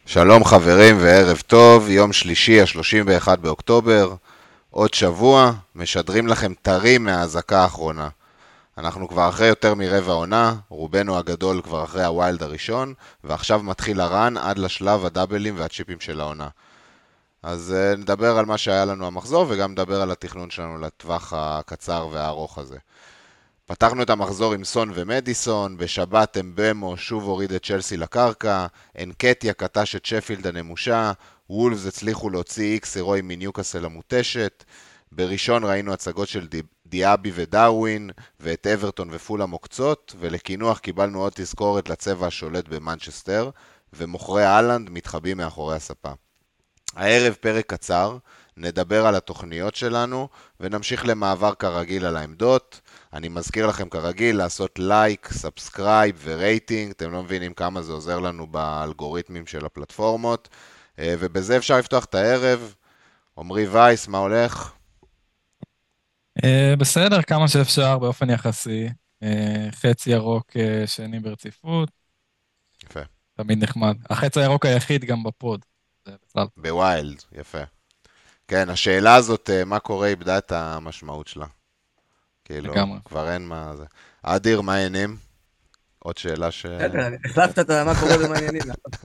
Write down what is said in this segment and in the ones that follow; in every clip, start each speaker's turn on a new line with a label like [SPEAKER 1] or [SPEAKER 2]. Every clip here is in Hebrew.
[SPEAKER 1] שלום חברים וערב טוב, יום שלישי, ה-31 באוקטובר, עוד שבוע, משדרים לכם טרי מההזקה האחרונה. אנחנו כבר אחרי יותר מרבע עונה, רובנו הגדול כבר אחרי הווילד הראשון, ועכשיו מתחיל הרן עד לשלב הדאבלים והצ'יפים של העונה. אז נדבר על מה שהיה לנו המחזור, וגם נדבר על התכנון שלנו לטווח הקצר והארוך הזה. פתחנו את המחזור עם סון ומדיסון, בשבת אמבמו שוב הוריד את צ'לסי לקרקע, אנקטיה קטש את שפילד הנמושה, וולפס הצליחו להוציא איקס הירואי מניוקאסל המותשת, בראשון ראינו הצגות של דיאבי ודארווין, ואת אברטון ופולה מוקצות, ולקינוח קיבלנו עוד תזכורת לצבע השולט במנצ'סטר, ומוכרי אהלנד מתחבאים מאחורי הספה. הערב פרק קצר, נדבר על התוכניות שלנו, ונמשיך למעבר כרגיל על העמדות. אני מזכיר לכם כרגיל לעשות לייק, סאבסקרייב ורייטינג, אתם לא מבינים כמה זה עוזר לנו באלגוריתמים של הפלטפורמות, ובזה אפשר לפתוח את הערב. עמרי וייס, מה הולך?
[SPEAKER 2] בסדר, כמה שאפשר באופן יחסי. חץ ירוק שני ברציפות,
[SPEAKER 1] יפה.
[SPEAKER 2] תמיד נחמד. החץ הירוק היחיד גם בפוד. זה בכלל.
[SPEAKER 1] בוויילד, יפה. כן, השאלה הזאת, מה קורה, איבדה את המשמעות שלה. כאילו,
[SPEAKER 2] לגמרי.
[SPEAKER 1] כבר אין מה זה. אדיר, מה העניינים? עוד שאלה ש...
[SPEAKER 3] בסדר, החלפת את מה קורה במעניינים.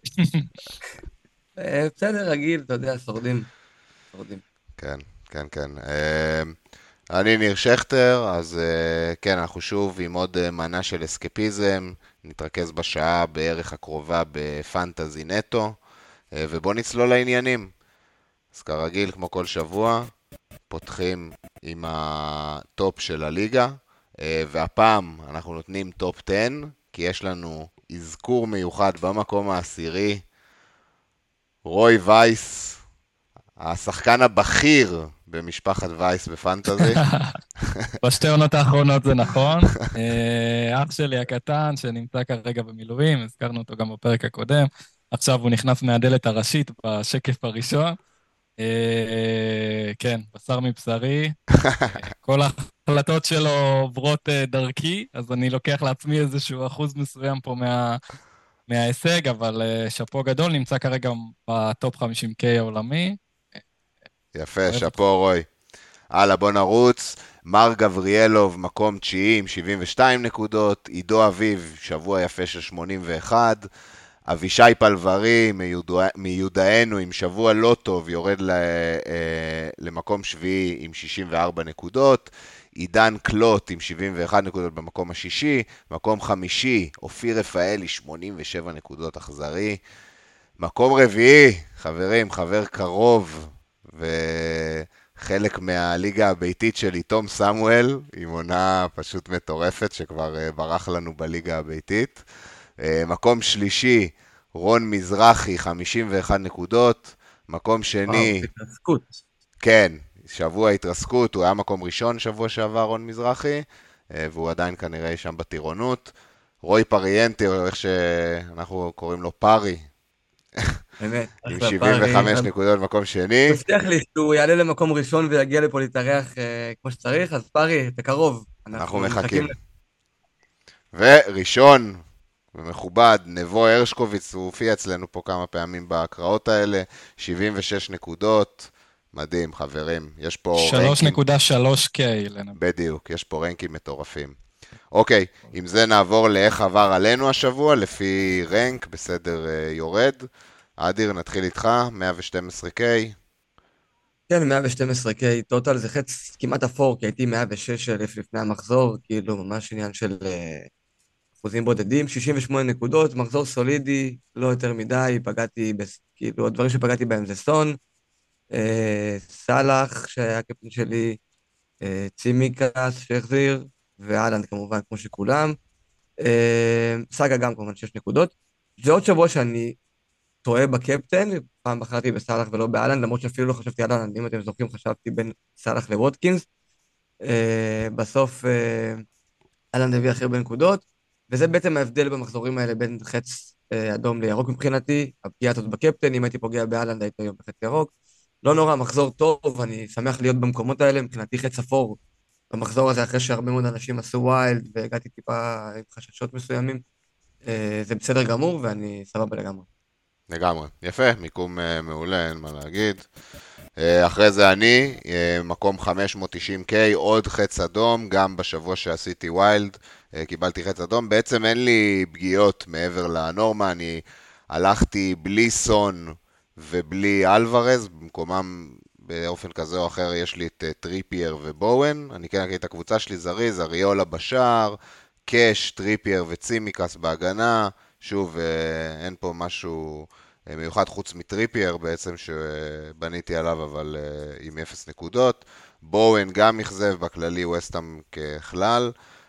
[SPEAKER 3] בסדר, רגיל, אתה יודע, שורדים. שורדים.
[SPEAKER 1] כן, כן, כן. אני ניר שכטר, אז כן, אנחנו שוב עם עוד מנה של אסקפיזם, נתרכז בשעה בערך הקרובה בפנטזי נטו, ובוא נצלול לעניינים. אז כרגיל, כמו כל שבוע, פותחים עם הטופ של הליגה, והפעם אנחנו נותנים טופ 10, כי יש לנו אזכור מיוחד במקום העשירי, רוי וייס, השחקן הבכיר במשפחת וייס בפנטזי.
[SPEAKER 2] בשתי עונות האחרונות זה נכון. אח שלי הקטן שנמצא כרגע במילואים, הזכרנו אותו גם בפרק הקודם. עכשיו הוא נכנס מהדלת הראשית בשקף הראשון. כן, בשר מבשרי. כל ההחלטות שלו עוברות דרכי, אז אני לוקח לעצמי איזשהו אחוז מסוים פה מההישג, אבל שאפו גדול, נמצא כרגע בטופ 50K העולמי.
[SPEAKER 1] יפה,
[SPEAKER 2] אוהב אותך.
[SPEAKER 1] שאפו רוי. הלאה, בוא נרוץ. מר גבריאלוב, מקום תשיעי עם 72 נקודות. עידו אביב, שבוע יפה של 81. אבישי פלברי, מיודענו עם שבוע לא טוב, יורד למקום שביעי עם 64 נקודות. עידן קלוט עם 71 נקודות במקום השישי. מקום חמישי, אופיר רפאלי, 87 נקודות, אכזרי. מקום רביעי, חברים, חבר קרוב, וחלק מהליגה הביתית שלי, תום סמואל, עם עונה פשוט מטורפת, שכבר ברח לנו בליגה הביתית. מקום שלישי, רון מזרחי, 51 נקודות. מקום
[SPEAKER 3] וואו,
[SPEAKER 1] שני,
[SPEAKER 3] התרסקות.
[SPEAKER 1] כן, שבוע התרסקות, הוא היה מקום ראשון שבוע שעבר, רון מזרחי, והוא עדיין כנראה שם בטירונות. רוי פריאנטי, או איך שאנחנו קוראים לו פארי,
[SPEAKER 3] באמת,
[SPEAKER 1] עם
[SPEAKER 3] אחלה פארי.
[SPEAKER 1] 75 נקודות במקום שני.
[SPEAKER 3] הוא הבטיח לי שהוא יעלה למקום ראשון ויגיע לפה להתארח כמו שצריך, אז פארי, אתה קרוב.
[SPEAKER 1] אנחנו
[SPEAKER 3] אנחנו מחכים.
[SPEAKER 1] מחכים. וראשון ומכובד, נבו הרשקוביץ, הוא הופיע אצלנו פה כמה פעמים בהקראות האלה, 76 נקודות, מדהים חברים, יש פה רנקים,
[SPEAKER 2] 3.3K לנבא.
[SPEAKER 1] בדיוק, יש פה רנקים מטורפים. אוקיי, עם זה נעבור לאיך עבר עלינו השבוע, לפי רנק, בסדר יורד. אדיר, נתחיל איתך, 112K.
[SPEAKER 3] כן, 112K טוטל, זה חץ כמעט אפור, כי הייתי 106,000 לפני המחזור, כאילו ממש עניין של אחוזים בודדים, 68 נקודות, מחזור סולידי, לא יותר מדי, כאילו הדברים שפגעתי בהם זה סון, סאלח, שהיה הקפטן שלי, צימקס שהחזיר, ואלנד כמובן, כמו שכולם. סאגה גם כמובן 6 נקודות. זה עוד שבוע שאני טועה בקפטן, פעם בחרתי בסאלח ולא באלנד, למרות שאפילו לא חשבתי על אלנד, אם אתם זוכרים, חשבתי בין סאלח לווטקינס. בסוף אלנד הביא הכי הרבה נקודות, וזה בעצם ההבדל במחזורים האלה בין חץ אדום לירוק מבחינתי, הפגיעה הזאת בקפטן, אם הייתי פוגע באלנד הייתי היום בחץ ירוק. לא נורא, מחזור טוב, אני שמח להיות במקומות האלה, מבחינתי חץ אפור במחזור הזה, אחרי שהרבה מאוד אנשים עשו ויילד, והגעתי טיפה עם חששות מסוימים, זה בסדר גמור, ואני סבבה לגמרי.
[SPEAKER 1] לגמרי. יפה, מיקום מעולה, אין מה להגיד. אחרי זה אני, מקום 590K, עוד חץ אדום, גם בשבוע שעשיתי ויילד, קיבלתי חץ אדום. בעצם אין לי פגיעות מעבר לנורמה, אני הלכתי בלי סון ובלי אלוורז, במקומם באופן כזה או אחר יש לי את טריפייר ובואן. אני כן אקריא את הקבוצה שלי זריז, אריולה בשער, קש, טריפייר וצימקס בהגנה. שוב, אין פה משהו מיוחד חוץ מטריפייר בעצם שבניתי עליו, אבל עם 0 נקודות. בואן גם מכזב, בכללי ווסטהאם ככלל.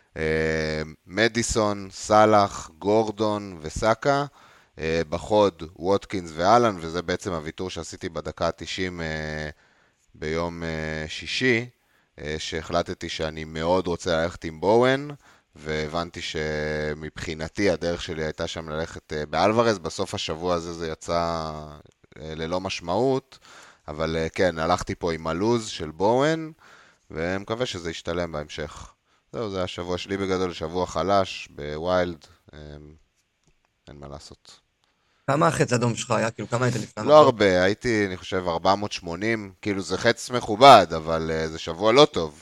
[SPEAKER 1] מדיסון, סלאח, גורדון וסאקה. בחוד ווטקינס ואלן, וזה בעצם הוויתור שעשיתי בדקה ה-90 ביום שישי, שהחלטתי שאני מאוד רוצה ללכת עם בואן, והבנתי שמבחינתי הדרך שלי הייתה שם ללכת באלוורז. בסוף השבוע הזה זה יצא ללא משמעות, אבל כן, הלכתי פה עם הלוז של בואן, ומקווה שזה ישתלם בהמשך. זהו, זה השבוע שלי בגדול, שבוע חלש, בוויילד, אין מה לעשות.
[SPEAKER 3] כמה החץ האדום שלך היה? כאילו, כמה היית לפני
[SPEAKER 1] לא
[SPEAKER 3] המחזור?
[SPEAKER 1] הרבה, הייתי, אני חושב, 480, כאילו זה חץ מכובד, אבל זה שבוע לא טוב.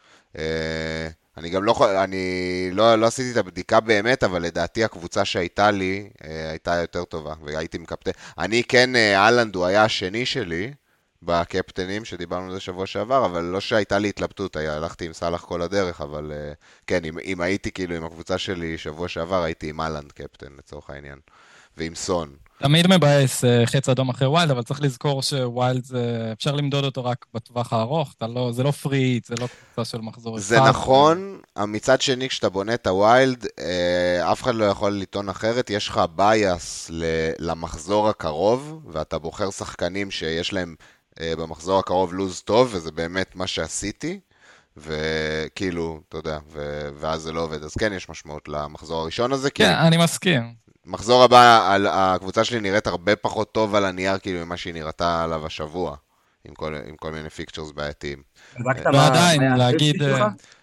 [SPEAKER 1] אני גם לא עשיתי את הבדיקה באמת, אבל לדעתי הקבוצה שהייתה לי הייתה יותר טובה, והייתי מקפטן. אני כן, אהלנד הוא היה השני שלי בקפטנים, שדיברנו על זה שבוע שעבר, אבל לא שהייתה לי התלבטות, הלכתי עם סלאח כל הדרך, אבל כן, אם הייתי כאילו עם הקבוצה שלי שבוע שעבר, הייתי עם אהלנד קפטן לצורך העניין, ועם סון.
[SPEAKER 2] תמיד מבאס חץ אדום אחרי ווילד, אבל צריך לזכור שווילד אפשר למדוד אותו רק בטווח הארוך, זה לא פריט, זה לא קבוצה של מחזור אחד.
[SPEAKER 1] זה נכון, מצד שני כשאתה בונה את הווילד, אף אחד לא יכול לטעון אחרת, יש לך בייס למחזור הקרוב, ואתה בוחר שחקנים שיש להם במחזור הקרוב לוז טוב, וזה באמת מה שעשיתי, וכאילו, אתה יודע, ואז זה לא עובד, אז כן יש משמעות למחזור הראשון הזה, כי
[SPEAKER 2] כן, אני מסכים.
[SPEAKER 1] מחזור הבא, הקבוצה שלי נראית הרבה פחות טוב על הנייר, כאילו ממה שהיא נראתה עליו השבוע, עם כל מיני פיקצ'רס בעייתיים.
[SPEAKER 3] בדקת מה
[SPEAKER 2] ועדיין,
[SPEAKER 3] היה
[SPEAKER 2] להגיד...
[SPEAKER 3] הסייפטי שלך?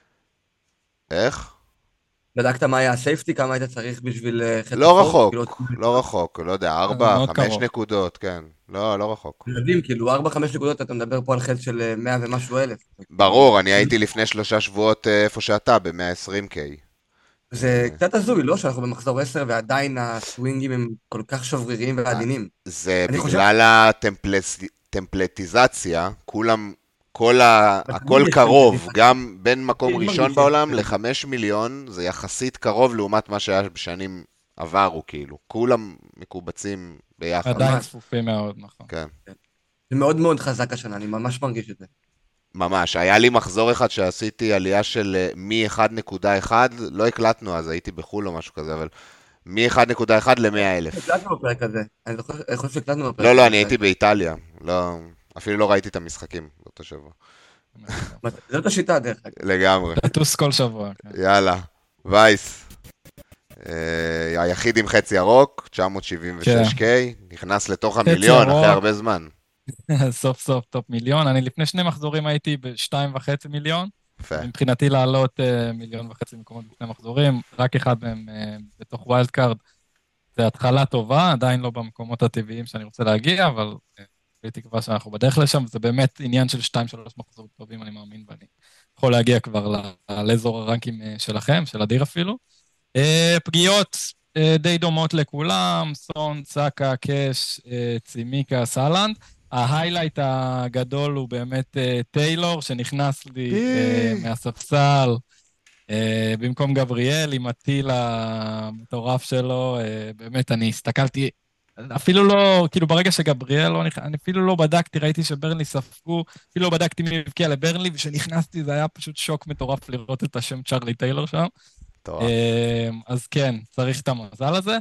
[SPEAKER 1] איך?
[SPEAKER 3] בדקת מה היה הסייפטי? כמה היית צריך בשביל חץ
[SPEAKER 1] לא
[SPEAKER 3] אפור?
[SPEAKER 1] רחוק,
[SPEAKER 3] כאילו,
[SPEAKER 1] לא רחוק, לא יודע, 4,
[SPEAKER 2] מאוד
[SPEAKER 1] 5
[SPEAKER 2] קרוב.
[SPEAKER 1] נקודות, כן. לא רחוק.
[SPEAKER 3] מדהים, כאילו, 4-5 נקודות, אתה מדבר פה על חץ של 100 ומשהו אלף.
[SPEAKER 1] ברור, אני הייתי לפני 3 שבועות איפה שאתה, ב-120K.
[SPEAKER 3] זה קצת הזוי, לא? שאנחנו במחזור 10 ועדיין הסווינגים הם כל כך שבריריים ועדינים.
[SPEAKER 1] זה
[SPEAKER 3] אני חושב
[SPEAKER 1] בגלל הטמפלטיזציה, כולם, הכל
[SPEAKER 3] שתמיד יש
[SPEAKER 1] קרוב,
[SPEAKER 3] טמפליפיקציה.
[SPEAKER 1] גם בין מקום
[SPEAKER 3] תמיד
[SPEAKER 1] ראשון
[SPEAKER 3] מרגיש שיש
[SPEAKER 1] בעולם
[SPEAKER 3] טמפליפיקציה.
[SPEAKER 1] ל5 מיליון, זה יחסית קרוב לעומת מה שהיה בשנים עברו, כאילו. כולם מקובצים ביחד.
[SPEAKER 2] עדיין
[SPEAKER 3] ממש.
[SPEAKER 2] צפופים מאוד, נכון.
[SPEAKER 1] כן.
[SPEAKER 3] זה מאוד מאוד חזק השנה, אני ממש מרגיש את זה.
[SPEAKER 1] ממש, היה לי מחזור אחד שעשיתי עלייה של מ-1.1, לא הקלטנו אז, הייתי בחול או משהו כזה, אבל מ-1.1 ל-100,000.
[SPEAKER 3] הקלטנו בפרק הזה. אני חושב שהקלטנו בפרק
[SPEAKER 1] לא,
[SPEAKER 3] הזה.
[SPEAKER 1] אני הייתי באיטליה, לא, אפילו לא ראיתי את המשחקים באותו שבוע.
[SPEAKER 3] זאת השיטה, דרך אגב.
[SPEAKER 1] לגמרי,
[SPEAKER 2] לטוס כל שבוע, כן.
[SPEAKER 1] יאללה, וייס, היחיד עם חצי ירוק, 976K, נכנס לתוך המיליון אחרי
[SPEAKER 2] ירוק.
[SPEAKER 1] הרבה זמן.
[SPEAKER 2] סוף סוף טופ מיליון. אני לפני 2 מחזורים הייתי ב2.5 מיליון.
[SPEAKER 1] יפה,
[SPEAKER 2] מבחינתי לעלות 1.5 מיליון מקומות לפני מחזורים, רק אחד מהם בתוך ווילד קארד. זה התחלה טובה, עדיין לא במקומות הטבעיים שאני רוצה להגיע, אבל בתקווה שאנחנו בדרך לשם, זה באמת עניין של 2-3 מחזורים טובים, אני מאמין, ואני יכול להגיע כבר לאזור הרנקים שלכם, של אדיר אפילו. פגיעות די דומות לכולם, סון, סאקה, קש, צימיקה, סלנד. ההיילייט הגדול הוא באמת טיילור, שנכנס לי מהספסל, במקום גבריאל, עם הטיל המטורף שלו. באמת, אני הסתכלתי, אפילו לא, כאילו ברגע שגבריאל לא נכנס, אני אפילו לא בדקתי, ראיתי שברנלי ספגו, אפילו לא בדקתי מי הבקיע לברנלי, וכשנכנסתי זה היה פשוט שוק מטורף לראות את השם צ'רלי טיילור שם.
[SPEAKER 1] טוב.
[SPEAKER 2] אז כן, צריך את המזל הזה.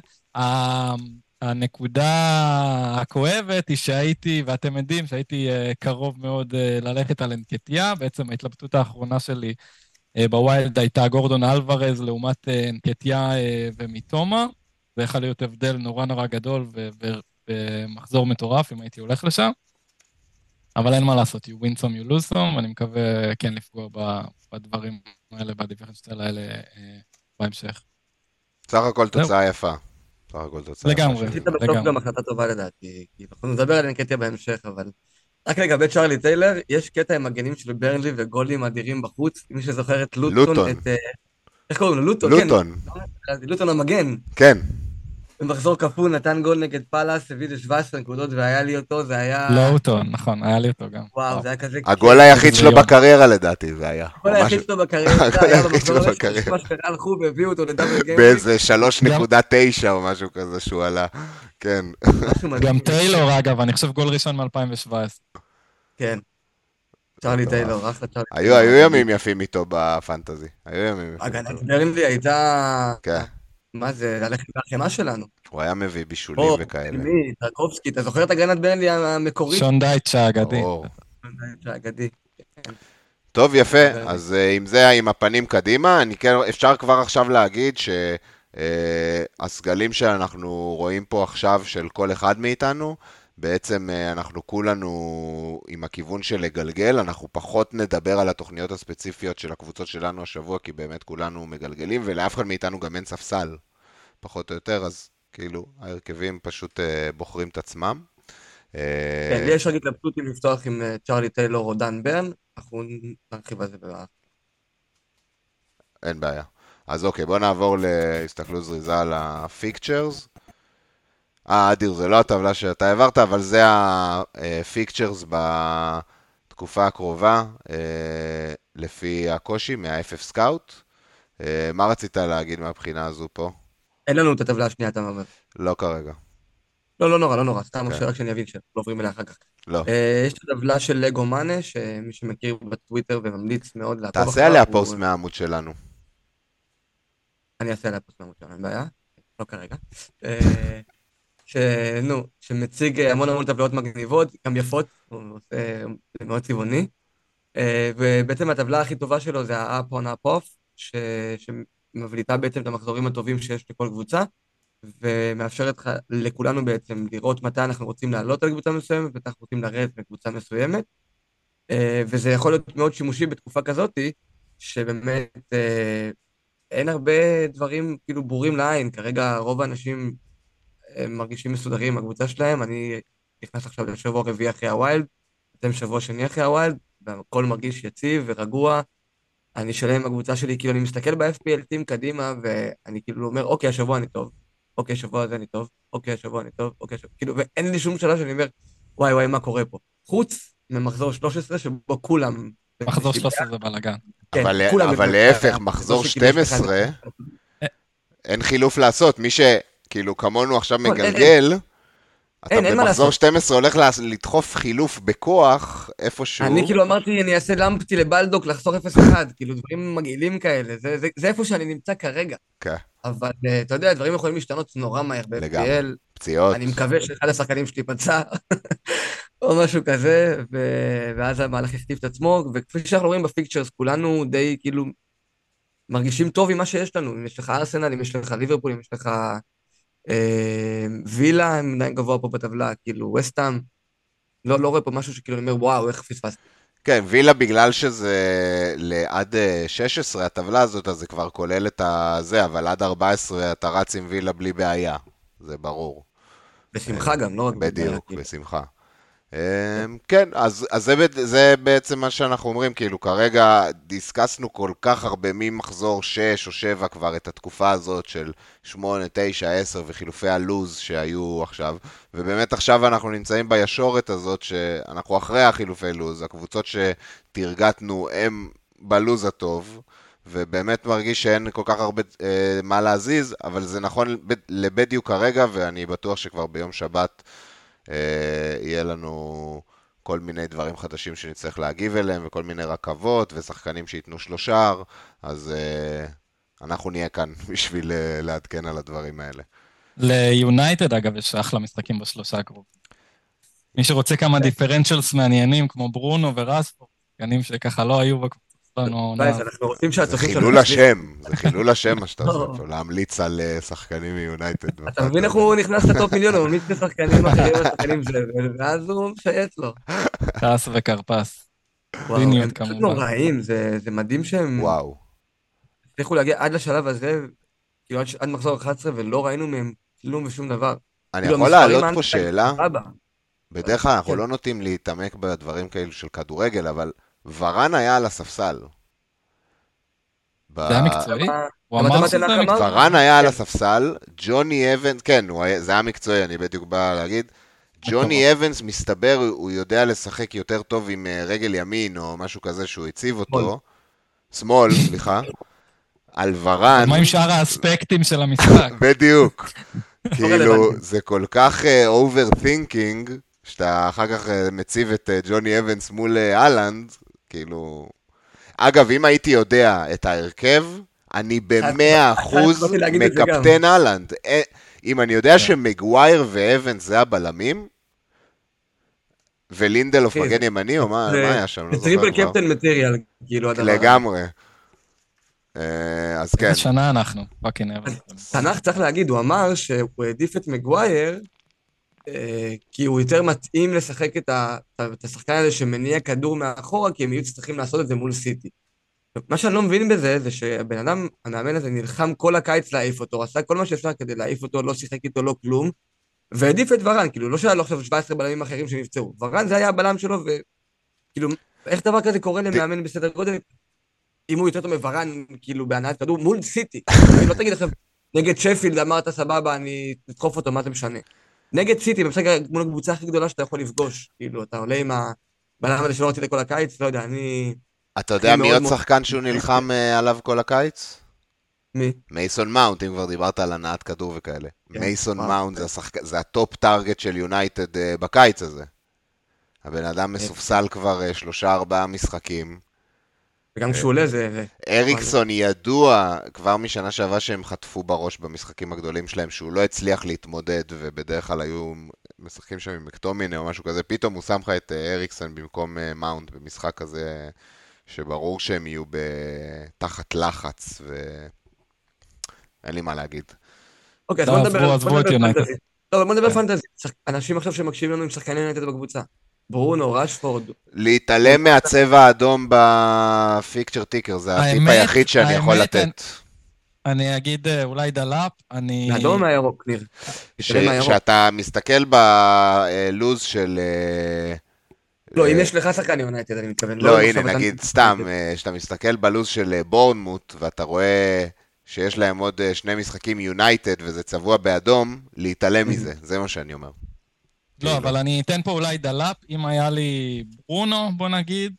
[SPEAKER 2] הנקודה הכואבת היא שהייתי, ואתם יודעים שהייתי קרוב מאוד ללכת על אנקטיה, בעצם ההתלבטות האחרונה שלי בווילד הייתה גורדון אלוורז לעומת אנקטיה ומיטומה, זה יכול להיות הבדל נורא נורא גדול ומחזור מטורף אם הייתי הולך לשם, אבל אין מה לעשות, you win some, you lose some, ואני מקווה כן לפגוע בדברים האלה, בדיפרנציאל האלה בהמשך.
[SPEAKER 1] סך הכל תוצאה יפה. סך הכל תוצאה
[SPEAKER 2] לגמרי.
[SPEAKER 3] עשית בסוף
[SPEAKER 2] לגמרי.
[SPEAKER 3] גם החלטה טובה לדעתי, כי אנחנו נדבר על אנקטיה בהמשך, אבל רק לגבי צ'רלי טיילר, יש קטע עם מגנים של ברנלי וגולים אדירים בחוץ, מי שזוכר את לוטון,
[SPEAKER 1] לוטון.
[SPEAKER 3] איך קוראים לו? לוטון, כן.
[SPEAKER 1] לוטון.
[SPEAKER 3] לוטון המגן.
[SPEAKER 1] כן.
[SPEAKER 3] במחזור כפול נתן גול נגד פאלאס, הביא לי 17 נקודות והיה לי אותו, זה היה...
[SPEAKER 2] לוטון, נכון, היה לי אותו גם.
[SPEAKER 3] וואו, זה היה כזה...
[SPEAKER 1] הגול היחיד שלו בקריירה לדעתי זה היה.
[SPEAKER 3] הגול היחיד שלו בקריירה,
[SPEAKER 1] הגול
[SPEAKER 3] היה
[SPEAKER 1] היחיד
[SPEAKER 3] במחזור
[SPEAKER 1] שלו
[SPEAKER 3] הזה,
[SPEAKER 1] בקריירה.
[SPEAKER 3] שממש הלכו והביאו אותו לדאבל גיים.
[SPEAKER 1] באיזה 3.9 או משהו כזה שהוא עלה. כן.
[SPEAKER 3] משהו מדהים.
[SPEAKER 2] גם טיילור, אגב, אני חושב גול ראשון מ-2017.
[SPEAKER 3] כן. צ'רלי טיילור, אחלה צ'רלי.
[SPEAKER 1] היו ימים יפים איתו בפנטזי. היו ימים יפים.
[SPEAKER 3] הגנת ברנלי הייתה...
[SPEAKER 1] כן.
[SPEAKER 3] מה זה, ללכת מהחמה שלנו.
[SPEAKER 1] הוא היה מביא בישולים וכאלה.
[SPEAKER 3] מי, טרקובסקי, אתה זוכר את הגנת ברנלי המקורית?
[SPEAKER 2] שון דייטש האגדי.
[SPEAKER 1] ברור.
[SPEAKER 3] האגדי.
[SPEAKER 1] טוב, יפה. אז עם זה, עם הפנים קדימה, אפשר כבר עכשיו להגיד שהסגלים שאנחנו רואים פה עכשיו של כל אחד מאיתנו, בעצם אנחנו כולנו עם הכיוון של לגלגל, אנחנו פחות נדבר על התוכניות הספציפיות של הקבוצות שלנו השבוע, כי באמת כולנו מגלגלים, ולאף אחד מאיתנו גם אין ספסל, פחות או יותר, אז כאילו ההרכבים פשוט בוחרים את עצמם.
[SPEAKER 3] כן, לי יש רק התלבטות אם לפתוח עם צ'רלי טיילור או דן ברן, אנחנו נרחיב על זה בבאה.
[SPEAKER 1] אין בעיה. אז אוקיי, בוא נעבור להסתכלות זריזה על הפיקצ'רס. אדיר, זה לא הטבלה שאתה העברת, אבל זה הפיקצ'רס בתקופה הקרובה, לפי הקושי, מה-FF סקאוט. מה רצית להגיד מהבחינה הזו פה?
[SPEAKER 3] אין לנו את הטבלה השנייה, אתה אומר.
[SPEAKER 1] לא כרגע.
[SPEAKER 3] לא נורא, לא נורא, סתם רק שאני אבין שאנחנו לא עוברים אליה אחר כך.
[SPEAKER 1] לא.
[SPEAKER 3] יש את הטבלה של לגו מאנה, שמי שמכיר בטוויטר וממליץ מאוד לעקוב
[SPEAKER 1] תעשה עליה פוסט מהעמוד שלנו.
[SPEAKER 3] אני אעשה עליה פוסט מהעמוד שלנו, אין בעיה, לא כרגע. שמציג המון טבלאות מגניבות, גם יפות, הוא עושה מאוד צבעוני. ובעצם הטבלה הכי טובה שלו זה ה-up on up off, שמבליטה בעצם את המחזורים הטובים שיש לכל קבוצה, ומאפשרת לכולנו בעצם לראות מתי אנחנו רוצים לעלות על קבוצה מסוימת, ומתי אנחנו רוצים לרדת מקבוצה מסוימת. וזה יכול להיות מאוד שימושי בתקופה כזאת, שבאמת אין הרבה דברים כאילו ברורים לעין. כרגע רוב האנשים מרגישים מסודרים הקבוצה שלהם. אני נכנס עכשיו לשבוע רביעי אחרי הווילד, אתם שבוע שני אחרי הווילד, והכל מרגיש יציב ורגוע. אני שלם עם הקבוצה שלי, כאילו אני מסתכל ב-FPL טים קדימה, ואני כאילו אומר, אוקיי, השבוע אני טוב, אוקיי, השבוע הזה אני טוב, אוקיי, השבוע אני טוב, אוקיי, השבוע... כאילו, ואין לי שום שאלה שאני אומר, וואי, מה קורה פה? חוץ ממחזור 13, שבו כולם...
[SPEAKER 2] מחזור 13 זה בלגן.
[SPEAKER 1] אבל להפך, מחזור 12, אין חילוף לעשות. מי שכאילו כמונו עכשיו מגלגל, אתה במחזור 12 הולך לדחוף חילוף בכוח איפשהו.
[SPEAKER 3] אני כאילו אמרתי, אני אעשה למפטי לבלדוק לחסוך 0-1, כאילו דברים מגעילים כאלה, זה איפה שאני נמצא כרגע.
[SPEAKER 1] כן.
[SPEAKER 3] אבל אתה יודע, דברים יכולים להשתנות נורא מהר ב-FPL.
[SPEAKER 1] פציעות.
[SPEAKER 3] אני מקווה שאחד השחקנים שלי פצע, או משהו כזה, ואז המהלך יכתיב את עצמו, וכפי שאנחנו רואים בפיקצ'רס, כולנו די כאילו מרגישים טוב עם מה שיש לנו. אם יש לך ארסנל, אם יש לך ליברפול, אם יש לך וילה, הם עדיין גבוה פה בטבלה, כאילו וסטהאם, לא רואה פה משהו שכאילו אני אומר, וואו, איך פספסתי.
[SPEAKER 1] כן, וילה בגלל שזה לעד 16, הטבלה הזאת, אז זה כבר כולל את זה, אבל עד 14 אתה רץ עם וילה בלי בעיה, זה ברור.
[SPEAKER 3] בשמחה גם, לא רק
[SPEAKER 1] בדיוק, בשמחה. כן, אז זה בעצם מה שאנחנו אומרים, כאילו כרגע דיסקסנו כל כך הרבה ממחזור 6 או 7 כבר את התקופה הזאת של 8, 9, 10 וחילופי הלוז שהיו עכשיו, ובאמת עכשיו אנחנו נמצאים בישורת הזאת שאנחנו אחרי החילופי לוז, הקבוצות שתרגטנו הם בלוז הטוב, ובאמת מרגיש שאין כל כך הרבה מה להזיז, אבל זה נכון לבדיוק כרגע, ואני בטוח שכבר ביום שבת יהיה לנו כל מיני דברים חדשים שנצטרך להגיב אליהם, וכל מיני רכבות ושחקנים שיתנו שלושר, אז אנחנו נהיה כאן בשביל לעדכן על הדברים האלה.
[SPEAKER 2] ליונייטד אגב יש אחלה משחקים בשלושה הקרובים. מי שרוצה כמה דיפרנציאלס מעניינים כמו ברונו ורספורד, שחקנים שככה לא היו בקבוצה שלנו.
[SPEAKER 3] אנחנו רוצים שהצופים שלנו...
[SPEAKER 1] זה חילול השם מה שאתה עושה פה, להמליץ על שחקנים מיונייטד.
[SPEAKER 3] אתה מבין איך הוא נכנס לטופ מיליון, הוא ממליץ לשחקנים אחרים לשחקנים זה, ואז הוא משייץ לו.
[SPEAKER 2] טס וקרפס.
[SPEAKER 3] הם פשוט נוראים, זה מדהים שהם...
[SPEAKER 1] וואו.
[SPEAKER 3] הצליחו להגיע עד לשלב הזה, כאילו עד מחזור 11, ולא ראינו מהם כלום ושום דבר.
[SPEAKER 1] אני
[SPEAKER 3] כאילו,
[SPEAKER 1] יכול
[SPEAKER 3] המספרים
[SPEAKER 1] להעלות פה שאלה?
[SPEAKER 3] סבבה.
[SPEAKER 1] בדרך כלל אנחנו
[SPEAKER 3] כן.
[SPEAKER 1] לא נוטים להתעמק בדברים כאלו של כדורגל, אבל ורן היה על הספסל.
[SPEAKER 2] זה היה מקצועי? הוא
[SPEAKER 3] גם אתה
[SPEAKER 2] אמר
[SPEAKER 3] מתנק
[SPEAKER 2] שזה
[SPEAKER 3] אמר?
[SPEAKER 2] מקצועי.
[SPEAKER 1] ורן היה על
[SPEAKER 3] כן.
[SPEAKER 1] הספסל, ג'וני אבנס, כן, זה היה מקצועי, אני בדיוק בא להגיד. ג'וני
[SPEAKER 2] מטורף.
[SPEAKER 1] אבנס, מסתבר, הוא יודע לשחק יותר טוב עם רגל ימין, או משהו כזה שהוא הציב אותו. שמאל, סליחה. על ורן,
[SPEAKER 2] אז מה עם שאר האספקטים של המשחק?
[SPEAKER 1] בדיוק.
[SPEAKER 3] לא
[SPEAKER 1] כאילו,
[SPEAKER 3] רלוונטי.
[SPEAKER 1] זה כל כך overthinking, שאתה אחר כך מציב את ג'וני אבנס מול אהלנד, כאילו... אגב, אם הייתי יודע את ההרכב, אני ב100%
[SPEAKER 3] באתי להגיד את זה גם.
[SPEAKER 1] מקפטן אהלנד. אם אני יודע שמגווייר ואבנס זה הבלמים, ולינדלוף
[SPEAKER 3] אחי,
[SPEAKER 1] מגן ימני, או מה היה שם? לא
[SPEAKER 3] זה
[SPEAKER 1] זוכר
[SPEAKER 3] טריפל
[SPEAKER 1] כבר.
[SPEAKER 3] קפטן מטריאל, כאילו הדבר.
[SPEAKER 1] לגמרי. אז כן.
[SPEAKER 2] איזה שנה אנחנו, פאקינג אברטון.
[SPEAKER 3] תנח צריך להגיד, הוא אמר שהוא העדיף את מגווייר, כי הוא יותר מתאים לשחק את השחקן הזה שמניע כדור מאחורה, כי הם יהיו צריכים לעשות את זה מול סיטי. מה שאני לא מבין בזה, זה שהבן אדם, המאמן הזה, נלחם כל הקיץ להעיף אותו, עשה כל מה שאפשר כדי להעיף אותו, לא שיחק איתו, לא כלום, והעדיף את ורן, כאילו, לא שהיה לו עכשיו 17 בלמים אחרים שנפצעו. ורן זה היה הבלם שלו, וכאילו, איך דבר כזה קורה למאמן בסדר גודל? אם הוא יותר טוב מוורן, כאילו, בהנעת כדור, מול סיטי. לא תגיד עכשיו, נגד שפילד אמרת סבבה, אני אדחוף אותו, מה זה משנה? נגד סיטי, במשחק מול הקבוצה הכי גדולה שאתה יכול לפגוש. כאילו, אתה עולה עם הבלם הזה שלא רצית כל הקיץ, לא יודע, אני...
[SPEAKER 1] אתה יודע מי עוד
[SPEAKER 3] מאוד-
[SPEAKER 1] שחקן שהוא נלחם עליו כל הקיץ?
[SPEAKER 3] מי?
[SPEAKER 1] מייסון מאונט, אם כבר דיברת על הנעת כדור וכאלה.
[SPEAKER 3] כן,
[SPEAKER 1] מייסון
[SPEAKER 3] וואו.
[SPEAKER 1] מאונט זה הטופ טארגט של יונייטד בקיץ הזה. הבן אדם מסופסל כבר 3-4 משחקים.
[SPEAKER 3] וגם כשהוא עולה זה...
[SPEAKER 1] אריקסון ידוע כבר משנה שעברה שהם חטפו בראש במשחקים הגדולים שלהם, שהוא לא הצליח להתמודד, ובדרך כלל היו משחקים שם עם מקטומיני או משהו כזה, פתאום הוא שם לך את אריקסון במקום מאונט במשחק כזה, שברור שהם יהיו תחת לחץ, ואין לי מה להגיד.
[SPEAKER 3] אוקיי, אז
[SPEAKER 2] לא,
[SPEAKER 3] בוא נדבר
[SPEAKER 2] עזבו את יונייטד.
[SPEAKER 3] פנטזי. לא, בוא נדבר
[SPEAKER 2] כן.
[SPEAKER 3] פנטזי. אנשים עכשיו שמקשיבים לנו עם שחקני יונייטד בקבוצה. ברונו, רשפורד.
[SPEAKER 1] להתעלם מהצבע האדום בפיקצ'ר טיקר, זה הטיפ היחיד שאני יכול לתת.
[SPEAKER 2] אני אגיד אולי דלאפ,
[SPEAKER 3] מהאדום מהירוק, ניר. תתעלם מהירוק.
[SPEAKER 1] שאתה מסתכל בלוז של...
[SPEAKER 3] לא, אם יש לך שחקן יונייטד, אני מתכוון.
[SPEAKER 1] לא,
[SPEAKER 3] אם
[SPEAKER 1] הנה,
[SPEAKER 3] עכשיו אתה-
[SPEAKER 1] נגיד, סתם, שאתה מסתכל בלוז של בורנמוט, ואתה רואה שיש להם עוד 2 משחקים יונייטד, וזה צבוע באדום, להתעלם מזה, זה מה שאני אומר.
[SPEAKER 2] לא, אבל אני אתן פה אולי דלאפ, אם היה לי ברונו, בוא נגיד,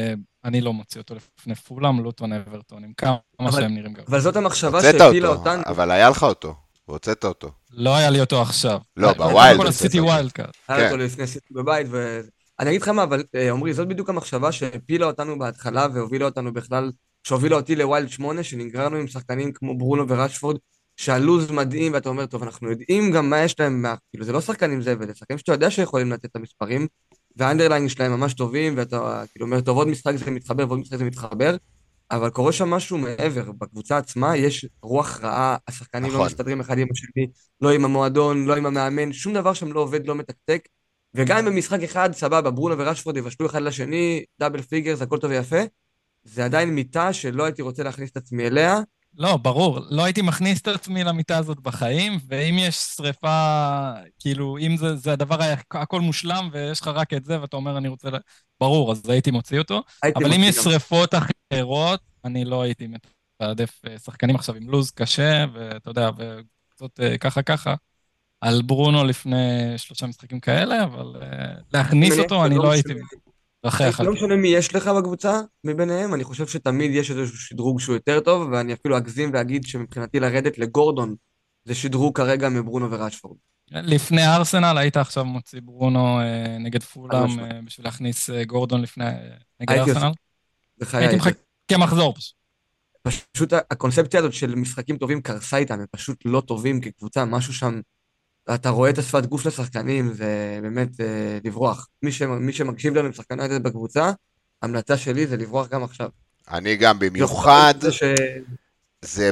[SPEAKER 2] אני לא מוציא אותו לפני פולאם, לוטון אברטון, עם כמה שהם נראים גרוע.
[SPEAKER 3] אבל זאת המחשבה
[SPEAKER 1] הוצאת
[SPEAKER 3] שהפילה
[SPEAKER 1] אותו,
[SPEAKER 3] אותנו.
[SPEAKER 1] אבל היה לך אותו, והוצאת אותו.
[SPEAKER 2] לא היה לי אותו עכשיו.
[SPEAKER 1] לא, בווילד
[SPEAKER 2] כל
[SPEAKER 1] הוצאת
[SPEAKER 2] עשיתי
[SPEAKER 1] אותו.
[SPEAKER 2] ווילד קארד.
[SPEAKER 3] היה
[SPEAKER 1] כן.
[SPEAKER 3] אותו לפני סיטי בבית, אני אגיד לך מה, אבל עמרי, זאת בדיוק המחשבה שהפילה אותנו בהתחלה, והובילה אותנו בכלל, שהובילה אותי לווילד 8, שנגררנו עם שחקנים כמו ברונו ורשפורד, שהלוז מדהים, ואתה אומר, טוב, אנחנו יודעים גם מה יש להם, כאילו זה לא שחקנים זה, וזה שחקנים שאתה יודע שיכולים לתת את המספרים, והאנדרליין שלהם ממש טובים, ואתה כאילו אומר, טוב, עוד משחק זה מתחבר, ועוד משחק זה מתחבר, אבל קורה שם משהו מעבר, בקבוצה עצמה יש רוח רעה, השחקנים
[SPEAKER 1] נכון.
[SPEAKER 3] לא מסתדרים אחד עם השני, לא עם המועדון, לא עם המאמן, שום דבר שם לא עובד, לא מתקתק, וגם אם במשחק אחד, סבבה, ברונו ורשפורד יבשלו אחד לשני, דאבל פיגרס, הכל טוב ויפה, זה עדיין מיטה שלא הייתי רוצה להכניס את עצמי אליה.
[SPEAKER 2] לא, ברור, לא הייתי מכניס את עצמי למיטה הזאת בחיים, ואם יש שריפה, כאילו, אם זה הדבר, הכל מושלם, ויש לך רק את זה, ואתה אומר, אני רוצה ברור, אז הייתי מוציא אותו.
[SPEAKER 3] הייתי
[SPEAKER 2] אבל אם
[SPEAKER 3] מוציא
[SPEAKER 2] יש
[SPEAKER 3] גם.
[SPEAKER 2] שריפות אחרות, אני לא הייתי מתעדף שחקנים עכשיו עם לוז קשה, ואתה יודע, וקצת ככה, על ברונו לפני 3 משחקים כאלה, אבל להכניס אותו, אני לא הייתי רחח על
[SPEAKER 3] לא
[SPEAKER 2] זה.
[SPEAKER 3] משנה מי יש לך בקבוצה מביניהם, אני חושב שתמיד יש איזשהו שדרוג שהוא יותר טוב, ואני אפילו אגזים ואגיד שמבחינתי לרדת לגורדון, זה שדרוג כרגע מברונו ורשפורד.
[SPEAKER 2] לפני ארסנל, היית עכשיו מוציא ברונו נגד פולאם
[SPEAKER 3] משמעית.
[SPEAKER 2] בשביל להכניס גורדון נגד
[SPEAKER 3] הייתי
[SPEAKER 2] ארסנל?
[SPEAKER 3] בחיי,
[SPEAKER 2] הייתי מחכה מחזור פשוט.
[SPEAKER 3] פשוט הקונספציה הזאת של משחקים טובים קרסה איתם, הם פשוט לא טובים כקבוצה, משהו שם, אתה רואה את השפת גוף לשחקנים, זה באמת לברוח. מי שמקשיב לנו עם שחקני יונייטד בקבוצה, המלצה שלי זה לברוח גם עכשיו.
[SPEAKER 1] אני גם במיוחד,
[SPEAKER 3] זה
[SPEAKER 1] זה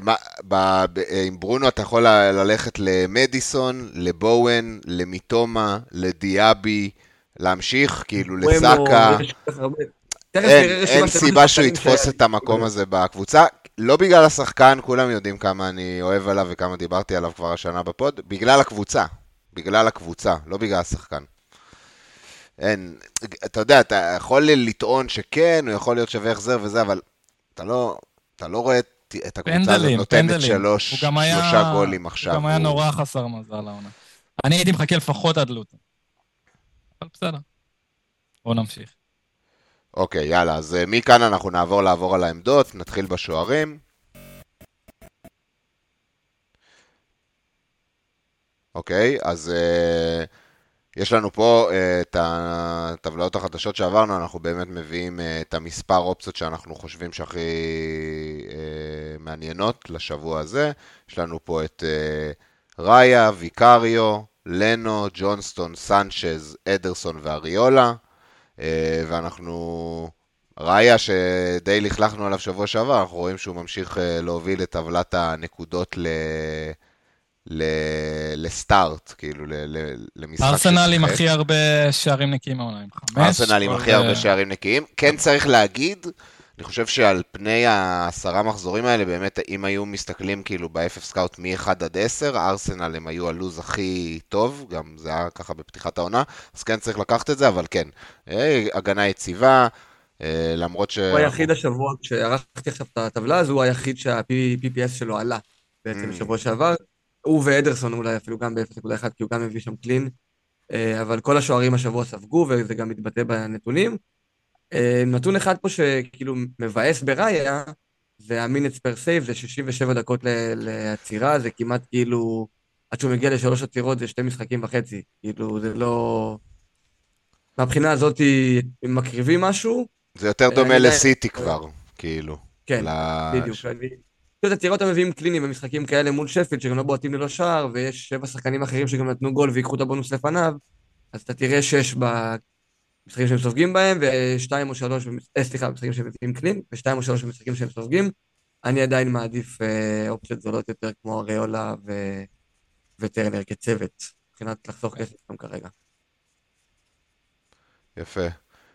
[SPEAKER 1] עם ברונו אתה יכול ללכת למדיסון, לבואן, למיטומה, לדיאבי, להמשיך כאילו לסאקה. אין סיבה שהוא יתפוס את המקום הזה בקבוצה. לא בגלל השחקן, כולם יודעים כמה אני אוהב עליו וכמה דיברתי עליו כבר השנה בפוד, בגלל הקבוצה. בגלל הקבוצה, לא בגלל השחקן. אין, אתה יודע, אתה יכול לטעון שכן, הוא יכול להיות שווה החזר וזה, אבל אתה לא רואה את הקבוצה הזאת נותנת שלושה גולים עכשיו.
[SPEAKER 2] הוא גם היה נורא חסר מזל העונה. אני הייתי מחכה לפחות עד לוטון. אבל בסדר. בואו נמשיך.
[SPEAKER 1] אוקיי, יאללה, אז מכאן אנחנו נעבור על העמדות, נתחיל בשוערים. אוקיי, אז יש לנו פה את הטבלאות החדשות שעברנו, אנחנו באמת מביאים את המספר אופציות שאנחנו חושבים שהכי מעניינות לשבוע הזה. יש לנו פה את ראיה, ויקריו, לנו, ג'ונסטון, סנצ'ז, אדרסון ואריולה. ואנחנו, ראיה שדי לכלכנו עליו שבוע שעבר, אנחנו רואים שהוא ממשיך להוביל את טבלת הנקודות לסטארט, כאילו למשחק ששיחק.
[SPEAKER 2] ארסנל עם הכי הרבה שערים נקיים העונה, עם 5.
[SPEAKER 1] ארסנל עם הכי הרבה שערים נקיים. כן צריך להגיד, אני חושב שעל פני 10 מחזורים האלה, באמת אם היו מסתכלים כאילו ב-FF סקאוט מ-1 עד 10, ארסנל הם היו הלוז הכי טוב, גם זה היה ככה בפתיחת העונה, אז כן צריך לקחת את זה, אבל כן, הגנה יציבה, למרות ש...
[SPEAKER 3] הוא היחיד השבוע, כשערכתי עכשיו את הטבלה, אז הוא היחיד שה-PPS שלו עלה בעצם בשבוע שעבר. הוא ואדרסון אולי אפילו גם ב-0.1, כי הוא גם מביא שם קלין, אבל כל השוערים השבוע ספגו, וזה גם מתבטא בנתונים. נתון אחד פה שכאילו מבאס בראיה, זה המינץ פר סייב, זה 67 דקות לעצירה, זה כמעט כאילו, עד שהוא מגיע ל3 עצירות זה 2.5 משחקים, כאילו זה לא... מהבחינה הזאת הם מקריבים משהו.
[SPEAKER 1] זה יותר דומה לסיטי כבר, כאילו.
[SPEAKER 3] כן, בדיוק. את הצירות המביאים קלינים במשחקים כאלה מול שפילד, שגם לא בועטים ללא שער, ויש 7 שחקנים אחרים שגם נתנו גול ויקחו את הבונוס לפניו, אז אתה תראה 6 במשחקים שהם סופגים בהם, ו2 או 3, במשחקים שהם מביאים קלין, ו2 או 3 במשחקים שהם סופגים. אני עדיין מעדיף אופציות זולות יותר כמו אריולה וטרנר כצוות, מבחינת לחסוך כסף גם כרגע.
[SPEAKER 1] יפה.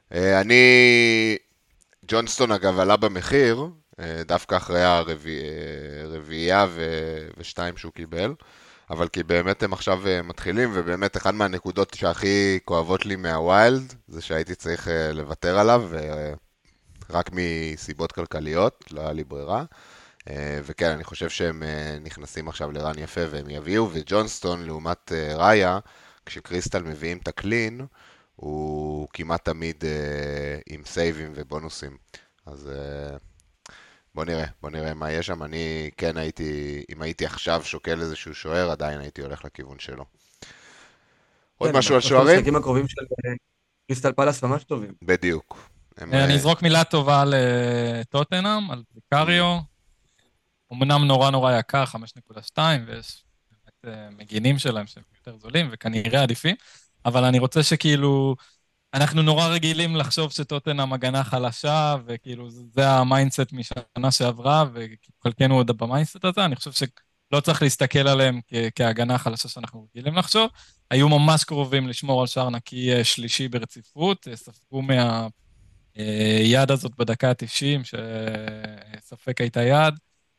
[SPEAKER 1] ג'ונסטון אגב עלה במחיר, דווקא אחרי הרביעייה ושתיים שהוא קיבל, אבל כי באמת הם עכשיו מתחילים, ובאמת אחד מהנקודות שהכי כואבות לי מהווילד, זה שהייתי צריך לוותר עליו, רק מסיבות כלכליות, לא היה לי ברירה, וכן, אני חושב שהם נכנסים עכשיו לרן יפה והם יביאו, וג'ונסטון לעומת ראיה, כשקריסטל מביאים את הקלין, הוא כמעט תמיד עם סייבים ובונוסים, אז... בוא נראה מה יש שם. אני כן אם הייתי עכשיו שוקל איזשהו שוער, עדיין הייתי הולך לכיוון שלו. עוד משהו על שוערים?
[SPEAKER 3] המשחקים הקרובים של קריסטל פלאס ממש טובים.
[SPEAKER 1] בדיוק.
[SPEAKER 2] אני אזרוק מילה טובה לטוטנהאם, על ויקריו. אמנם נורא יקר, 5.2, ויש באמת מגינים שלהם שהם יותר זולים, וכנראה עדיפים, אבל אני רוצה שכאילו... אנחנו נורא רגילים לחשוב שטוטנהאם הגנה חלשה, וכאילו זה המיינדסט משנה שעברה, וחלקנו עוד במיינדסט הזה, אני חושב שלא צריך להסתכל עליהם כהגנה חלשה שאנחנו רגילים לחשוב. היו ממש קרובים לשמור על שער נקי שלישי ברציפות, ספגו מהיד הזאת בדקה ה-90, שספק הייתה יד.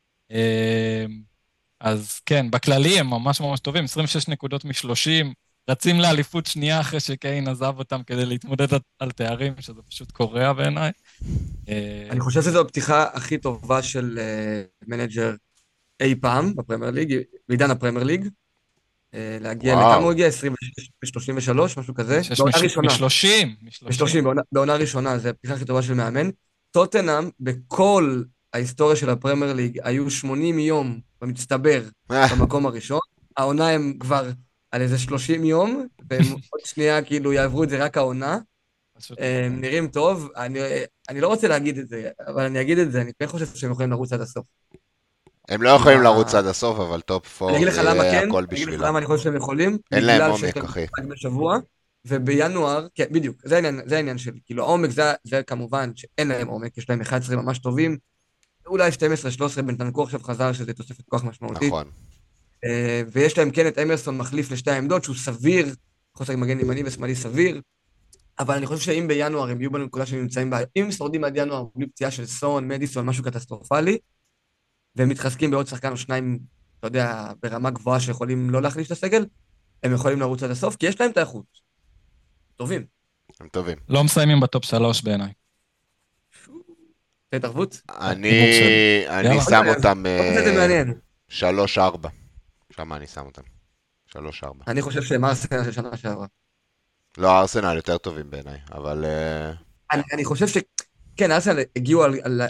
[SPEAKER 2] אז כן, בכללי הם ממש טובים, 26 נקודות מ-30, רצים לאליפות שנייה אחרי שקיין עזב אותם כדי להתמודד על תארים, שזה פשוט קורע בעיניי.
[SPEAKER 3] אני חושב שזו הפתיחה הכי טובה של מנג'ר אי פעם בפרמייר ליג, בעידן הפרמייר ליג. להגיע לכמה הוא הגיע? 26 ו-33, משהו כזה? בעונה ראשונה. מ-30. בעונה ראשונה, זו הפתיחה הכי טובה של מאמן. טוטנהאם, בכל ההיסטוריה של הפרמייר ליג, היו 80 יום במצטבר במקום הראשון. העונה הם כבר... על איזה 30 יום, והם עוד שנייה כאילו יעברו את זה רק העונה. הם נראים טוב, אני לא רוצה להגיד את זה, אבל אני אגיד את זה, אני כן חושב שהם יכולים לרוץ עד הסוף.
[SPEAKER 1] הם לא יכולים לרוץ עד הסוף, אבל טופ 4
[SPEAKER 3] זה הכל בשבילם.
[SPEAKER 1] אני
[SPEAKER 3] אגיד לך למה אני חושב שהם יכולים.
[SPEAKER 1] אין להם עומק, אחי.
[SPEAKER 3] בשבוע, ובינואר, כן, בדיוק, זה העניין שלי. כאילו, העומק זה כמובן שאין להם עומק, יש להם 11 ממש טובים, אולי 12-13 בנטנקור עכשיו חזר, שזה תוספת כוח משמעותית.
[SPEAKER 1] נכון.
[SPEAKER 3] ויש להם כן את אמרסון מחליף לשתי העמדות, שהוא סביר, חוסר מגן ימני ושמאלי סביר, אבל אני חושב שאם בינואר הם יהיו בנקודה שהם נמצאים בה, אם שורדים עד ינואר בלי פציעה של סון, מדיסון, משהו קטסטרופלי, והם מתחזקים בעוד שחקן או שניים, אתה יודע, ברמה גבוהה שיכולים לא להחליש את הסגל, הם יכולים לרוץ עד הסוף, כי יש להם את האיכות. טובים.
[SPEAKER 1] הם טובים.
[SPEAKER 2] לא מסיימים בטופ 3 בעיניי.
[SPEAKER 3] זה התערבות?
[SPEAKER 2] הימור שלי.
[SPEAKER 1] אני
[SPEAKER 2] יאללה.
[SPEAKER 1] שם אותם
[SPEAKER 3] זה מעניין.
[SPEAKER 1] 3-4. שם אני שם אותם. 3-4.
[SPEAKER 3] אני חושב שהם ארסנל של שנה שעברה.
[SPEAKER 1] לא, ארסנל יותר טובים בעיניי, אבל...
[SPEAKER 3] אני חושב ש... כן, ארסנל הגיעו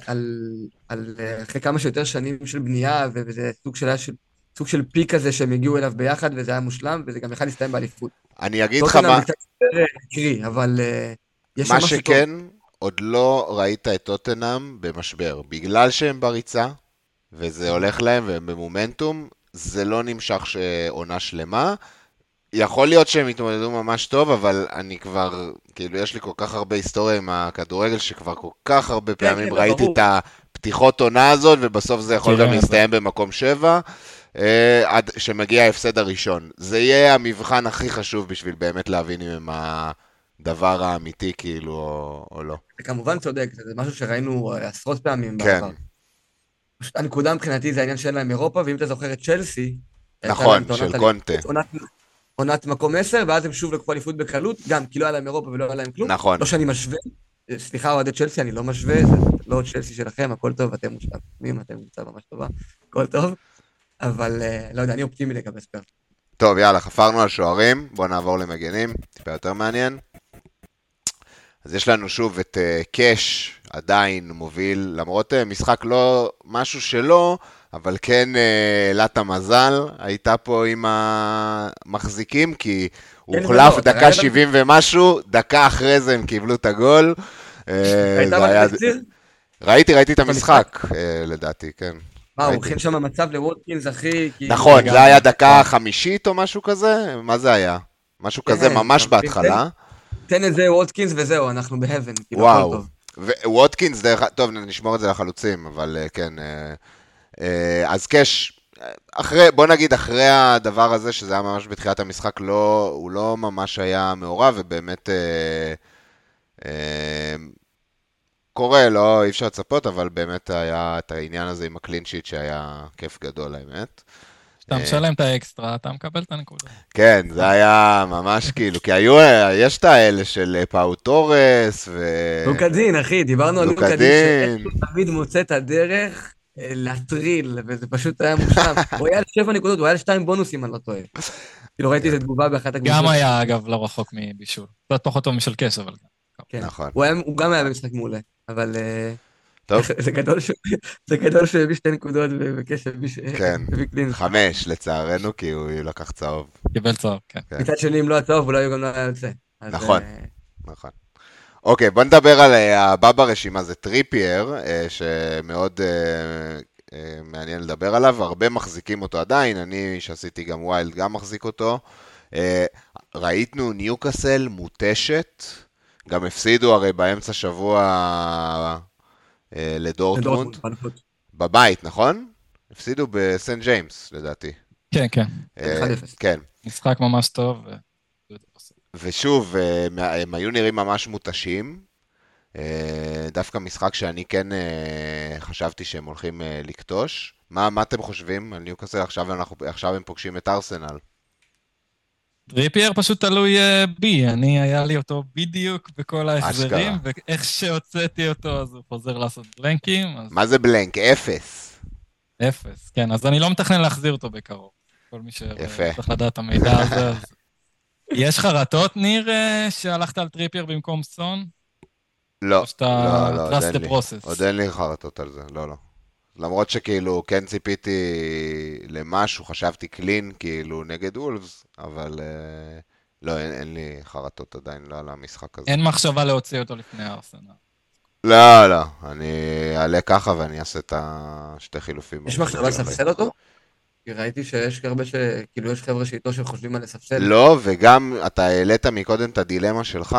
[SPEAKER 3] אחרי כמה שיותר שנים של בנייה, וזה סוג של פיק כזה שהם הגיעו אליו ביחד, וזה היה מושלם, וזה גם יכול להסתיים באליפות.
[SPEAKER 1] אני אגיד לך מה...
[SPEAKER 3] טוטנהאם זה קצת יותר קרי, אבל יש שם
[SPEAKER 1] מה
[SPEAKER 3] משהו טוב.
[SPEAKER 1] שכן, עוד לא ראית את טוטנהאם במשבר. בגלל שהם בריצה, וזה הולך להם והם במומנטום, זה לא נמשך שעונה שלמה. יכול להיות שהם התמודדו ממש טוב, אבל אני כבר, כאילו, יש לי כל כך הרבה היסטוריה עם הכדורגל, שכבר כל כך הרבה פעמים
[SPEAKER 3] כן,
[SPEAKER 1] ראיתי
[SPEAKER 3] ברור.
[SPEAKER 1] את הפתיחות עונה הזאת, ובסוף זה יכול
[SPEAKER 2] מכירים
[SPEAKER 1] גם
[SPEAKER 2] את זה.
[SPEAKER 1] להסתיים במקום 7, עד שמגיע ההפסד הראשון. זה יהיה המבחן הכי חשוב בשביל באמת להבין אם הם הדבר האמיתי, כאילו, או לא.
[SPEAKER 3] אתה כמובן צודק, זה משהו שראינו עשרות פעמים
[SPEAKER 1] כן,
[SPEAKER 3] בעבר. פשוט הנקודה מבחינתי זה העניין שאין להם אירופה, ואם אתה זוכר את צ'לסי, הייתה
[SPEAKER 1] נכון,
[SPEAKER 3] להם את עונת
[SPEAKER 1] של קונטה.
[SPEAKER 3] עונת מקום 10, ואז הם שוב לקחו אליפות בקלות, גם כי לא היה להם אירופה ולא היה להם כלום.
[SPEAKER 1] נכון.
[SPEAKER 3] לא שאני משווה, סליחה אוהדי צ'לסי, אני לא משווה, זה לא צ'לסי שלכם, הכל טוב, אתם מושלמים, אתם קבוצה ממש טובה, הכל טוב, אבל לא יודע, אני אופטימי לגבי ספרס.
[SPEAKER 1] טוב, יאללה, חפרנו על שוערים, בואו נעבור למגנים, טיפה יותר מעניין. אז יש לנו שוב את קאש, עדיין מוביל, למרות משחק לא משהו שלו, אבל כן אלת המזל הייתה פה עם המחזיקים, כי הוא
[SPEAKER 3] כן,
[SPEAKER 1] הוחלף
[SPEAKER 3] ולא,
[SPEAKER 1] דקה 70 ומשהו, דקה אחרי זה הם קיבלו את הגול.
[SPEAKER 3] הייתה
[SPEAKER 1] זה היה-
[SPEAKER 3] בתקציר?
[SPEAKER 1] ראיתי את המשחק, לדעתי, כן.
[SPEAKER 3] מה, הוא
[SPEAKER 1] ראיתי.
[SPEAKER 3] הכין שם מצב לווטקינס, אחי, כי...
[SPEAKER 1] נכון,
[SPEAKER 2] גם-
[SPEAKER 1] זה היה דקה 50 או משהו כזה? מה זה היה? משהו
[SPEAKER 3] כן,
[SPEAKER 1] כזה ממש
[SPEAKER 3] אתה מבין?
[SPEAKER 1] בהתחלה.
[SPEAKER 3] תן את זה ווטקינס וזהו, אנחנו בהבן, כאילו הכל
[SPEAKER 1] וואו.
[SPEAKER 3] טוב.
[SPEAKER 1] וווטקינס, טוב, נשמור את זה לחלוצים, אבל כן. אז קאש, בוא נגיד אחרי הדבר הזה, שזה היה ממש בתחילת המשחק, הוא לא ממש היה מעורב, ובאמת קורה, לא, אי אפשר לצפות, אבל באמת היה את העניין הזה עם הקלין שיט שהיה כיף גדול, האמת.
[SPEAKER 2] כשאתה משלם את האקסטרה, אתה מקבל את הנקודה.
[SPEAKER 1] כן, זה היה ממש כאילו, כי יש את האלה של פאו טורס
[SPEAKER 3] לוקדין, אחי, דיברנו על לוקדין,
[SPEAKER 1] לוקדין.
[SPEAKER 3] שאיך הוא תמיד מוצא את הדרך להטריל, וזה פשוט היה מושלם. הוא היה על 7 נקודות, הוא היה על 2 בונוסים, אני לא טועה. כאילו ראיתי איזה תגובה באחת הקבוצות.
[SPEAKER 2] גם היה, אגב, לא רחוק מבישול. קצת פחות טוב משל קאש, אבל...
[SPEAKER 3] כן.
[SPEAKER 1] נכון.
[SPEAKER 3] הוא גם היה במשחק מעולה, אבל
[SPEAKER 1] טוב,
[SPEAKER 3] זה גדול שהוא הביא 2 נקודות וקשר
[SPEAKER 1] כן.
[SPEAKER 3] הביא קלין.
[SPEAKER 1] 5 לצערנו, כי הוא לקח צהוב.
[SPEAKER 2] קיבל צהוב, כן.
[SPEAKER 1] כן.
[SPEAKER 3] מצד שני, אם לא הצהוב, אולי הוא גם לא היה יוצא. אז,
[SPEAKER 1] נכון. נכון. אוקיי, בוא נדבר על הבא ברשימה, זה טריפייר, שמאוד מעניין לדבר עליו, הרבה מחזיקים אותו עדיין, אני שעשיתי גם ווילד גם מחזיק אותו. ראיתנו ניוקאסל מוטשת, גם הפסידו הרי באמצע שבוע לדורטמונד, בבית, נכון? הפסידו בסן ג'יימס, לדעתי.
[SPEAKER 2] כן, כן.
[SPEAKER 3] 1-0.
[SPEAKER 1] כן.
[SPEAKER 2] משחק ממש טוב.
[SPEAKER 1] ושוב, הם היו נראים ממש מותשים. דווקא משחק שאני כן חשבתי שהם הולכים לקטוש. מה אתם חושבים על ניוקאסל? עכשיו הם פוגשים את ארסנל.
[SPEAKER 2] טריפייר פשוט תלוי בי, היה לי אותו בדיוק בכל ההחזרים, ואיך שהוצאתי אותו, אז הוא חוזר לעשות בלנקים.
[SPEAKER 1] מה זה בלנק? 0.
[SPEAKER 2] 0, כן, אז אני לא מתכנן להחזיר אותו בקרוב. כל מי שצריך לדעת את המידע הזה. אז... יש חרטות, ניר, שהלכת על טריפייר במקום סון?
[SPEAKER 1] לא,
[SPEAKER 2] עוד
[SPEAKER 1] אין לי חרטות על זה, לא. למרות שכאילו כן ציפיתי למשהו, חשבתי קלין כאילו נגד וולפס, אבל לא, אין לי חרטות עדיין, לא על המשחק הזה.
[SPEAKER 2] אין מחשבה להוציא אותו לפני ארסנל.
[SPEAKER 1] לא, אני אעלה ככה ואני אעשה את השתי חילופים.
[SPEAKER 3] יש מחשבה לספסל אותו? כי ראיתי שיש הרבה כאילו יש חבר'ה שאיתו שחושבים על לספסל.
[SPEAKER 1] לא, וגם אתה העלית מקודם את הדילמה שלך,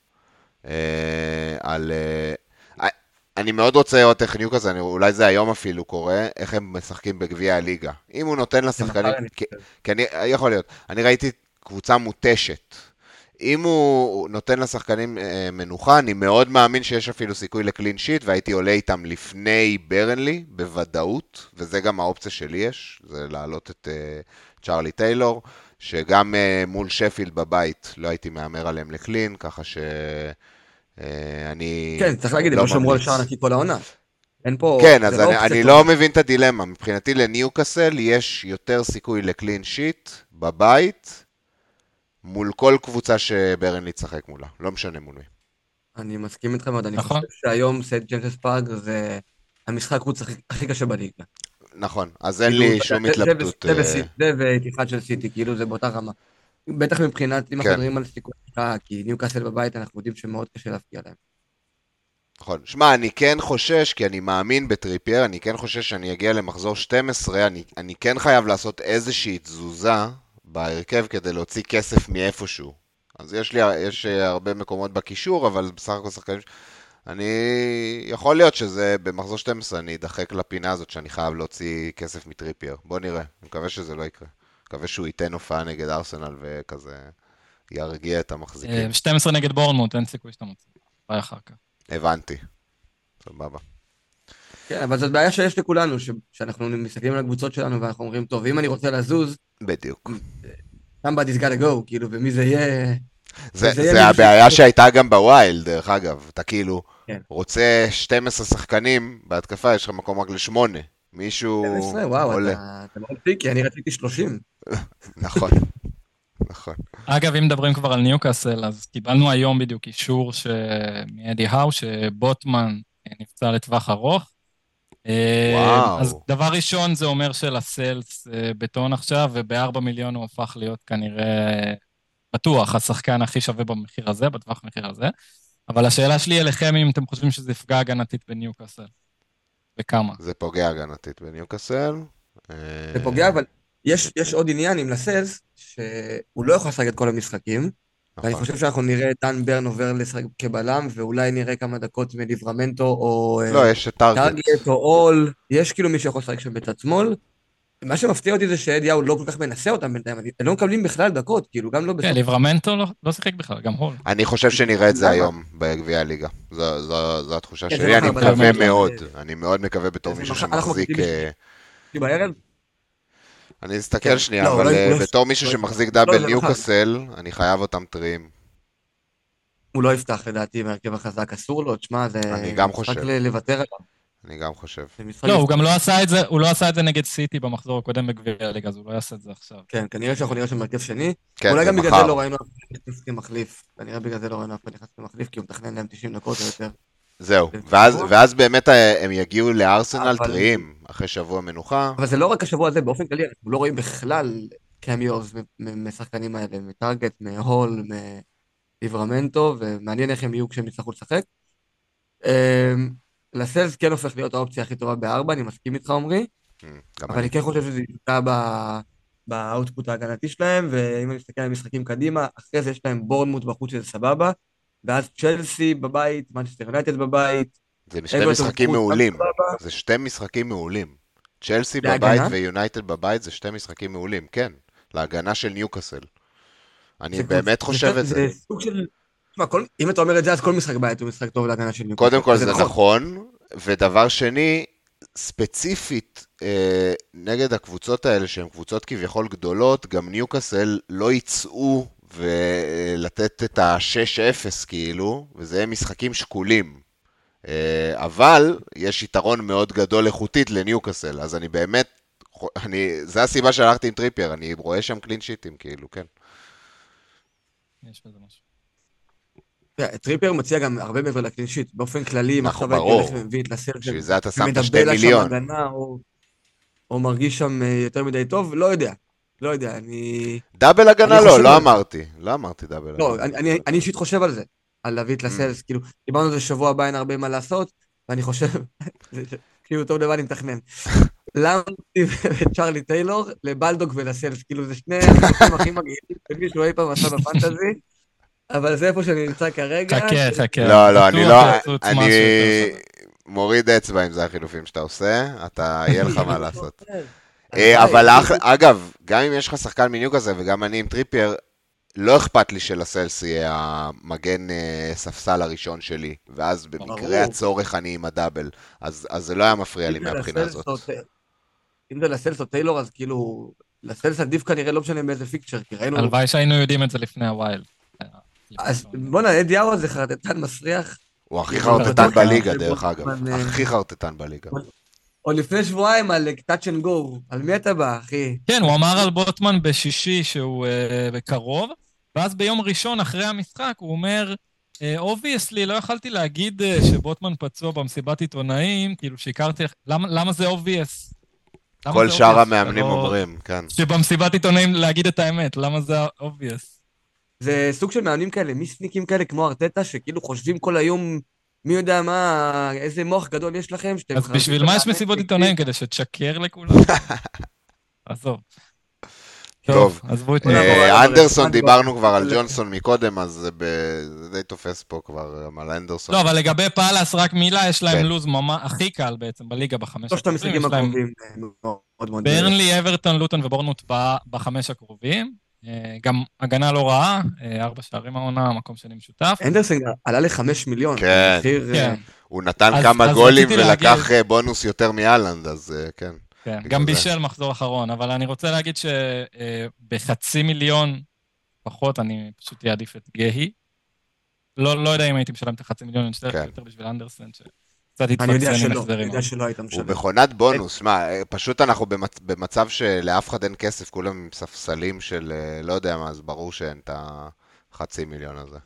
[SPEAKER 1] על... אני מאוד רוצה לראות איך ניוקאסל, אולי זה היום אפילו קורה, איך הם משחקים בגביע הליגה. אם הוא נותן לשחקנים... יכול להיות. אני ראיתי קבוצה מותשת. אם הוא נותן לשחקנים מנוחה, אני מאוד מאמין שיש אפילו סיכוי לקלין שיט, והייתי עולה איתם לפני ברנלי, בוודאות, וזה גם האופציה שלי יש, זה להעלות את צ'רלי טיילור, שגם מול שפילד בבית לא הייתי מאמר עליהם לקלין, ככה שאני
[SPEAKER 3] כן, צריך להגיד, הם לא שמרו על שער נקי כל העונה. אין פה...
[SPEAKER 1] כן, אז אני לא מבין את הדילמה. מבחינתי לניוקאסל יש יותר סיכוי לקלין שיט בבית, מול כל קבוצה שברנלי תשחק מולה. לא משנה מול מי.
[SPEAKER 3] אני מסכים איתך מאוד, אני
[SPEAKER 2] נכון.
[SPEAKER 3] חושב שהיום סט ג'יימס פארק זה המשחק חוץ הכי קשה בליגה.
[SPEAKER 1] נכון, אז אין לי שום התלבטות.
[SPEAKER 3] זה והתיחד של סיטי, כאילו זה באותה רמה. בטח מבחינת, אם אנחנו מדברים על סיכוי, כי ניוקאסל בבית אנחנו יודעים שמאוד קשה להפקיע להם.
[SPEAKER 1] נכון. שמע, אני כן חושש, כי אני מאמין בטריפייר, אני כן חושש שאני אגיע למחזור 12, אני כן חייב לעשות איזושהי תזוזה בהרכב כדי להוציא כסף מאיפשהו. אז יש הרבה מקומות בקישור, אבל בסך הכל שחקנים... יכול להיות שזה במחזור 12, אני אדחק לפינה הזאת שאני חייב להוציא כסף מטריפייר. בוא נראה, אני מקווה שזה לא יקרה. מקווה שהוא ייתן הופעה נגד ארסנל וכזה ירגיע את המחזיקים.
[SPEAKER 2] 12 נגד בורנמוט, אין סיכוי שאתה מוציא. ביי אחר כך.
[SPEAKER 1] הבנתי. סבבה.
[SPEAKER 3] כן, אבל זאת בעיה שיש לכולנו, שאנחנו מסתכלים על הקבוצות שלנו ואנחנו אומרים, טוב, אם אני רוצה לזוז,
[SPEAKER 1] בדיוק.
[SPEAKER 3] somebody's gotta go, כאילו, ומי זה יהיה...
[SPEAKER 1] זה הבעיה שהייתה גם בוויילד, דרך אגב. אתה כאילו רוצה 12 שחקנים, בהתקפה יש לך מקום רק ל8. מישהו
[SPEAKER 3] 12, וואו, אתה מאוד פיקי, אני רציתי 30.
[SPEAKER 1] נכון, נכון.
[SPEAKER 2] אגב, אם מדברים כבר על ניוקאסל, אז קיבלנו היום בדיוק אישור מאדי האו, שבוטמן נפצע לטווח ארוך.
[SPEAKER 1] וואו.
[SPEAKER 2] אז דבר ראשון זה אומר שלסלס בטון עכשיו, וב4 מיליון הוא הפך להיות כנראה בטוח השחקן הכי שווה במחיר הזה, בטווח המחיר הזה. אבל השאלה שלי אליכם, אם אתם חושבים שזה יפגע הגנתית בניוקאסל. וכמה?
[SPEAKER 1] זה פוגע הגנתית בניוקאסל.
[SPEAKER 3] זה פוגע, אבל יש עוד עניין עם לסלס, שהוא לא יכול לשחק את כל המשחקים, ואני חושב שאנחנו נראה את דן ברן עובר לשחק כבלם, ואולי נראה כמה דקות מליברמנטו, או
[SPEAKER 1] לא, יש טארגט
[SPEAKER 3] או אול, יש כאילו מי שיכול לשחק שם בצד שמאל. מה שמפתיע אותי זה שאדיהו לא כל כך מנסה אותם בינתיים, הם לא מקבלים בכלל דקות, כאילו גם לא בסוף.
[SPEAKER 2] כן, ליברמנטו לא שיחק בכלל, גם הול.
[SPEAKER 1] אני חושב שנראה את זה היום בגביע הליגה. זו התחושה שלי, אני מקווה מאוד. אני מאוד מקווה בתור מישהו שמחזיק...
[SPEAKER 3] בערב?
[SPEAKER 1] אני אסתכל שנייה, אבל בתור מישהו שמחזיק דאבל ניוקאסל, אני חייב אותם טריים.
[SPEAKER 3] הוא לא יפתח לדעתי מהרכב החזק, אסור לו, תשמע, זה משחק לוותר עליו.
[SPEAKER 1] אני גם חושב.
[SPEAKER 2] לא, הוא גם לא עשה את זה, הוא לא עשה את זה נגד סיטי במחזור הקודם בגביע הליגה, אז הוא לא יעשה את זה עכשיו.
[SPEAKER 3] כן, כנראה שאנחנו נראה שם מרכב שני.
[SPEAKER 1] כן,
[SPEAKER 3] אולי גם
[SPEAKER 1] זה
[SPEAKER 3] בגלל
[SPEAKER 1] מחר.
[SPEAKER 3] זה לא ראינו אף אחד נכנס כמחליף. כנראה בגלל זה לא ראינו אף אחד נכנס כמחליף, כי הוא מתכנן להם 90 דקות או יותר.
[SPEAKER 1] זהו, ואז באמת הם יגיעו לארסנל טריים, אחרי שבוע מנוחה.
[SPEAKER 3] אבל זה לא רק השבוע הזה, באופן כללי, אנחנו לא רואים בכלל קמיוז משחקנים האלה, מטארגט, מהול, מליברמנטו, ומעניין איך הם יהיו כשהם יצטרכו לשחק. לסלס כן הופך להיות האופציה הכי טובה ב4, אני מסכים איתך עמרי, אבל אני כן חושב שזה יפגע באוטפוט ההגנתי שלהם, ואם אני מסתכל על משחקים קדימה, אחרי זה יש להם בורנמוט בחוץ שזה סבבה, ואז צ'לסי בבית, מנצ'סטר יונייטד בבית.
[SPEAKER 1] זה שתי משחקים מעולים, זה שתי משחקים מעולים. צ'לסי בבית ויונייטד בבית זה שתי משחקים מעולים, כן, להגנה של ניוקאסל. אני באמת חושב את זה.
[SPEAKER 3] זה סוג של... אם אתה אומר את זה, אז כל משחק בית הוא משחק טוב להגנה של ניוקאסל.
[SPEAKER 1] קודם כל זה נכון, ודבר שני, ספציפית נגד הקבוצות האלה, שהן קבוצות כביכול גדולות, גם ניוקאסל לא יצאו ולתת את ה-6-0 כאילו, וזה הם משחקים שקולים. אבל יש יתרון מאוד גדול איכותית לניוקאסל, אז אני באמת, זה הסיבה שהלכתי עם טריפייר, אני רואה שם קלין שיטים כאילו, כן.
[SPEAKER 2] יש בזה משהו.
[SPEAKER 3] טריפייר מציע גם הרבה מעבר לקלין שיט, באופן כללי, אם עכשיו
[SPEAKER 1] ברור.
[SPEAKER 3] הייתי הולך ומביא את לסלס,
[SPEAKER 1] בשביל זה אתה שם את 2 מיליון.
[SPEAKER 3] או מרגיש שם יותר מדי טוב, לא יודע, אני...
[SPEAKER 1] דאבל הגנה לא אמרתי דאבל הגנה.
[SPEAKER 3] לא, אני אישית חושב על זה, על להביא את לסלס, כאילו, דיברנו על זה שבוע הבא, אין הרבה מה לעשות, ואני חושב, כאילו טוב לבד אני מתכנן. למתי וצ'רלי טיילור, לבלדוק ולסלס, כאילו זה שני החלטים הכי מגעילים, שמישהו אי פעם עשה בפנטזי, אבל זה איפה שאני נמצא כרגע.
[SPEAKER 2] חכה.
[SPEAKER 1] לא, אני מוריד אצבע אם זה החילופים שאתה עושה, יהיה לך מה לעשות. אבל אגב, גם אם יש לך שחקן מניוקאסל וגם אני עם טריפייר, לא אכפת לי שלסלס יהיה המגן ספסל הראשון שלי, ואז במקרה הצורך אני עם הדאבל, אז זה לא היה מפריע לי מהבחינה הזאת.
[SPEAKER 3] אם זה לסלס או טיילור, אז כאילו, לסלס עדיף כנראה לא משנה באיזה פיקצ'ר, כי ראינו...
[SPEAKER 2] הלוואי שהיינו יודעים את זה לפני הווייל.
[SPEAKER 3] אז בוא'נה, אדי האוורד זה חרטטן מסריח.
[SPEAKER 1] הוא הכי חרטטן בליגה, דרך אגב. הכי חרטטן בליגה.
[SPEAKER 3] או לפני שבועיים על touch and go. על מי אתה בא, אחי?
[SPEAKER 2] כן, הוא אמר על בוטמן בשישי שהוא בקרוב, ואז ביום ראשון אחרי המשחק הוא אומר, obviously, לא יכלתי להגיד שבוטמן פצוע במסיבת עיתונאים, כאילו שהכרתי, למה זה obvious?
[SPEAKER 1] כל שאר המאמנים אומרים, כן.
[SPEAKER 3] שבמסיבת עיתונאים להגיד את האמת, למה זה obvious? זה סוג של מאמנים כאלה, מיסניקים כאלה כמו ארטטה, שכאילו חושבים כל היום, מי יודע מה, איזה מוח גדול יש לכם,
[SPEAKER 2] אז בשביל מה יש מסיבות עיתונאים? כדי שתשקר לכולם? עזוב.
[SPEAKER 1] טוב, אנדרסון, דיברנו כבר על ג'ונסון מקודם, אז זה די תופס פה כבר על אנדרסון.
[SPEAKER 2] לא, אבל לגבי פאלאס, רק מילה, יש להם לוז הכי קל בעצם בליגה בחמש
[SPEAKER 3] הקרובים.
[SPEAKER 2] ברנלי, אברטון, לוטון ובורנמוט בחמש הקרובים. גם הגנה לא רעה, 4 שערים העונה, מקום שני משותף.
[SPEAKER 3] אנדרסון עלה ל5 מיליון.
[SPEAKER 1] כן, הוא נתן כמה גולים ולקח בונוס יותר מאלנד, אז כן.
[SPEAKER 2] כן, גם בישל מחזור אחרון, אבל אני רוצה להגיד שבחצי מיליון פחות אני פשוט אעדיף את גהי. לא יודע אם הייתי משלם את החצי מיליון, אני אשתלך יותר בשביל אנדרסן, שקצת התפצן עם החזרים.
[SPEAKER 3] אני יודע שלא היית משלם.
[SPEAKER 1] הוא מכונת בונוס, מה, פשוט אנחנו במצב שלאף אחד אין כסף, כולם עם ספסלים של לא יודע מה, אז ברור שאין את החצי מיליון הזה.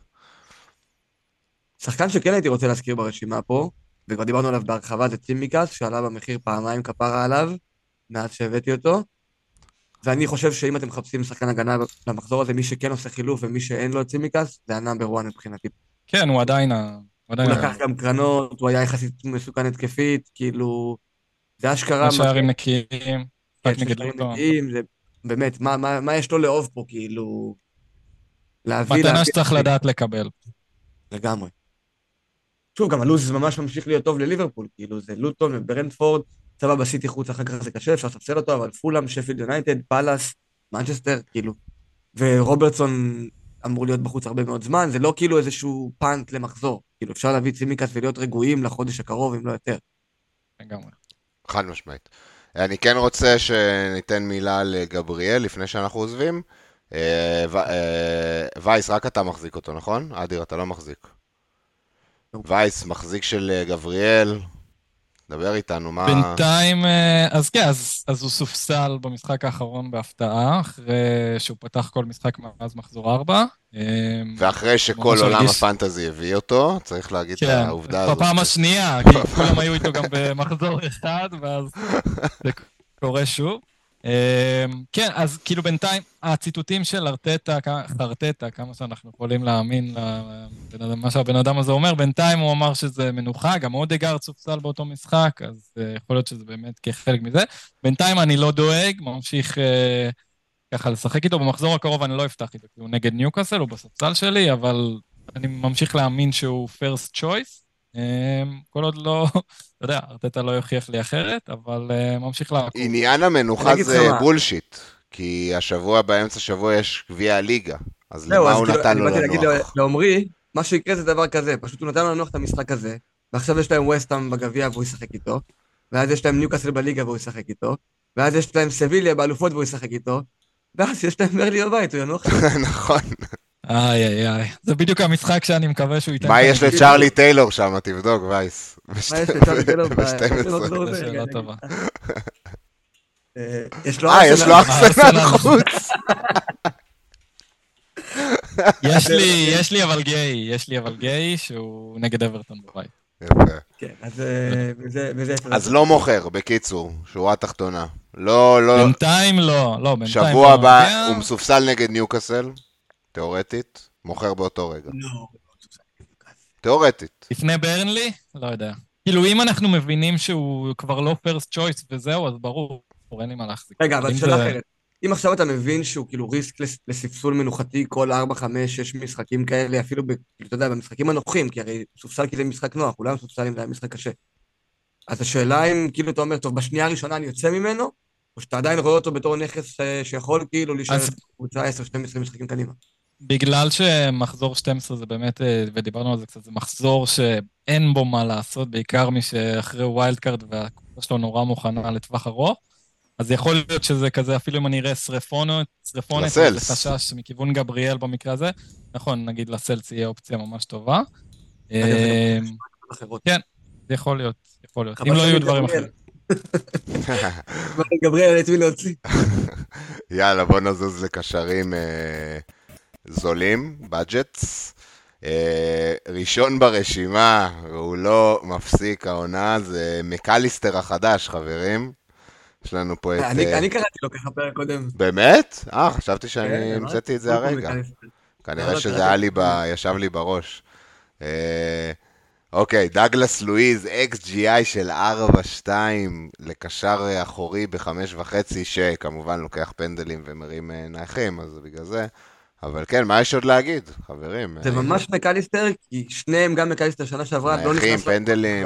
[SPEAKER 3] שחקן שכן הייתי רוצה להזכיר ברשימה פה, וכבר דיברנו עליו בהרחבה, זה צימקס, שעלה במחיר פעמיים כפרה עליו, מאז שהבאתי אותו, ואני חושב שאם אתם מחפשים שחקן הגנה למחזור הזה, מי שכן עושה חילוף ומי שאין לו צימקס, זה הנאמבר 1 מבחינתי.
[SPEAKER 2] כן, הוא עדיין...
[SPEAKER 3] הוא לקח גם קרנות, הוא היה יחסית מסוכן התקפית, כאילו, זה אשכרה...
[SPEAKER 2] שערים נקיים, רק נגד לוטון.
[SPEAKER 3] זה באמת, מה יש לו לאהוב פה, כאילו...
[SPEAKER 2] מתנה שצריך לדעת לקבל.
[SPEAKER 3] לגמרי. שוב, גם הלוז ממש ממשיך להיות טוב לליברפול, כאילו, זה לוטון וברנדפורד, צבא בסיטי חוץ, אחר כך זה קשה, אפשר לספסל אותו, אבל פולאם, שפילד יונייטד, פאלאס, מנצ'סטר, כאילו, ורוברטסון אמור להיות בחוץ הרבה מאוד זמן, זה לא כאילו איזשהו פאנט למחזור, כאילו, אפשר להביא צימקס ולהיות רגועים לחודש הקרוב, אם לא יותר.
[SPEAKER 2] לגמרי.
[SPEAKER 1] חד משמעית. אני כן רוצה שניתן מילה לגבריאל, לפני שאנחנו עוזבים. וייס, רק אתה מחזיק אותו, נכון? אדיר, אתה לא מחזיק. וייס, מחזיק של גבריאל, דבר איתנו, מה...
[SPEAKER 2] בינתיים, אז כן, אז הוא סופסל במשחק האחרון בהפתעה, אחרי שהוא פתח כל משחק מאז מחזור 4.
[SPEAKER 1] ואחרי שכל עולם הפנטזי הביא אותו, צריך להגיד את העובדה הזאת.
[SPEAKER 2] בפעם השנייה, כי כולם היו איתו גם במחזור אחד, ואז זה קורה שוב. כן, אז כאילו בינתיים, הציטוטים של ארטטה, כמה שאנחנו יכולים להאמין למה שהבן אדם הזה אומר, בינתיים הוא אמר שזה מנוחה, גם אודגארד סופסל באותו משחק, אז יכול להיות שזה באמת כחלק מזה. בינתיים אני לא דואג, ממשיך ככה לשחק איתו, במחזור הקרוב אני לא אפתח איתו, כי הוא נגד ניוקאסל, הוא בספסל שלי, אבל אני ממשיך להאמין שהוא first choice, כל עוד לא, אתה יודע, ארטטה לא יוכיח לי אחרת, אבל ממשיך לעקוב.
[SPEAKER 1] עניין המנוחה זה בולשיט, כי השבוע, באמצע השבוע יש גביע הליגה, אז למה הוא נתן לו לנוח?
[SPEAKER 3] אני באתי להגיד לעומרי, מה שיקרה זה דבר כזה, פשוט הוא נתן לו לנוח את המשחק הזה, ועכשיו יש להם ווסטהאם בגביע והוא ישחק איתו, ואז יש להם ניוקאסל בליגה והוא ישחק איתו, ואז יש להם סביליה באלופות והוא ישחק איתו, ואז יש להם ברלי בבית, הוא ינוח.
[SPEAKER 1] נכון.
[SPEAKER 2] איי, זה בדיוק המשחק שאני מקווה שהוא ייתן.
[SPEAKER 1] מה יש לצ'רלי טיילור שם, תבדוק, וייס.
[SPEAKER 3] מה יש לצ'רלי טיילור?
[SPEAKER 2] זו שאלה טובה.
[SPEAKER 3] יש לו
[SPEAKER 1] ארסנל חוץ.
[SPEAKER 2] יש לי אבל גיי, שהוא נגד אברטון בבית.
[SPEAKER 3] כן,
[SPEAKER 1] אז לא מוכר, בקיצור, שורה תחתונה. לא.
[SPEAKER 2] בינתיים לא.
[SPEAKER 1] שבוע הבא הוא מסופסל נגד ניוקאסל. תיאורטית, מוכר באותו רגע.
[SPEAKER 3] לא.
[SPEAKER 1] תיאורטית.
[SPEAKER 2] לפני ברנלי? לא יודע. כאילו, אם אנחנו מבינים שהוא כבר לא first choice וזהו, אז ברור, אין לי מה להחזיק.
[SPEAKER 3] רגע, אבל שאלה אחרת. אם עכשיו אתה מבין שהוא כאילו ריסק לספסול מנוחתי כל 4, 5, 6 משחקים כאלה, אפילו, אתה יודע, במשחקים הנוחים, כי הרי סופסל כי זה משחק נוח, אולי סופסל אם זה היה משחק קשה. אז השאלה אם כאילו אתה אומר, טוב, בשנייה הראשונה אני יוצא ממנו, או שאתה עדיין רואה אותו בתור נכס שיכול כאילו להישאר קבוצה 10-12 משחקים קדימה.
[SPEAKER 2] בגלל שמחזור 12 זה באמת, ודיברנו על זה קצת, זה מחזור שאין בו מה לעשות, בעיקר מי שאחרי ווילד קארד והקבוצה שלו נורא מוכנה לטווח ארוך, אז יכול להיות שזה כזה, אפילו אם אני אראה שרפונת, זה
[SPEAKER 1] לסלס.
[SPEAKER 2] חשש מכיוון גבריאל במקרה הזה, נכון, נגיד לסלס יהיה אופציה ממש טובה.
[SPEAKER 3] אגב, זה גם קבוצות אחרות.
[SPEAKER 2] כן, זה יכול להיות, יכול להיות,
[SPEAKER 3] חבל
[SPEAKER 2] אם לא יהיו
[SPEAKER 3] שאני
[SPEAKER 2] דברים
[SPEAKER 3] גבריאל.
[SPEAKER 2] אחרים.
[SPEAKER 3] גבריאל, את מי להוציא.
[SPEAKER 1] יאללה, בוא נזוז לקשרים זולים, בדג'טס. ראשון ברשימה, והוא לא מפסיק העונה, זה מקליסטר החדש, חברים. יש לנו פה את...
[SPEAKER 3] אני קראתי לו ככה פרק קודם.
[SPEAKER 1] באמת? חשבתי שאני המצאתי את זה הרגע. כנראה
[SPEAKER 3] לא,
[SPEAKER 1] שזה ישב לי בראש. אוקיי, דאגלס לואיז, XGI של 4-2 לקשר אחורי ב5.5, שכמובן לוקח פנדלים ומרים נייחים, אז בגלל זה. אבל כן, מה יש עוד להגיד, חברים?
[SPEAKER 3] זה ממש מקליסטר, כי שניהם גם מקליסטר שנה שעברה, לא
[SPEAKER 1] נייחים,
[SPEAKER 3] נכנס
[SPEAKER 1] פנדלים.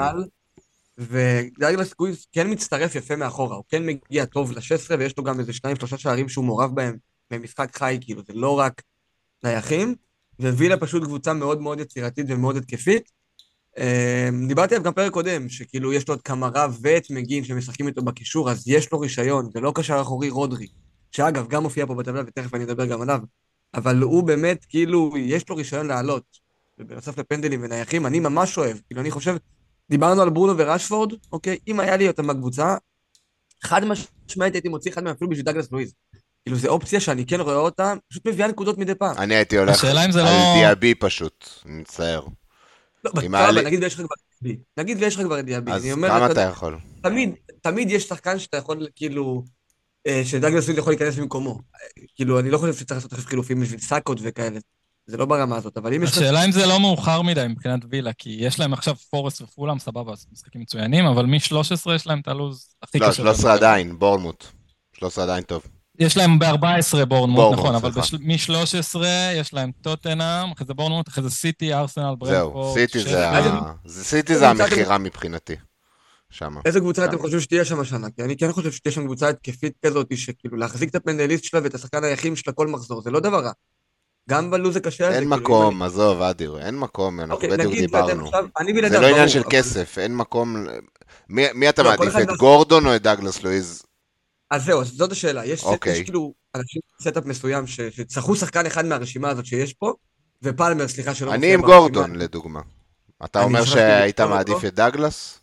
[SPEAKER 3] ודאגלס לואיז כן מצטרף יפה מאחורה, הוא כן מגיע טוב ל-16, ויש לו גם איזה 2-3 שערים שהוא מעורב בהם במשחק חי, כאילו, זה לא רק נייחים, ווילה פשוט קבוצה מאוד מאוד יצירתית ומאוד התקפית. דיברתי עליו גם פרק קודם, שכאילו יש לו את קמרה ואת מגין שמשחקים איתו בקישור, אז יש לו רישיון, זה לא קשר אחורי רודרי, שאגב, גם מופיע פה בטבלה, ותכף אני אדבר גם עליו, אבל הוא באמת, כאילו, יש לו רישיון לעלות, ובנוסף לפנדלים ונייחים, אני ממש אוהב, כאילו, אני חושב, דיברנו על ברונו ורשפורד, אוקיי, אם היה לי אותם בקבוצה, חד משמעית הייתי מוציא אחד מהם אפילו בשביל דאגלס לואיז. כאילו, זו אופציה שאני כן רואה אותה, פשוט מביאה נקודות מדי פעם.
[SPEAKER 1] אני הייתי הולך
[SPEAKER 2] השאלה אם זה
[SPEAKER 1] על
[SPEAKER 2] לא-
[SPEAKER 1] דיאבי פשוט, אני מצטער.
[SPEAKER 3] לא,
[SPEAKER 1] אם
[SPEAKER 3] בטח,
[SPEAKER 1] היה
[SPEAKER 3] אבל
[SPEAKER 1] לי-
[SPEAKER 3] נגיד ויש לך כבר דיאבי. נגיד ויש לך כבר דיאבי.
[SPEAKER 1] אז
[SPEAKER 3] אני אומר,
[SPEAKER 1] כמה אתה יכול?
[SPEAKER 3] תמיד יש שחקן שאתה יכול, כאילו, שדאגלס לואיז יכול להיכנס במקומו. כאילו, אני לא חושב שצריך לעשות עכשיו חילופים בשביל סאקות וכאלה. זה לא ברמה הזאת, אבל אם יש לך...
[SPEAKER 2] השאלה אם זה לא מאוחר מדי מבחינת וילה, כי יש להם עכשיו פורסט ופולאם, סבבה, אז משחקים מצוינים, אבל מ-13 יש להם את הלו"ז הכי קשה.
[SPEAKER 1] לא, 13 עדיין, בורנמוט. 13 עדיין טוב.
[SPEAKER 2] יש להם ב-14 בורנמוט,
[SPEAKER 1] בורנמוט,
[SPEAKER 2] נכון, אבל
[SPEAKER 1] סליחה.
[SPEAKER 2] מ-13 יש להם טוטנהאם, אחרי זה בורנמוט, אחרי זה סיטי, ארסנל,
[SPEAKER 1] זהו,
[SPEAKER 2] ברנפורד.
[SPEAKER 1] סיטי זה המכירה מבחינתי. שמה.
[SPEAKER 3] איזה קבוצה אתם חושבים שתהיה שם השנה? כי אני כן חושב שתהיה שם קבוצה התקפית כזאת, שכאילו להחזיק את הפנדליסט שלה ואת השחקן היחיד שלה כל מחזור, זה לא דבר רע. גם בלוז הקשה הזה.
[SPEAKER 1] אין מקום, עזוב, אדיר, אין מקום, אנחנו
[SPEAKER 3] אוקיי,
[SPEAKER 1] בדיוק
[SPEAKER 3] נגיד,
[SPEAKER 1] דיברנו.
[SPEAKER 3] אני בלעדיו,
[SPEAKER 1] זה לא עניין
[SPEAKER 3] ברור,
[SPEAKER 1] של
[SPEAKER 3] אבל-
[SPEAKER 1] כסף, אין מקום... מי אתה
[SPEAKER 3] לא, כל
[SPEAKER 1] מעדיף,
[SPEAKER 3] אחד
[SPEAKER 1] את
[SPEAKER 3] מה-
[SPEAKER 1] גורדון או את דאגלס לואיז?
[SPEAKER 3] אז זהו, אז זאת השאלה. יש
[SPEAKER 1] אוקיי.
[SPEAKER 3] כאילו אנשים סטאפ מסוים שצריכו שחקן אחד מהרשימה הזאת שיש פה, ופלמר, סליחה שלא
[SPEAKER 1] אני עם
[SPEAKER 3] ברשימה.
[SPEAKER 1] גורדון, לדוגמה. אתה
[SPEAKER 3] אני
[SPEAKER 1] אומר
[SPEAKER 3] שלחתי
[SPEAKER 1] שהיית
[SPEAKER 3] לגורדון,
[SPEAKER 1] מעדיף
[SPEAKER 3] לא?
[SPEAKER 1] את דאגלס?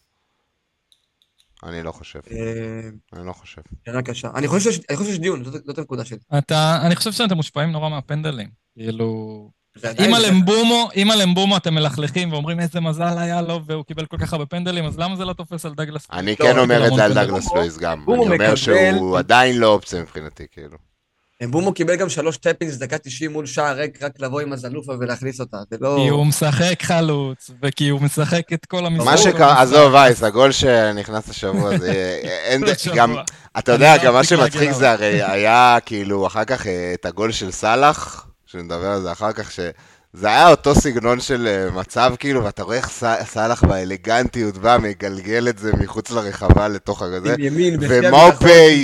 [SPEAKER 1] אני לא חושב.
[SPEAKER 3] אה,
[SPEAKER 1] אני לא חושב.
[SPEAKER 3] שאלה קשה. אני חושב שיש דיון, זאת הנקודה שלי.
[SPEAKER 2] אני חושב שאתם מושפעים נורא מהפנדלים. כאילו,
[SPEAKER 3] זה עדיין-
[SPEAKER 2] אם על אמבומו אתם מלכלכים ואומרים איזה מזל היה לו והוא קיבל כל כך הרבה פנדלים, אז למה זה לא תופס על דאגלס?
[SPEAKER 1] אני
[SPEAKER 3] לא,
[SPEAKER 1] כן אומר את
[SPEAKER 2] המון
[SPEAKER 1] זה על
[SPEAKER 2] פנדלים.
[SPEAKER 1] דאגלס לואיז גם.
[SPEAKER 3] הוא
[SPEAKER 1] אני אומר
[SPEAKER 3] מקבל-
[SPEAKER 1] שהוא עדיין לא אופציה מבחינתי, כאילו.
[SPEAKER 3] בומו קיבל גם 3 טפינס דקה 90 מול שער ריק, רק לבוא עם הזלופה ולהכניס אותה. זה לא...
[SPEAKER 2] כי הוא משחק חלוץ, וכי הוא משחק את כל המשחק.
[SPEAKER 1] מה שקרה, עזוב וייס, הגול שנכנס השבוע זה... אין גם... אתה יודע, גם מה שמצחיק זה הרי היה כאילו אחר כך את הגול של סלאח, שנדבר על זה אחר כך, שזה היה אותו סגנון של מצב כאילו, ואתה רואה איך סלאח באלגנטיות בא, מגלגל את זה מחוץ לרחבה לתוך הגזה,
[SPEAKER 3] עם ימין,
[SPEAKER 1] ומאופי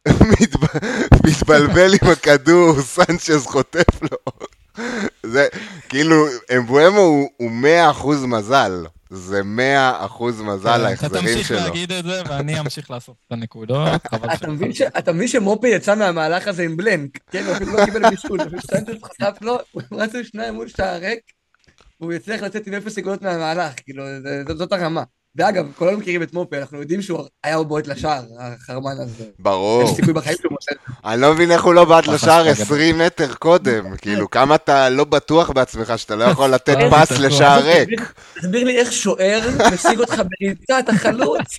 [SPEAKER 1] מתבלבל עם הכדור, סנצ'ז חוטף לו. זה כאילו, אמבואמו הוא 100% מזל. זה 100% מזל ההחזרים
[SPEAKER 2] אתה תמשיך
[SPEAKER 1] שלו.
[SPEAKER 2] להגיד את זה, ואני אמשיך לאסוף את הנקודות.
[SPEAKER 3] אתה מבין שמופי יצא מהמהלך הזה עם בלנק, כן? הוא אפילו לא קיבל בישול, סנטוס חטף לו, הוא רצו 2 מול שער ריק, והוא יצליח לצאת עם 0 נקודות מהמהלך, כאילו, זאת הרמה. ואגב, כולנו מכירים את מופי, אנחנו יודעים שהוא היה בועט לשער, החרמן הזה.
[SPEAKER 1] ברור.
[SPEAKER 3] אין סיכוי בחיים שהוא מוצא.
[SPEAKER 1] אני לא מבין איך הוא לא בעט לשער
[SPEAKER 2] לחץ
[SPEAKER 1] 20 מטר קודם. כאילו, כמה אתה לא בטוח בעצמך שאתה לא יכול לתת
[SPEAKER 2] איזה
[SPEAKER 1] פס
[SPEAKER 2] בטוח.
[SPEAKER 1] לשער ריק.
[SPEAKER 3] תסביר לי איך שוער משיג אותך בריצה, אתה חלוץ.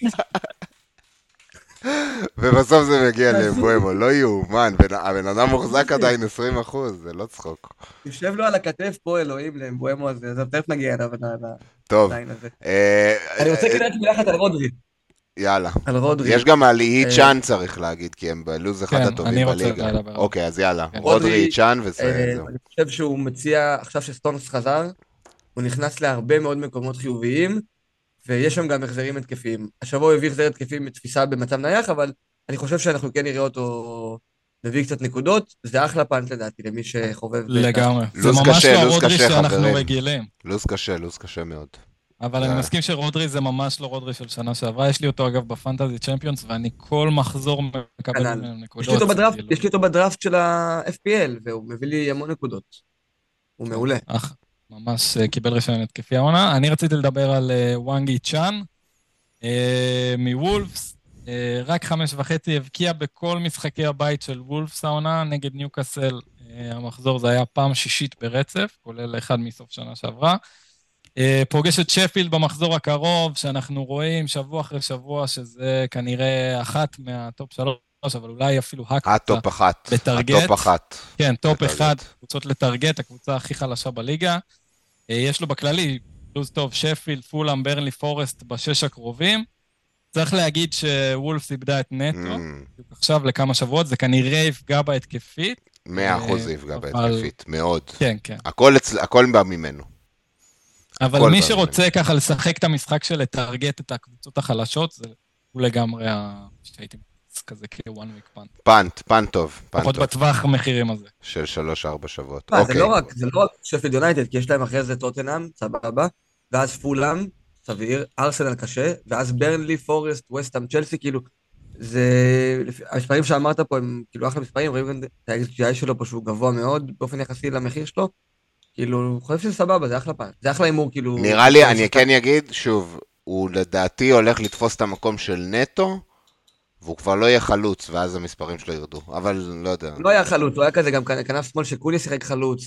[SPEAKER 1] ובסוף זה מגיע לאמבואמו. לא יאומן. הבן אדם מוחזק עדיין 20%. זה לא צחוק.
[SPEAKER 3] יושב לו על הכתף פה אלוהים לאמבואמו הזה, אז תכף נגיע אליו.
[SPEAKER 1] טוב.
[SPEAKER 3] לעין הזה. אני רוצה כדאי מילה אחת על רודרי.
[SPEAKER 1] יאללה.
[SPEAKER 3] על רודרי.
[SPEAKER 1] יש גם על אי צ'אן צריך להגיד, כי הם בלוז אחד
[SPEAKER 2] כן,
[SPEAKER 1] הטובים
[SPEAKER 2] אני רוצה
[SPEAKER 1] בליגה.
[SPEAKER 2] לדבר.
[SPEAKER 1] אוקיי, אז יאללה.
[SPEAKER 2] כן.
[SPEAKER 1] רודרי, אי צ'אן וזהו.
[SPEAKER 3] אני חושב שהוא מציע, עכשיו שסטונס חזר, הוא נכנס להרבה מאוד מקומות חיוביים, ויש שם גם החזרים התקפיים. השבוע הוא הביא החזר התקפים בתפיסה במצב נייח, אבל אני חושב שאנחנו כן נראה אותו מביא קצת נקודות, זה אחלה פאנט לדעתי, למי שחובב.
[SPEAKER 2] לגמרי. זה
[SPEAKER 1] לוז
[SPEAKER 2] ממש
[SPEAKER 1] קשה,
[SPEAKER 2] לא
[SPEAKER 1] לוז
[SPEAKER 2] רודרי
[SPEAKER 1] קשה,
[SPEAKER 2] שאנחנו
[SPEAKER 1] חברים.
[SPEAKER 2] רגילים.
[SPEAKER 1] לוז קשה מאוד.
[SPEAKER 2] אבל אני מסכים שרודרי זה ממש לא רודרי של שנה שעברה. יש לי אותו אגב בפנטזי צ'מפיונס, ואני כל מחזור מקבל ממנו נקודות.
[SPEAKER 3] יש לי אותו בדראפט של ה-FPL, והוא מביא לי המון נקודות. הוא מעולה.
[SPEAKER 2] ממש קיבל רישיון התקפי העונה. אני רציתי לדבר על וואנגי צ'אן, מוולפס, רק 5.5 הבקיע בכל משחקי הבית של וולפס העונה, נגד ניוקאסל. המחזור זה היה פעם שישית ברצף, כולל אחד מסוף שנה שעברה. פוגש את שפילד במחזור הקרוב, שאנחנו רואים שבוע אחרי שבוע, שזה כנראה אחת מהטופ 3, אבל אולי אפילו
[SPEAKER 1] הטופ אחת.
[SPEAKER 2] בטרגט.
[SPEAKER 1] הטופ אחת.
[SPEAKER 2] כן, טופ אחד, קבוצות לטרגט, הקבוצה הכי חלשה בליגה. יש לו בכללי לוז טוב, שפילד, פולאם, ברנלי, פורסט בשש הקרובים. צריך להגיד שוולפס איבדה את נטו, עכשיו לכמה שבועות, זה כנראה יפגע בהתקפית.
[SPEAKER 1] 100% זה יפגע בהתקפית, מאוד.
[SPEAKER 2] כן, כן.
[SPEAKER 1] הכל בא ממנו.
[SPEAKER 2] אבל מי שרוצה ככה לשחק את המשחק של לטרגט את הקבוצות החלשות, זה הוא לגמרי שהייתי כזה כ-one week
[SPEAKER 1] פאנט טוב.
[SPEAKER 2] פחות בטווח המחירים הזה.
[SPEAKER 1] של 3-4 שבועות.
[SPEAKER 3] זה לא רק שפילד יונייטד, כי יש להם אחרי זה טוטנהאם, סבבה, ואז פולאם, סביר, ארסנל קשה, ואז ברנלי, פורסט, וסטהאם, צ'לסי, כאילו, זה... המספרים שאמרת פה הם כאילו אחלה מספרים, רואים גם את ה-XGI שלו פה שהוא גבוה מאוד באופן יחסי למחיר שלו, כאילו, אני חושב שזה סבבה, זה אחלה פעם, זה אחלה אימור, כאילו...
[SPEAKER 1] נראה לי, אני כן אגיד, שוב, הוא לדעתי הולך לתפוס את המקום של נטו, והוא כבר לא יהיה חלוץ, ואז המספרים שלו ירדו, אבל לא יודע.
[SPEAKER 3] לא היה חלוץ, הוא היה כזה גם כנף שמאל שקולי שיחק חלוץ,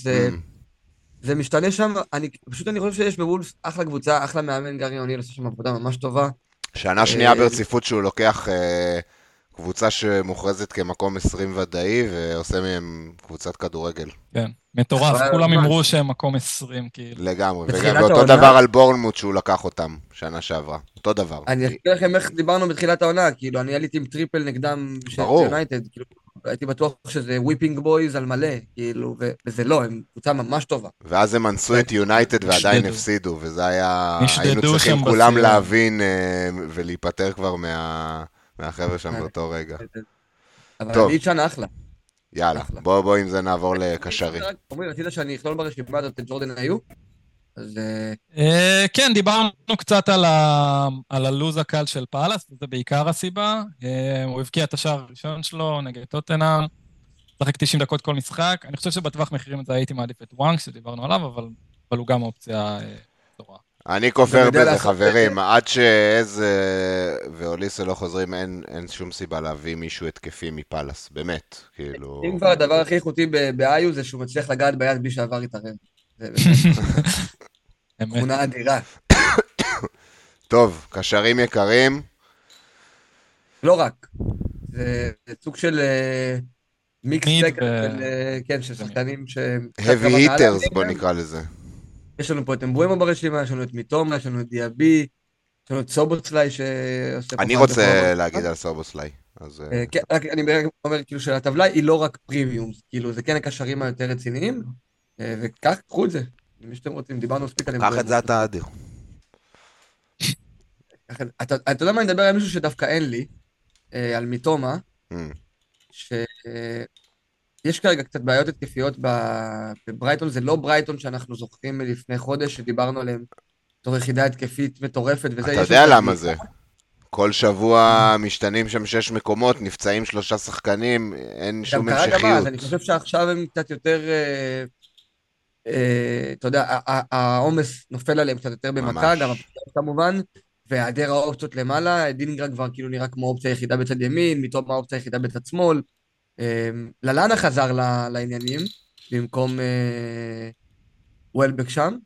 [SPEAKER 3] זה משתנה שם, אני חושב שיש בוולפס אחלה קבוצה, אחלה מאמן גארי אוניל, עושה שם עבודה ממש טובה.
[SPEAKER 1] שנה שנייה ברציפות שהוא לוקח קבוצה שמוכרזת כמקום 20 ודאי, ועושה מהם קבוצת כדורגל.
[SPEAKER 2] כן, מטורף, כולם אמרו שהם מקום 20, כאילו.
[SPEAKER 1] לגמרי, ואותו דבר על בורנמוט שהוא לקח אותם, שנה שעברה, אותו דבר.
[SPEAKER 3] אני אזכיר לכם איך דיברנו בתחילת העונה, כאילו, אני עליתי עם טריפל נגדם של יונייטד, כאילו, הייתי בטוח שזה וויפינג בויז על מלא, כאילו, וזה לא, הם קבוצה ממש טובה.
[SPEAKER 1] ואז הם אנסו את יונייטד ועדיין הפסידו, וזה היה, היינו צריכים כולם להבין ולהיפטר כבר מהחבר'ה שם באותו רגע.
[SPEAKER 3] אבל אני איתשן אחלה.
[SPEAKER 1] יאללה, בואו עם זה נעבור לקשרים.
[SPEAKER 3] עומרי, רצית שאני אכלול ברשימה הזאת את ג'ורדן היו? אז...
[SPEAKER 2] כן, דיברנו קצת על הלוז הקל של פאלאס, וזה בעיקר הסיבה. הוא הבקיע את השער הראשון שלו נגד טוטנהאם, שחק 90 דקות כל משחק. אני חושב שבטווח מחירים את זה הייתי מעדיף את וואנג, שדיברנו עליו, אבל הוא גם אופציה טובה.
[SPEAKER 1] אני כופר בזה, חברים, עד שאיזה ואוליסה לא חוזרים, אין שום סיבה להביא מישהו התקפי מפאלאס, באמת, כאילו...
[SPEAKER 3] אם כבר הדבר הכי איכותי באיו זה שהוא מצליח לגעת ביד בלי שעבר יתערב. תמונה אדירה.
[SPEAKER 1] טוב, קשרים יקרים.
[SPEAKER 3] לא רק. זה סוג של מיקס כן, של שחקנים ש...
[SPEAKER 1] heavy hitters, בוא נקרא לזה.
[SPEAKER 3] יש לנו פה את אמבואמו ברשימה, יש לנו את מיטומה, יש לנו את דיאבי, יש לנו את סובוסליי שעושה...
[SPEAKER 1] אני רוצה להגיד על סובוסליי.
[SPEAKER 3] כן, אני אומר כאילו שהטבלה היא לא רק פרימיום, כאילו זה כן הקשרים היותר רציניים, וכך, קחו את זה. מי שאתם רוצים, דיברנו ספיק על אמבואמו.
[SPEAKER 1] קח את זה אתה אדיר.
[SPEAKER 3] אתה יודע מה, אני מדבר על מישהו שדווקא אין לי, על מיטומה, שיש כרגע קצת בעיות התקפיות בברייטון, זה לא ברייטון שאנחנו זוכרים מלפני חודש, שדיברנו עליהם בתור יחידה התקפית מטורפת וזה.
[SPEAKER 1] אתה יודע למה זה? כל שבוע משתנים שם 6 מקומות, נפצעים 3 שחקנים, אין שום המשכיות.
[SPEAKER 3] אני חושב שעכשיו הם קצת יותר, אתה יודע, העומס נופל עליהם קצת יותר במכה, גם כמובן, והיעדר האופציות למעלה, דינגרה כבר כאילו נראה כמו אופציה יחידה בצד ימין, מתום האופציה יחידה בצד שמאל, ללאנה חזר לעניינים, במקום וולבק שם,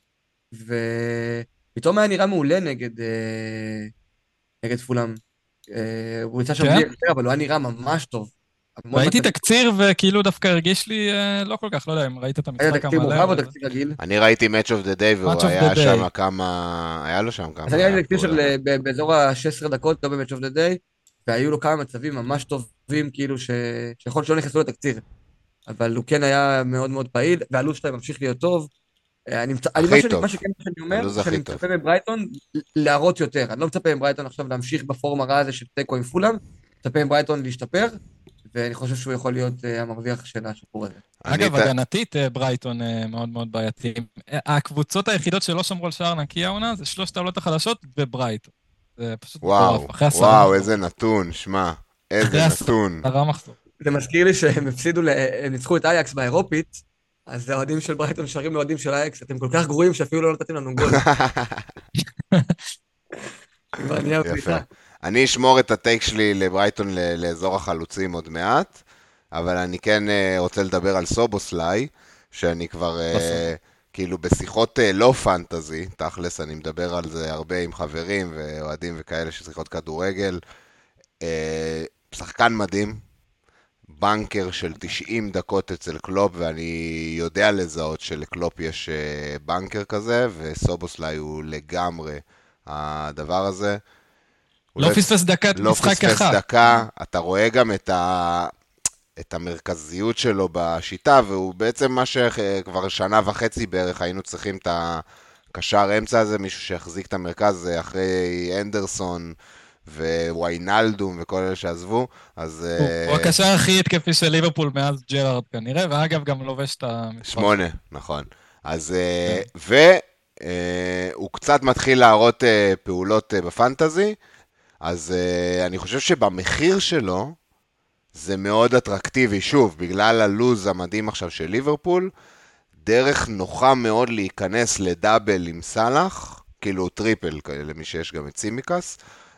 [SPEAKER 3] ופתאום היה נראה מעולה נגד פולאם. הוא יצא שם בלי יותר, אבל הוא היה נראה ממש טוב.
[SPEAKER 2] ראיתי תקציר וכאילו דווקא הרגיש לי לא כל כך, לא יודע אם ראית את המשחק המלא.
[SPEAKER 3] היה תקציר מורחב או תקציר רגיל?
[SPEAKER 1] אני ראיתי Match of the Day והוא היה שם כמה, היה לו שם כמה.
[SPEAKER 3] אז אני ראיתי תקציר של באזור ה-16 דקות, לא ב-Match of the Day, והיו לו כמה מצבים ממש טובים, כאילו שיכול שלא נכנסו לתקציר. אבל הוא כן היה מאוד מאוד פעיל, והלו"ז שלהם ממשיך להיות טוב. מה שכן שאני אומר, שאני מצפה מברייטון להראות יותר. אני לא מצפה מברייטון עכשיו להמשיך בפורום הרע הזה של תיקו עם פולאם, מצפה מברייטון להשתפר, ואני חושב שהוא יכול להיות המרוויח של השיפור הזה.
[SPEAKER 2] אגב, הגנתית ברייטון מאוד מאוד בעייתיים. הקבוצות היחידות שלא שמרו על שער נקי העונה, זה 3 טבלות החדשות וברייטון. זה פשוט
[SPEAKER 1] וואו, וואו, איזה נתון, שמע, איזה נתון.
[SPEAKER 3] זה מזכיר לי שהם הפסידו, הם ניצחו את אייקס באירופית, אז האוהדים של ברייטון שרים לאוהדים של אייקס, אתם כל כך גרועים שאפילו לא נתתם לנו גול.
[SPEAKER 1] יפה. אני אשמור את הטייק שלי לברייטון לאזור החלוצים עוד מעט, אבל אני כן רוצה לדבר על סובוסליי, שאני כבר כאילו בשיחות לא פנטזי, תכלס אני מדבר על זה הרבה עם חברים ואוהדים וכאלה ששיחות כדורגל, שחקן מדהים, בנקר של 90 דקות אצל קלופ, ואני יודע לזהות שלקלופ יש בנקר כזה, וסובוסליי הוא לגמרי הדבר הזה.
[SPEAKER 2] לא פספס דקת משחק אחד.
[SPEAKER 1] לא פספס דקה, אתה רואה גם את המרכזיות שלו בשיטה, והוא בעצם מה שכבר שנה וחצי בערך היינו צריכים את הקשר אמצע הזה, מישהו שיחזיק את המרכז אחרי אנדרסון וויינלדום וכל אלה שעזבו, אז...
[SPEAKER 2] הוא הקשר הכי התקפי של ליברפול מאז ג'רארד כנראה, ואגב גם לובש את המספר.
[SPEAKER 1] 8, נכון. אז... והוא קצת מתחיל להראות פעולות בפנטזי, אז אני חושב שבמחיר שלו זה מאוד אטרקטיבי, שוב, בגלל הלוז המדהים עכשיו של ליברפול, דרך נוחה מאוד להיכנס לדאבל עם סלאח, כאילו טריפל, למי שיש גם את סימיקס,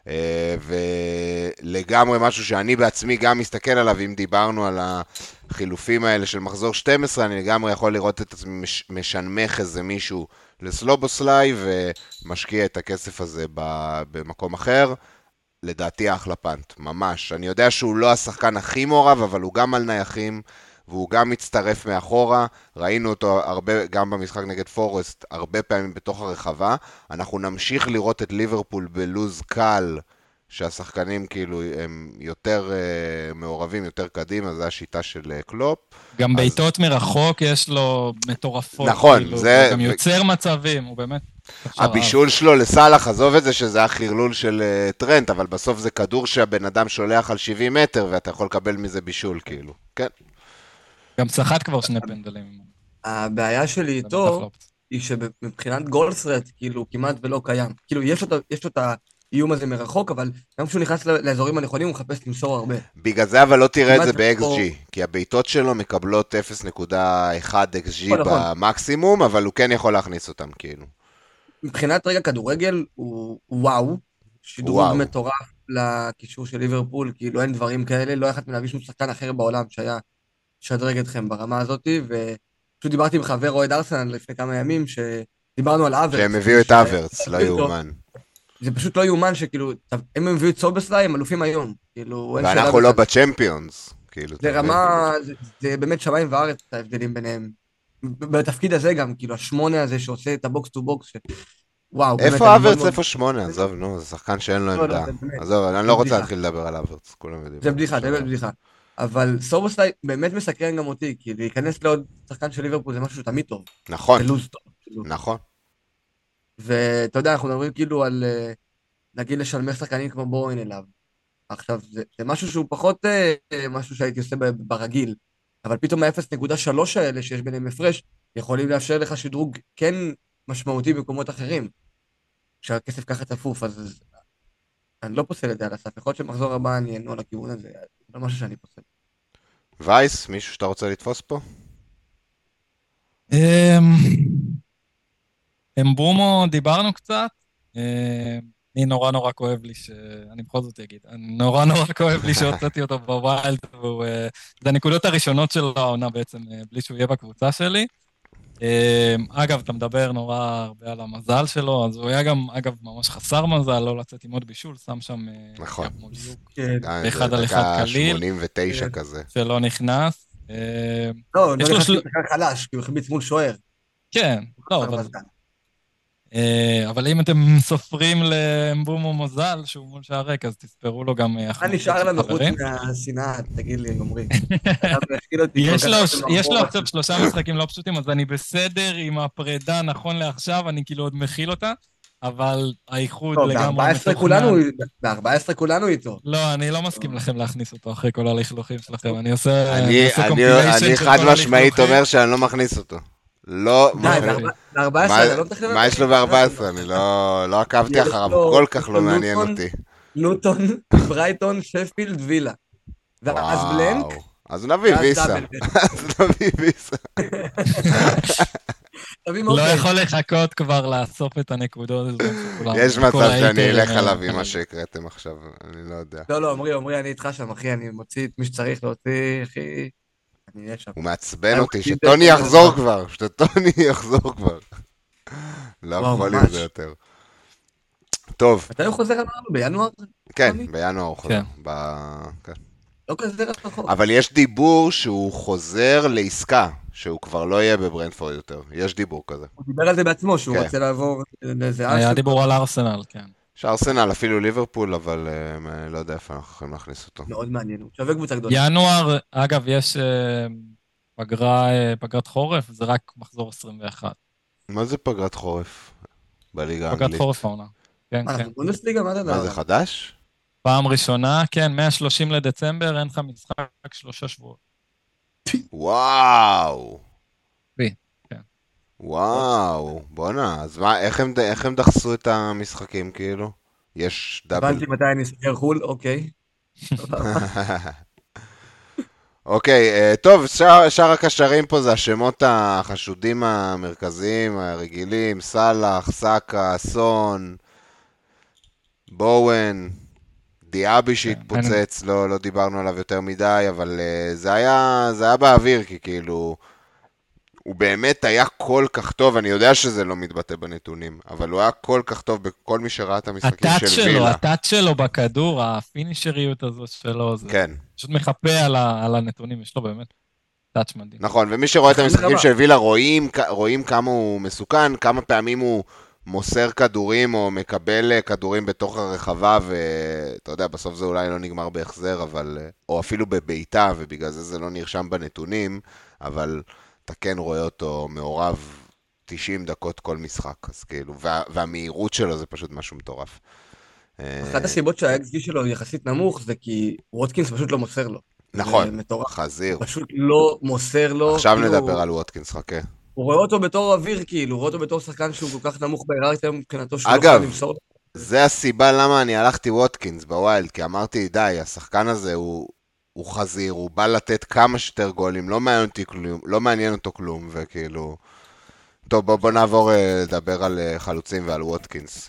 [SPEAKER 1] ולגמרי משהו שאני בעצמי גם מסתכל עליו, אם דיברנו על החילופים האלה של מחזור 12, אני לגמרי יכול לראות את עצמי משנמך איזה מישהו לסלובוסליי, ומשקיע את הכסף הזה במקום אחר, לדעתי אחלה פנט, ממש. אני יודע שהוא לא השחקן הכי מעורב, אבל הוא גם על נייחים, והוא גם מצטרף מאחורה. ראינו אותו הרבה, גם במשחק נגד פורסט, הרבה פעמים בתוך הרחבה. אנחנו נמשיך לראות את ליברפול בלוז קל, שהשחקנים כאילו הם יותר מעורבים, יותר קדימה, זו השיטה של קלופ.
[SPEAKER 2] גם בעיטות מרחוק יש לו מטורפות.
[SPEAKER 1] נכון,
[SPEAKER 2] כאילו,
[SPEAKER 1] זה...
[SPEAKER 2] גם יוצר מצבים, הוא באמת...
[SPEAKER 1] הבישול שלו לסלאח, עזוב את זה שזה החרלול של טרנט, אבל בסוף זה כדור שהבן אדם שולח על 70 מטר, ואתה יכול לקבל מזה בישול, כאילו. כן.
[SPEAKER 2] גם צחט כבר 2 פנדלים.
[SPEAKER 3] הבעיה שלי איתו, היא שמבחינת גולדסרט, כאילו, כמעט ולא קיים. כאילו, יש לו את האיום הזה מרחוק, אבל גם כשהוא נכנס לאזורים הנכונים, הוא מחפש למסור הרבה.
[SPEAKER 1] בגלל זה, אבל לא תראה את זה ב-XG, כי הבעיטות שלו מקבלות 0.1 XG במקסימום, אבל הוא כן יכול להכניס אותם, כאילו.
[SPEAKER 3] מבחינת רגע כדורגל, הוא וואו, שדרוג מטורף לקישור של ליברפול, כאילו אין דברים כאלה, לא יכולתם להביא שום שחקן אחר בעולם שהיה שדרג אתכם ברמה הזאת, ופשוט דיברתי עם חבר אוהד ארסנל לפני כמה ימים, שדיברנו על אברץ.
[SPEAKER 1] שהם הביאו את אברץ, לא יאומן.
[SPEAKER 3] זה פשוט לא יאומן שכאילו, אם הם הביאו את סובוסליי, הם אלופים היום.
[SPEAKER 1] ואנחנו לא בצ'מפיונס.
[SPEAKER 3] זה רמה, זה באמת שמיים וארץ ההבדלים ביניהם. בתפקיד הזה גם, כאילו, 8 הזה שעושה את הבוקס טו בוקס, וואו.
[SPEAKER 1] איפה אברץ, איפה 8? עזוב, נו, זה שחקן שאין לו עמדה. עזוב, אני לא רוצה להתחיל לדבר על אברץ, כולם יודעים.
[SPEAKER 3] זה בדיחה, זה באמת בדיחה. אבל סובוסליי באמת מסקרן גם אותי, כי להיכנס לעוד שחקן של ליברפול זה משהו שתמיד טוב.
[SPEAKER 1] נכון.
[SPEAKER 3] זה לוז טוב.
[SPEAKER 1] נכון.
[SPEAKER 3] ואתה יודע, אנחנו מדברים כאילו על, נגיד לשלמך שחקנים כמו בוין אליו. עכשיו, זה משהו שהוא פחות משהו שהייתי עושה ברגיל, אבל פתאום ה-0.3 האלה שיש ביניהם הפרש, יכולים לאפשר לך שדרוג כן משמעותי במקומות אחרים. כשהכסף ככה צפוף, אז אני לא פוסל את זה על הסף. יכול להיות שמחזור הבא אני אענו על הכיוון הזה, זה לא משהו שאני פוסל.
[SPEAKER 1] וייס, מישהו שאתה רוצה לתפוס פה?
[SPEAKER 2] אמבומו דיברנו קצת, אני נורא כואב לי אני בכל זאת אגיד, נורא כואב לי שהוצאתי אותו בווילד, זה הנקודות הראשונות של העונה בעצם, בלי שהוא יהיה בקבוצה שלי. אגב, אתה מדבר נורא הרבה על המזל שלו, אז הוא היה גם, אגב, ממש חסר מזל, לא לצאת עם עוד בישול, שם שם...
[SPEAKER 1] נכון.
[SPEAKER 2] אחד על אחד קליל.
[SPEAKER 1] 89 כזה.
[SPEAKER 2] שלא נכנס.
[SPEAKER 3] לא נכנס חלש, כי הוא החמיץ מול שוער.
[SPEAKER 2] כן, לא, אבל אם אתם סופרים לאמבומו מזל, שהוא מול שער ריק, אז תספרו לו גם...
[SPEAKER 3] מה נשאר לנו חוץ מהשנאה, תגיד לי, גומרי.
[SPEAKER 2] יש לו עכשיו 3 משחקים לא פשוטים, אז אני בסדר עם הפרידה נכון לעכשיו, אני כאילו עוד מכיל אותה, אבל האיחוד
[SPEAKER 3] טוב,
[SPEAKER 2] לגמרי
[SPEAKER 3] ב-14 כולנו,
[SPEAKER 2] מתוכנן.
[SPEAKER 3] ב-14 כולנו איתו.
[SPEAKER 2] לא, אני לא מסכים לכם להכניס אותו אחרי כל הלכלוכים שלכם. אני עושה
[SPEAKER 1] אני
[SPEAKER 2] קומפיליישן של
[SPEAKER 1] חד
[SPEAKER 2] כל
[SPEAKER 1] משמעית
[SPEAKER 2] הלכלוכים.
[SPEAKER 1] אומר שאני לא מכניס אותו. לא,
[SPEAKER 3] די, ב-14 אני לא מתכנן...
[SPEAKER 1] מה יש לו ב-14? אני לא עקבתי אחריו, הוא כל כך לא מעניין אותי.
[SPEAKER 3] לוטון, ברייטון, שפילד, וילה. ואז בלנק,
[SPEAKER 1] וואו, אז נביא
[SPEAKER 3] ואז
[SPEAKER 1] ויסה.
[SPEAKER 3] דאבל.
[SPEAKER 1] אז נביא ויסה.
[SPEAKER 3] תביא
[SPEAKER 2] לא
[SPEAKER 3] מופת.
[SPEAKER 2] יכול לחכות כבר לאסוף את הנקודות.
[SPEAKER 1] יש
[SPEAKER 2] כל
[SPEAKER 1] מצב שאני
[SPEAKER 2] ההייטרים
[SPEAKER 1] אלך עליו
[SPEAKER 2] האלה.
[SPEAKER 1] עם מה שהקראתם עכשיו, אני לא יודע.
[SPEAKER 3] לא, עמרי, אני איתך שם, אחי, אני מוציא את מי שצריך להוציא, אחי. אני אהיה שם.
[SPEAKER 1] הוא מעצבן
[SPEAKER 3] אני
[SPEAKER 1] אותי,
[SPEAKER 3] מקשיב
[SPEAKER 1] שטוני
[SPEAKER 3] לכל
[SPEAKER 1] יחזור
[SPEAKER 3] דבר.
[SPEAKER 1] כבר, שטוני יחזור כבר. לא
[SPEAKER 3] וואו,
[SPEAKER 1] יכול עם
[SPEAKER 3] ממש.
[SPEAKER 1] זה יותר. טוב,
[SPEAKER 3] מתי הוא חוזר אמרנו? בינואר?
[SPEAKER 1] כן,
[SPEAKER 3] טוני?
[SPEAKER 1] בינואר הוא חוזר.
[SPEAKER 2] כן.
[SPEAKER 1] כן.
[SPEAKER 3] לא כזה רחוק.
[SPEAKER 1] אבל יש דיבור שהוא חוזר לעסקה, שהוא כבר לא יהיה בברנדפורד יותר. יש דיבור כזה.
[SPEAKER 3] הוא דיבר על זה בעצמו, שהוא
[SPEAKER 1] כן.
[SPEAKER 3] רוצה לעבור לאיזה
[SPEAKER 2] היה
[SPEAKER 3] אשו.
[SPEAKER 2] דיבור על ארסנל, כן.
[SPEAKER 1] יש ארסנל, אפילו ליברפול, אבל לא יודע איפה אנחנו יכולים להכניס אותו.
[SPEAKER 3] מאוד מעניין, הוא שווה קבוצה גדולה.
[SPEAKER 2] ינואר, אגב, יש פגרת חורף, זה רק מחזור 21.
[SPEAKER 1] מה זה פגרת חורף בליגה
[SPEAKER 2] פגרת
[SPEAKER 1] האנגלית?
[SPEAKER 2] חורף העונה. כן,
[SPEAKER 3] מה,
[SPEAKER 2] כן.
[SPEAKER 3] אנחנו בונדסליגה? מה אתה
[SPEAKER 1] מה זה
[SPEAKER 3] יודע?
[SPEAKER 1] חדש?
[SPEAKER 2] פעם ראשונה, כן, 130 לדצמבר, אין לך משחק 3 שבועות.
[SPEAKER 1] וואו.
[SPEAKER 2] כן.
[SPEAKER 1] וואו, בואנה, אז מה, איך הם דחסו את המשחקים כאילו? יש דאבל.
[SPEAKER 3] הבנתי מתי אני אסגר חול, אוקיי.
[SPEAKER 1] אוקיי, טוב, שאר הקשרים פה זה השמות החשודים המרכזיים, הרגילים, סאלח, סאקה, סון, בואן, דיאבי שהתפוצץ, לא דיברנו עליו יותר מדי, אבל זה היה באוויר, כי כאילו, הוא באמת היה כל כך טוב, אני יודע שזה לא מתבטא בנתונים, אבל הוא היה כל כך טוב בכל מי שראה את המשחקים של וילה.
[SPEAKER 2] הטאץ' שלו בכדור, הפינישריות הזאת שלו, זה
[SPEAKER 1] כן.
[SPEAKER 2] פשוט מחפה על הנתונים, יש לו באמת טאץ' מדהים.
[SPEAKER 1] נכון, ומי שרואה את המשחקים של וילה רואים כמה הוא מסוכן, כמה פעמים הוא מוסר כדורים או מקבל כדורים בתוך הרחבה, ואתה יודע, בסוף זה אולי לא נגמר בהחזר, או אפילו בביתה, ובגלל זה לא נרשם בנתונים, אבל אתה כן רואה אותו מעורב 90 דקות כל משחק, אז כאילו, והמהירות שלו זה פשוט משהו מטורף.
[SPEAKER 3] אחת הסיבות שה-XG שלו יחסית נמוך זה כי ווטקינס פשוט לא מוסר לו.
[SPEAKER 1] נכון,
[SPEAKER 3] זה מטורף.
[SPEAKER 1] חזיר.
[SPEAKER 3] פשוט לא מוסר לו.
[SPEAKER 1] עכשיו
[SPEAKER 3] כאילו,
[SPEAKER 1] נדבר על ווטקינס, חכה.
[SPEAKER 3] הוא רואה אותו בתור אוויר, כאילו, הוא רואה אותו בתור שחקן שהוא כל כך נמוך בהיררכיה מבחינתו שהוא לא
[SPEAKER 1] אגב,
[SPEAKER 3] יכול למסור.
[SPEAKER 1] זה הסיבה למה אני הלכתי ווטקינס בווילד, כי אמרתי, די, השחקן הזה הוא חזיר, הוא בא לתת כמה שיותר גולים, לא מעניין אותו כלום, וכאילו... טוב, בוא נעבור לדבר על חלוצים ועל ווטקינס.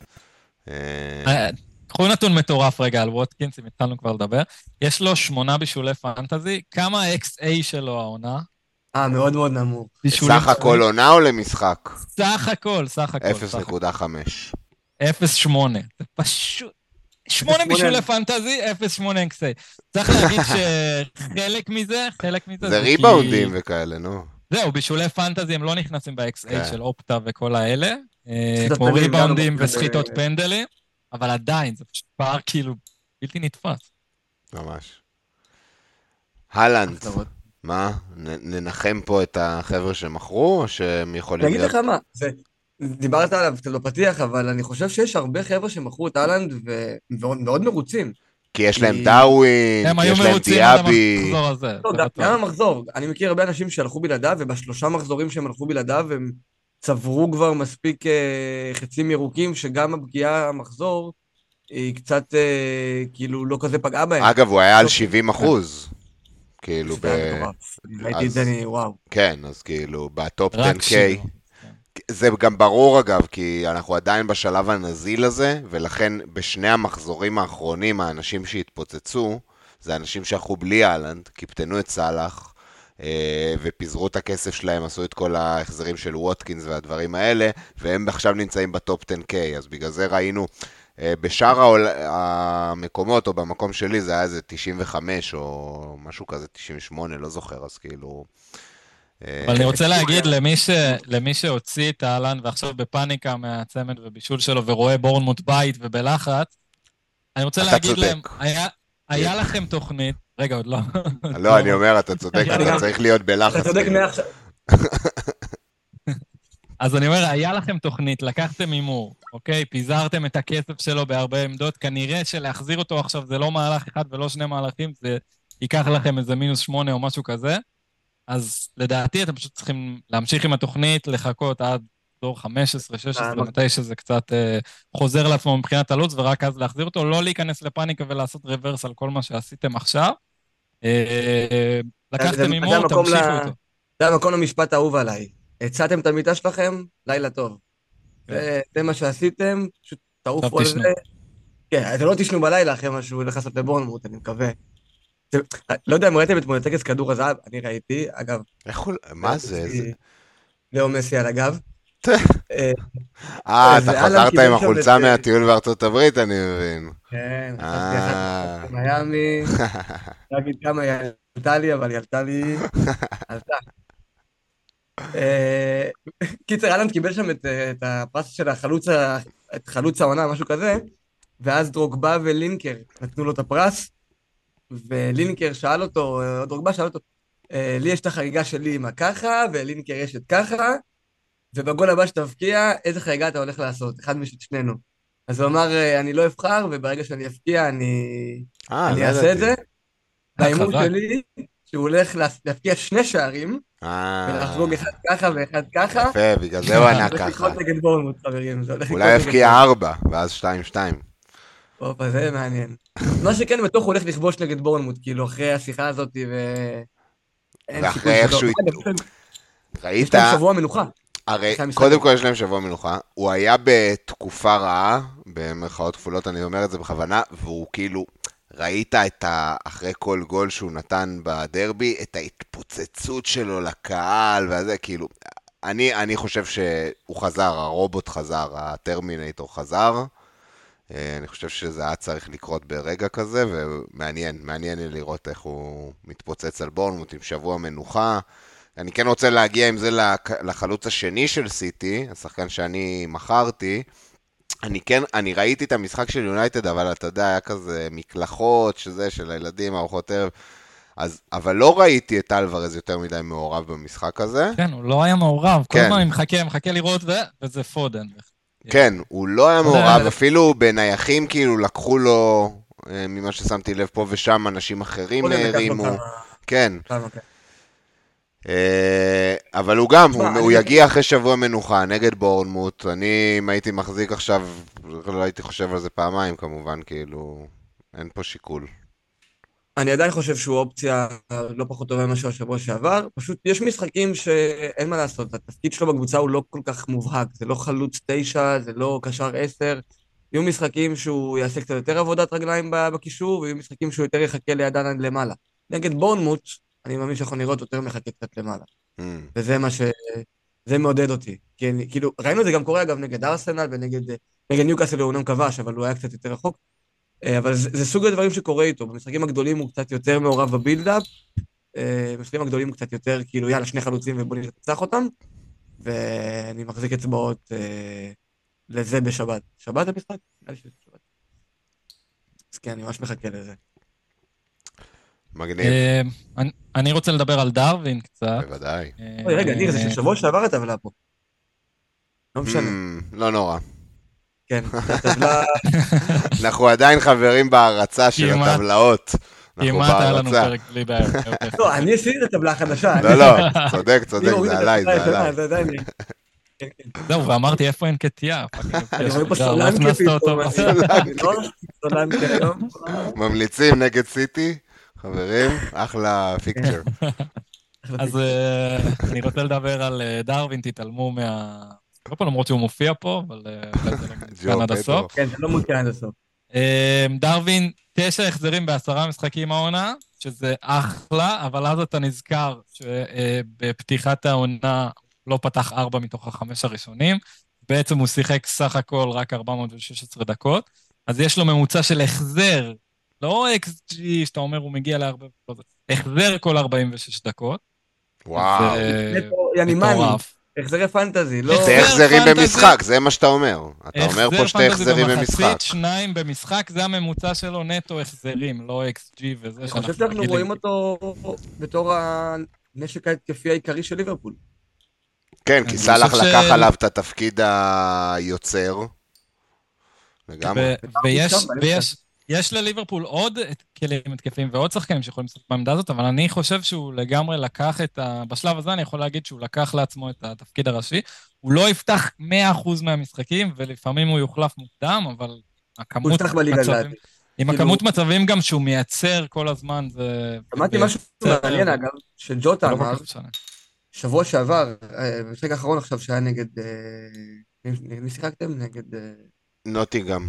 [SPEAKER 2] קחו נתון מטורף רגע על ווטקינס, אם התחלנו כבר לדבר. יש לו 8 בישולי פנטזי, כמה ה-XA שלו העונה?
[SPEAKER 3] מאוד מאוד נמוך.
[SPEAKER 1] סך הכל עונה או למשחק?
[SPEAKER 2] סך הכל.
[SPEAKER 1] 0.5.
[SPEAKER 2] 0.8. זה פשוט... 8 בישולי פנטזי, 0.8 XA. צריך להגיד שחלק מזה...
[SPEAKER 1] זה ריבאונדים וכאלה, נו.
[SPEAKER 2] זהו, בישולי פנטזי הם לא נכנסים ב-XA
[SPEAKER 1] כן.
[SPEAKER 2] של אופטה וכל האלה,
[SPEAKER 3] סחיטות
[SPEAKER 2] כמו
[SPEAKER 3] פנדלים
[SPEAKER 2] ריבאונדים
[SPEAKER 3] גם,
[SPEAKER 2] וסחיטות פנדלים, אבל עדיין, זה פשוט פער כאילו בלתי נתפס.
[SPEAKER 1] ממש. הלנד, מה? ננחם פה את החבר'ה שמכרו, או שהם יכולים
[SPEAKER 3] אני אגיד
[SPEAKER 1] להיות...
[SPEAKER 3] לך מה, דיברת עליו קצת בפתיח, אבל אני חושב שיש הרבה חבר'ה שמכרו את הלנד ומאוד מרוצים.
[SPEAKER 1] כי יש להם דאווין,
[SPEAKER 2] הם
[SPEAKER 1] כי
[SPEAKER 2] היו
[SPEAKER 1] יש להם
[SPEAKER 2] מרוצים עד
[SPEAKER 1] דיאבי.
[SPEAKER 2] המחזור הזה.
[SPEAKER 3] לא,
[SPEAKER 2] זה בטוח.
[SPEAKER 3] גם המחזור. אני מכיר הרבה אנשים שהלכו בלעדיו, ובשלושה מחזורים שהם הלכו בלעדיו, הם צברו כבר מספיק חצים ירוקים, שגם הפגיעה המחזור היא קצת כאילו לא כזה פגעה בהם.
[SPEAKER 1] אגב, הוא היה על 70%. כאילו
[SPEAKER 3] זה היה מטורף. ראיתי את זה, וואו.
[SPEAKER 1] כן, אז כאילו, בטופ
[SPEAKER 2] רק
[SPEAKER 1] 10K.
[SPEAKER 2] שירו.
[SPEAKER 1] זה גם ברור אגב, כי אנחנו עדיין בשלב הנזיל הזה, ולכן בשני המחזורים האחרונים, האנשים שהתפוצצו, זה אנשים שהלכו בלי אהלנד, קיפטנו את סלאח, ופיזרו את הכסף שלהם, עשו את כל ההחזרים של ווטקינס והדברים האלה, והם עכשיו נמצאים בטופ 10K, אז בגלל זה ראינו, בשאר המקומות, או במקום שלי, זה היה איזה 95, או משהו כזה, 98, לא זוכר, אז כאילו...
[SPEAKER 2] אבל אני רוצה להגיד למי שהוציא את אהלן ועכשיו בפאניקה מהצמד ובישול שלו ורואה בורנמוט בית ובלחץ, אני רוצה להגיד להם, היה לכם תוכנית, רגע עוד לא.
[SPEAKER 1] לא, אני אומר, אתה צודק, אתה צריך להיות בלחץ.
[SPEAKER 3] אתה צודק מעכשיו.
[SPEAKER 2] אז אני אומר, היה לכם תוכנית, לקחתם הימור, אוקיי? פיזרתם את הכסף שלו בהרבה עמדות, כנראה שלהחזיר אותו עכשיו זה לא מהלך אחד ולא שני מהלכים, זה ייקח לכם איזה -8 או משהו כזה. אז לדעתי אתם פשוט צריכים להמשיך עם התוכנית, לחכות עד דור 15, 16, מתי שזה קצת חוזר לעצמו מבחינת הלוץ, ורק אז להחזיר אותו, לא להיכנס לפאניקה ולעשות רוורס על כל מה שעשיתם עכשיו. לקחתם הימור, תמשיכו איתו.
[SPEAKER 3] זה המקום למשפט האהוב עליי. הצעתם את המיטה שלכם, לילה טוב. זה מה שעשיתם, פשוט תעופו על זה. כן, אתם לא תשנו בלילה אחרי מה שהוא הולך לעשות לבורנמוט, אני מקווה. לא יודע אם ראיתם את טקס כדור הזהב, אני ראיתי, אגב.
[SPEAKER 1] מה זה?
[SPEAKER 3] לאו מסי על הגב.
[SPEAKER 1] אתה חזרת עם החולצה מהטיול בארצות הברית, אני מבין.
[SPEAKER 3] כן, חזרתי אחת במיימי, לא אגיד כמה היא ילתה לי, אבל ילתה לי, עלתה. קיצר, אלן קיבל שם את הפרס של חלוץ העונה, משהו כזה, ואז דרוגבה ולינקר נתנו לו את הפרס, ולינקר שאל אותו, דרוגבה שאל אותו, לי יש את החגיגה שלי עם הככה, ולינקר יש את ככה, ובגול הבא שתבקיע, איזה חגיגה אתה הולך לעשות? אחד משל שנינו. אז הוא אמר, אני לא אבחר, וברגע שאני אבקיע, אני אעשה את זה. והאימון שלי, שהוא הולך להבקיע 2 שערים, ולחגוג אחד ככה ואחד ככה.
[SPEAKER 1] יפה, בגלל זה הוא ענה ככה.
[SPEAKER 3] זה הולך נגד בורנמוט, חברים.
[SPEAKER 1] אולי יבקיע 4, ואז 2-2.
[SPEAKER 3] אופה, זה מעניין. מה שכן, בטוח הוא הולך לכבוש נגד בורנמוט, כאילו, אחרי השיחה הזאת,
[SPEAKER 1] ואחרי איכשהו... ראית?
[SPEAKER 3] יש להם שבוע מנוחה.
[SPEAKER 1] הרי, קודם כל יש להם שבוע מנוחה, הוא היה בתקופה רעה, במרכאות כפולות אני אומר את זה בכוונה, והוא כאילו, ראית אחרי כל גול שהוא נתן בדרבי, את ההתפוצצות שלו לקהל, וזה כאילו, אני חושב שהוא חזר, הרובוט חזר, הטרמינטור חזר, אני חושב שזה היה צריך לקרות ברגע כזה, ומעניין לי לראות איך הוא מתפוצץ על בורנמוט עם שבוע מנוחה. אני כן רוצה להגיע עם זה לחלוץ השני של סיטי, השחקן שאני מכרתי. אני ראיתי את המשחק של יונייטד, אבל אתה יודע, היה כזה מקלחות, שזה של הילדים, ארוחות ערב, אבל לא ראיתי את אלוורז יותר מדי מעורב במשחק הזה.
[SPEAKER 2] כן, הוא לא היה מעורב, כל הזמן אני מחכה לראות וזה פודן.
[SPEAKER 1] כן, הוא לא היה מעורב, אפילו בנייחים כאילו לקחו לו, ממה ששמתי לב פה ושם, אנשים אחרים הרימו. כן. אבל הוא גם, הוא יגיע אחרי שבוע מנוחה נגד בורנמוט. אני, אם הייתי מחזיק עכשיו, לא הייתי חושב על זה פעמיים כמובן, כאילו, אין פה שיקול.
[SPEAKER 3] אני עדיין חושב שהוא אופציה לא פחות טובה ממה שהשבוע שעבר, פשוט יש משחקים שאין מה לעשות, התפקיד שלו בקבוצה הוא לא כל כך מובהק, זה לא חלוץ 9, זה לא קשר 10, יהיו משחקים שהוא יעשה קצת יותר עבודת רגליים בקישור, ויהיו משחקים שהוא יותר יחכה לידן עד למעלה. נגד בורנמוט, אני מאמין שאנחנו נראות יותר מחכה קצת למעלה. וזה מה זה מעודד אותי. כאילו, ראינו את זה גם קורה אגב נגד ארסנל ונגד ניוקאסל הוא אומנם כבש, אבל הוא היה קצת יותר רחוק. אבל זה סוג הדברים שקורה איתו. במשחקים הגדולים הוא קצת יותר מעורב בבילדאפ, במשחקים הגדולים הוא קצת יותר, כאילו, יאללה, 2 חלוצים ובוא נרצח אותם, ואני מחזיק אצבעות לזה בשבת. שבת המשחק? אז כן, אני ממש מחכה לזה.
[SPEAKER 1] מגניב.
[SPEAKER 2] אני רוצה לדבר על דרווין קצת.
[SPEAKER 1] בוודאי.
[SPEAKER 3] אוי, רגע, ניר, זה של שבוע שעבר הטבלה פה. לא משנה.
[SPEAKER 1] לא נורא.
[SPEAKER 3] כן, הטבלה...
[SPEAKER 1] אנחנו עדיין חברים בהרצה של הטבלאות.
[SPEAKER 2] כמעט היה לנו פרק בלי בעיה.
[SPEAKER 3] לא, אני עשיתי את הטבלה החדשה.
[SPEAKER 1] לא, צודק, זה עליי, זה עליי.
[SPEAKER 3] זה עדיין...
[SPEAKER 2] זהו, ואמרתי איפה אין קטיה.
[SPEAKER 3] אני רואה פה סולנקה פתאום.
[SPEAKER 1] ממליצים נגד סיטי, חברים, אחלה פיקצ'ר.
[SPEAKER 2] אז אני רוצה לדבר על דרווין, תתעלמו לא פה למרות שהוא מופיע פה, אבל זה לא מעודכן עד הסוף.
[SPEAKER 3] כן, זה לא מעודכן עד הסוף.
[SPEAKER 2] דרווין, 9 החזרים ב10 משחקים העונה, שזה אחלה, אבל אז אתה נזכר שבפתיחת העונה לא פתח 4 מתוך 5 הראשונים, בעצם הוא שיחק סך הכל רק 416 דקות, אז יש לו ממוצע של החזר, לא XG, שאתה אומר הוא מגיע להרבה, החזר כל 46 דקות.
[SPEAKER 1] וואו.
[SPEAKER 2] מטורף.
[SPEAKER 3] החזרי פנטזי, לא...
[SPEAKER 1] זה החזרים במשחק, זה מה שאתה אומר. אתה אומר פה 2 החזרים במשחק.
[SPEAKER 2] במחצית, 2 במשחק, זה הממוצע שלו נטו החזרים, לא XG וזה.
[SPEAKER 3] אני חושב שאנחנו רואים אותו בתור הנשק ההתקפי העיקרי של ליברפול.
[SPEAKER 1] כן, כי סלאח לקח עליו את התפקיד היוצר, לגמרי.
[SPEAKER 2] ויש לליברפול עוד כלים התקפים ועוד שחקנים שיכולים לשחק בעמדה הזאת, אבל אני חושב שהוא לגמרי לקח בשלב הזה אני יכול להגיד שהוא לקח לעצמו את התפקיד הראשי. הוא לא יפתח 100% מהמשחקים, ולפעמים הוא יוחלף מוקדם, אבל הכמות מצבים... עם הכמות מצבים גם שהוא מייצר כל הזמן, זה...
[SPEAKER 3] שמעתי משהו מעניין אגב, שג'וטה אמר, שבוע שעבר, במשחק האחרון עכשיו שהיה נגד... מי שיחקתם? נגד...
[SPEAKER 1] נוטינגהאם.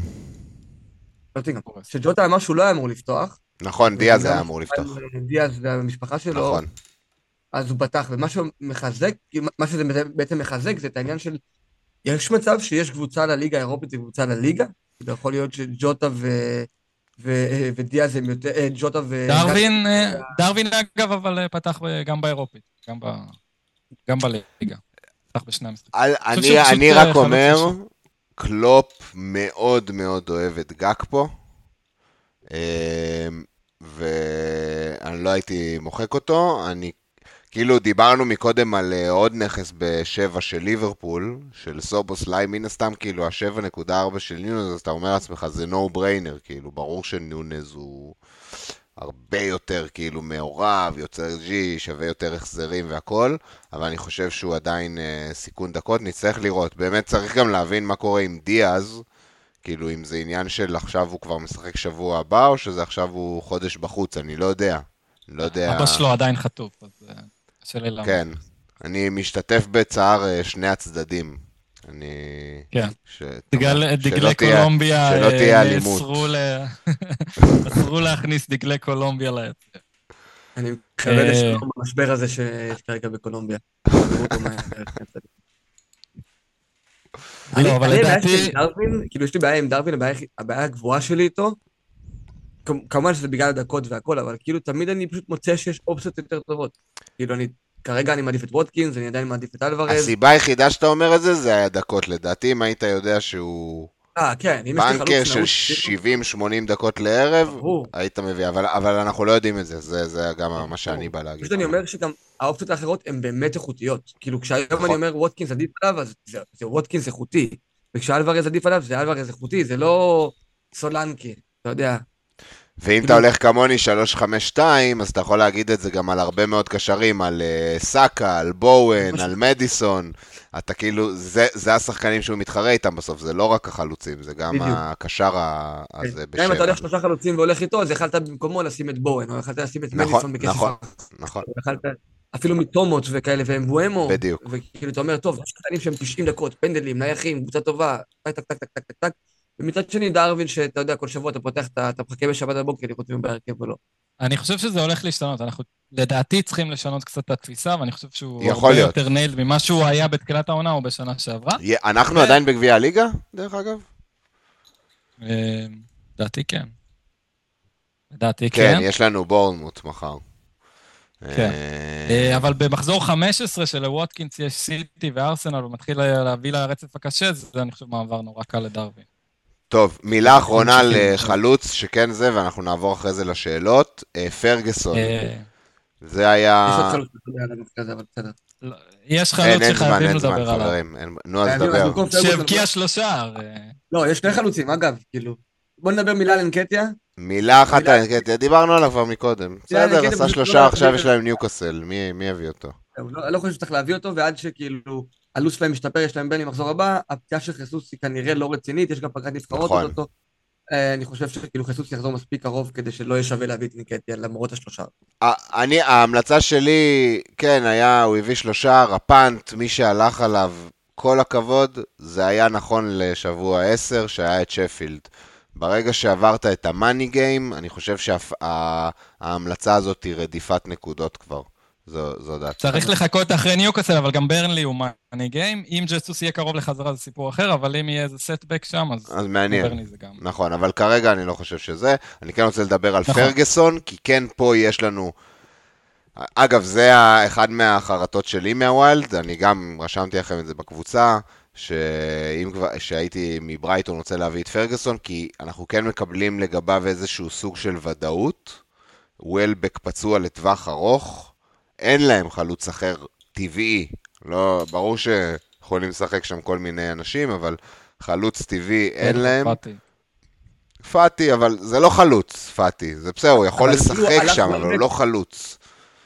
[SPEAKER 3] שג'וטה אמר שהוא לא היה אמור לפתוח.
[SPEAKER 1] נכון, דיאז היה אמור לפתוח.
[SPEAKER 3] דיאז והמשפחה שלו.
[SPEAKER 1] נכון.
[SPEAKER 3] אז הוא פתח, ומה שמחזק, מה שזה בעצם מחזק, זה את העניין של... יש מצב שיש קבוצה לליגה האירופית וקבוצה לליגה? זה יכול להיות שג'וטה ודיאז הם יותר... ג'וטה ו...
[SPEAKER 2] דרווין אגב, אבל פתח גם באירופית, גם בליגה. פתח בשני המשחקים.
[SPEAKER 1] אני רק אומר... קלופ מאוד מאוד אוהב את גאקפו, ואני לא הייתי מוחק אותו. כאילו דיברנו מקודם על עוד נכס ב7 של ליברפול, של סובוסליי, מן הסתם כאילו ה7.4 של ניונז, אז אתה אומר לעצמך זה no brainer, כאילו ברור שניונז הוא הרבה יותר כאילו מעורב, יוצר ג'י, שווה יותר החזרים והכל, אבל אני חושב שהוא עדיין סיכון דקות, נצטרך לראות. באמת צריך גם להבין מה קורה עם דיאז, כאילו אם זה עניין של עכשיו הוא כבר משחק שבוע הבא, או שזה עכשיו הוא חודש בחוץ, אני לא יודע.
[SPEAKER 2] אבא שלו עדיין חטוף, אז קשה לי למה.
[SPEAKER 1] כן, אני משתתף בצער שני הצדדים.
[SPEAKER 2] כן, דגלי קולומביה
[SPEAKER 1] שלא תהיה אלימות.
[SPEAKER 2] אסרו להכניס דגלי קולומביה ליציע.
[SPEAKER 3] אני מקווה לשלום במשבר הזה שיש כרגע בקולומביה. אבל לדעתי... כאילו יש לי בעיה עם דרווין, הבעיה הגבוהה שלי איתו, כמובן שזה בגלל הדקות והכל, אבל כאילו תמיד אני פשוט מוצא שיש אופציות יותר טובות. כאילו כרגע אני מעדיף את ווטקינס, אני עדיין מעדיף את אלוורז.
[SPEAKER 1] הסיבה היחידה שאתה אומר את זה, זה היה דקות לדעתי, אם היית יודע שהוא
[SPEAKER 3] כן,
[SPEAKER 1] בנקר של 70-80 דקות לערב, היית מביא, אבל אנחנו לא יודעים את זה, זה גם מה שאני בא להגיד.
[SPEAKER 3] פשוט אני אומר שגם האופציות האחרות הן באמת איכותיות, כאילו כשהיום אני אומר ווטקינס עדיף עליו, אז זה ווטקינס איכותי, וכשאלוורז עדיף עליו, זה אלוורז איכותי, זה לא סולנקי, אתה יודע.
[SPEAKER 1] ואם אתה הולך כמוני 3-5-2, אז אתה יכול להגיד את זה גם על הרבה מאוד קשרים, על סאקה, על בואן, על מדיסון, אתה כאילו, זה השחקנים שהוא מתחרה איתם בסוף, זה לא רק החלוצים, זה גם הקשר הזה בשבע.
[SPEAKER 3] אם אתה הולך 3 חלוצים והולך איתו, אז יכלת במקומו לשים את בואן, או יכלת לשים את מדיסון בכסף.
[SPEAKER 1] נכון.
[SPEAKER 3] אפילו מתומות וכאלה, והם בואמו.
[SPEAKER 1] בדיוק.
[SPEAKER 3] וכאילו אתה אומר, טוב, יש קטנים שהם 90 דקות, פנדלים, נייחים, קבוצה טובה, טק, טק, טק, טק, טק, טק. ומצד שני, דרווין, שאתה יודע, כל שבוע אתה פותח, אתה מחכה בשבת הבוקר, לראות אם בהרכב או לא.
[SPEAKER 2] אני חושב שזה הולך להשתנות, אנחנו לדעתי צריכים לשנות קצת את התפיסה, ואני חושב שהוא הרבה יותר ניילד ממה שהוא היה בתחילת העונה או בשנה שעברה.
[SPEAKER 1] אנחנו עדיין בגביע הליגה, דרך אגב?
[SPEAKER 2] לדעתי כן. לדעתי
[SPEAKER 1] כן.
[SPEAKER 2] כן,
[SPEAKER 1] יש לנו בורנמוט מחר.
[SPEAKER 2] כן. אבל במחזור 15 של ווטקינס יש סיטי וארסנל, ומתחיל להביא לרצף הקשה, זה אני חושב מעבר נורא קל לדרווין.
[SPEAKER 1] טוב, מילה אחרונה לחלוץ, שכן זה, ואנחנו נעבור אחרי זה לשאלות. פרגסון. זה היה...
[SPEAKER 3] יש עוד חלוץ אבל בסדר.
[SPEAKER 2] יש חלוץ שחייבים לדבר עליו.
[SPEAKER 1] נו, אז דבר.
[SPEAKER 2] שהבקיע 3.
[SPEAKER 3] לא, יש 2 חלוצים, אגב, כאילו. בוא נדבר מילה על אנקטיה.
[SPEAKER 1] מילה אחת על אנקטיה, דיברנו עליו כבר מקודם. בסדר, עשה 3, עכשיו יש להם ניוקאסל, מי הביא אותו?
[SPEAKER 3] לא חושב שצריך להביא אותו, ועד שכאילו... הלו"ז שלהם משתפר, יש להם בין למחזור הבא, הפציעה של חיסוס היא כנראה לא רצינית, יש גם פגרת נבחרות אותו. אני חושב שכאילו חיסוס יחזור מספיק קרוב, כדי שלא יהיה שווה להביא את אנקטיה, למרות 3.
[SPEAKER 1] ההמלצה שלי, כן, הוא הביא 3, רפנט, מי שהלך עליו, כל הכבוד, זה היה נכון לשבוע 10, שהיה את שפילד. ברגע שעברת את המאני גיים, אני חושב שההמלצה הזאת היא רדיפת נקודות כבר. זו דעת.
[SPEAKER 2] צריך לחכות אחרי ניוקאסל, אבל גם ברנלי הוא מאני גיים. אם ג'סוס יהיה קרוב לחזרה זה סיפור אחר, אבל אם יהיה איזה סטבק שם, אז
[SPEAKER 1] מעניין. נכון, אבל כרגע אני לא חושב שזה. אני כן רוצה לדבר על פרגסון, כי כן פה יש לנו... אגב, זה אחד מהחרטות שלי מהווילד, אני גם רשמתי לכם את זה בקבוצה, שהייתי מברייטון רוצה להביא את פרגסון, כי אנחנו כן מקבלים לגביו איזשהו סוג של ודאות. ווילבק פצוע לטווח ארוך, אין להם חלוץ אחר טבעי, לא, ברור שיכולים לשחק שם כל מיני אנשים, אבל חלוץ טבעי אין להם, פאטי, אבל זה לא חלוץ, פאטי. זה בסדר, הוא יכול
[SPEAKER 3] אבל כאילו
[SPEAKER 1] לשחק
[SPEAKER 3] הלך
[SPEAKER 1] שם, אבל הוא
[SPEAKER 3] וולבק,
[SPEAKER 1] לא חלוץ.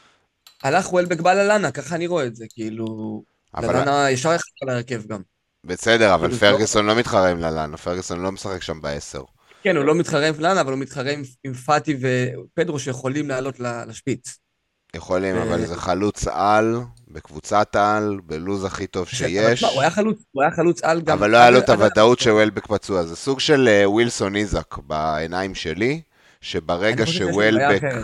[SPEAKER 3] הלך וולבק בא ללאנה, ככה אני רואה את זה, כאילו,
[SPEAKER 1] אבל
[SPEAKER 3] ללאנה ישר יחד על ההרכב גם.
[SPEAKER 1] בסדר, אבל
[SPEAKER 3] כאילו, זה לא...
[SPEAKER 1] פרגוסון לא מתחרה עם ללאנה, פרגוסון לא משחק שם ב10.
[SPEAKER 3] כן, הוא לא מתחרה עם ללאנה, אבל הוא מתחרה עם פאטי ופדרו שיכולים לעלות לשפיץ.
[SPEAKER 1] יכולים, אבל
[SPEAKER 3] ו...
[SPEAKER 1] זה חלוץ על, בקבוצת על, בלוז הכי טוב
[SPEAKER 3] אבל תשמע,
[SPEAKER 1] שיש.
[SPEAKER 3] הוא היה חלוץ על גם...
[SPEAKER 1] אבל לא היה לו את הוודאות שוולבק פצוע. זה סוג של ווילסון איזק בעיניים שלי, שברגע
[SPEAKER 3] אני חושב שיש לו בעיה
[SPEAKER 1] שוולבק
[SPEAKER 3] אחרת.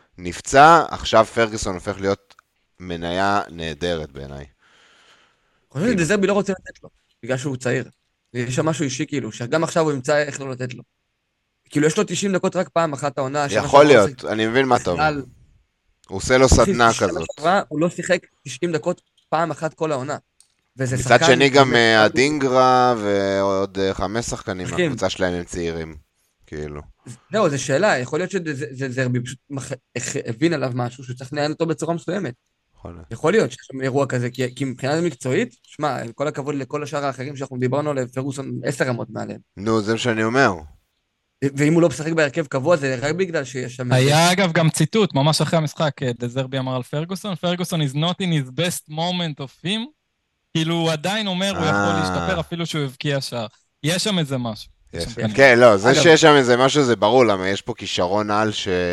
[SPEAKER 1] נפצע, עכשיו פרגוסון הופך להיות מניה נהדרת בעיניי.
[SPEAKER 3] אני חושב
[SPEAKER 1] כאילו,
[SPEAKER 3] שדזרבי לא רוצה לתת לו, בגלל שהוא צעיר. יש שם משהו אישי, כאילו, שגם עכשיו הוא ימצא איך לא לתת לו. כאילו, יש לו 90 דקות רק פעם אחת העונה, שנה
[SPEAKER 1] יכול
[SPEAKER 3] שעברה הוא
[SPEAKER 1] להיות, אני מבין מה אתה אומר.
[SPEAKER 3] בכלל.
[SPEAKER 1] הוא עושה לו
[SPEAKER 3] אחי,
[SPEAKER 1] סדנה
[SPEAKER 3] שנה
[SPEAKER 1] כזאת.
[SPEAKER 3] שעברה הוא לא שיחק 90 דקות פעם אחת כל העונה. וזה
[SPEAKER 1] מצד
[SPEAKER 3] שחקן...
[SPEAKER 1] שני גם
[SPEAKER 3] באמת,
[SPEAKER 1] הדינגרה ועוד 5 שחקנים
[SPEAKER 3] אחים,
[SPEAKER 1] מהקבוצה שלהם הם צעירים. כאילו.
[SPEAKER 3] זהו, זו שאלה, יכול להיות שזרבי פשוט הבין עליו משהו שהוא צריך לנהל אותו בצורה מסוימת.
[SPEAKER 1] יכול להיות.
[SPEAKER 3] יכול להיות שיש שם אירוע כזה, כי מבחינה מקצועית, שמע, עם כל הכבוד לכל השאר האחרים שאנחנו דיברנו עליהם, פרגוסון 10 רמות מעליהם.
[SPEAKER 1] נו, זה מה שאני אומר.
[SPEAKER 3] ואם הוא לא משחק בהרכב קבוע, זה רק בגלל שיש שם...
[SPEAKER 2] היה אגב גם ציטוט, ממש אחרי המשחק, דזרבי אמר על פרגוסון, פרגוסון is not in his best moment of him, כאילו הוא עדיין אומר, הוא יכול להשתפר אפילו שהוא הבקיע שער. יש שם איזה משהו.
[SPEAKER 1] כן, לא, זה
[SPEAKER 3] אגב,
[SPEAKER 1] שיש שם איזה משהו זה ברור, למה יש פה כישרון על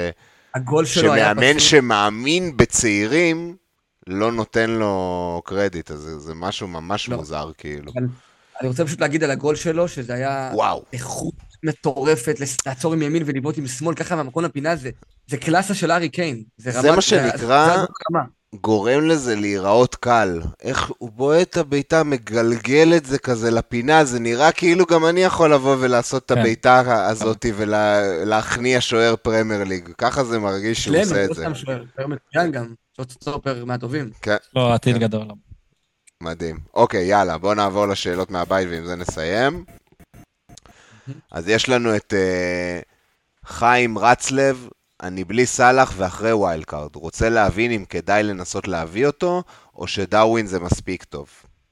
[SPEAKER 3] הגול שלו היה
[SPEAKER 1] שמאמן
[SPEAKER 3] פשוט...
[SPEAKER 1] שמאמין בצעירים לא נותן לו קרדיט, אז זה משהו ממש
[SPEAKER 3] לא.
[SPEAKER 1] מוזר כאילו.
[SPEAKER 3] אבל אני רוצה פשוט להגיד על הגול שלו, שזה היה
[SPEAKER 1] וואו.
[SPEAKER 3] איכות מטורפת, לעצור עם ימין ולבעוט עם שמאל, ככה מהמקום לפינה, זה קלאסה של ארי קיין.
[SPEAKER 1] זה מה שנקרא,
[SPEAKER 3] זה הגול רמה.
[SPEAKER 1] גורם לזה להיראות קל. איך הוא בועט את הביתה, מגלגל את זה כזה לפינה, זה נראה כאילו גם אני יכול לבוא ולעשות את הביתה הזאת ולהכניע שוער פרמייר ליג. ככה זה מרגיש שהוא עושה את זה.
[SPEAKER 3] לא סתם שוער מצוין גם, סופר מהטובים.
[SPEAKER 1] כן.
[SPEAKER 2] לא, עתיד גדול.
[SPEAKER 1] מדהים. אוקיי, יאללה, בואו נעבור לשאלות מהבית ועם זה נסיים. אז יש לנו את חיים רצלב, אני בלי סלח ואחרי ווילד קארד. רוצה להבין אם כדאי לנסות להביא אותו, או שדאווין זה מספיק טוב.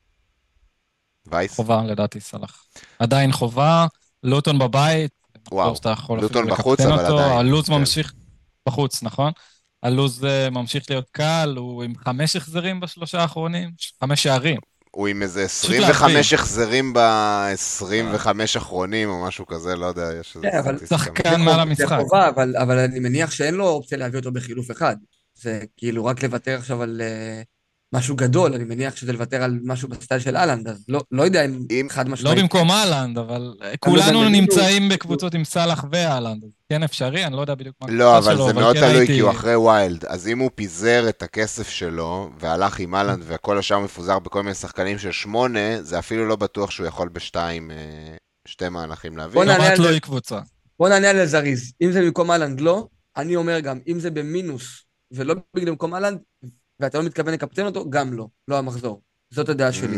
[SPEAKER 1] וייס?
[SPEAKER 2] חובה, לדעתי סלח. עדיין חובה, לוטון בבית.
[SPEAKER 1] וואו, לוטון בחוץ,
[SPEAKER 2] אבל
[SPEAKER 1] אבל עדיין.
[SPEAKER 2] הלוז ממשיך בחוץ, נכון? הלוז ממשיך להיות קל, הוא עם 5 החזרים בשלושה האחרונים, 5 שערים.
[SPEAKER 1] הוא עם איזה 25 החזרים ב-25 אחרונים, או משהו כזה, לא יודע, יש איזה סטטיסטיקה.
[SPEAKER 2] שחקן מעל המשחק.
[SPEAKER 3] זה חובה, אבל אני מניח שאין לו אופציה להביא אותו בחילוף אחד. זה כאילו רק לוותר עכשיו על משהו גדול, אני מניח שזה לוותר על משהו בסטייל של אהלנד, אז לא יודע אם חד משמעית.
[SPEAKER 2] לא במקום אהלנד, אבל כולנו נמצאים בקבוצות עם סלח ואהלנד. כן אפשרי, אני לא יודע בדיוק מה
[SPEAKER 1] לא, אבל זה מאוד תלוי כי הוא אחרי ווילד. אז אם הוא פיזר את הכסף שלו, והלך עם אהלנד והכל השאר מפוזר בכל מיני שחקנים של 8, זה אפילו לא בטוח שהוא יכול בשתי מהלכים להביא.
[SPEAKER 3] בוא נענה על זריז. אם זה במקום אהלנד לא, אני אומר גם, אם זה במינוס ולא בגלל במקום אהלנד, ואתה לא מתכוון לקפטן אותו, גם לא, לא המחזור. זאת הדעה שלי.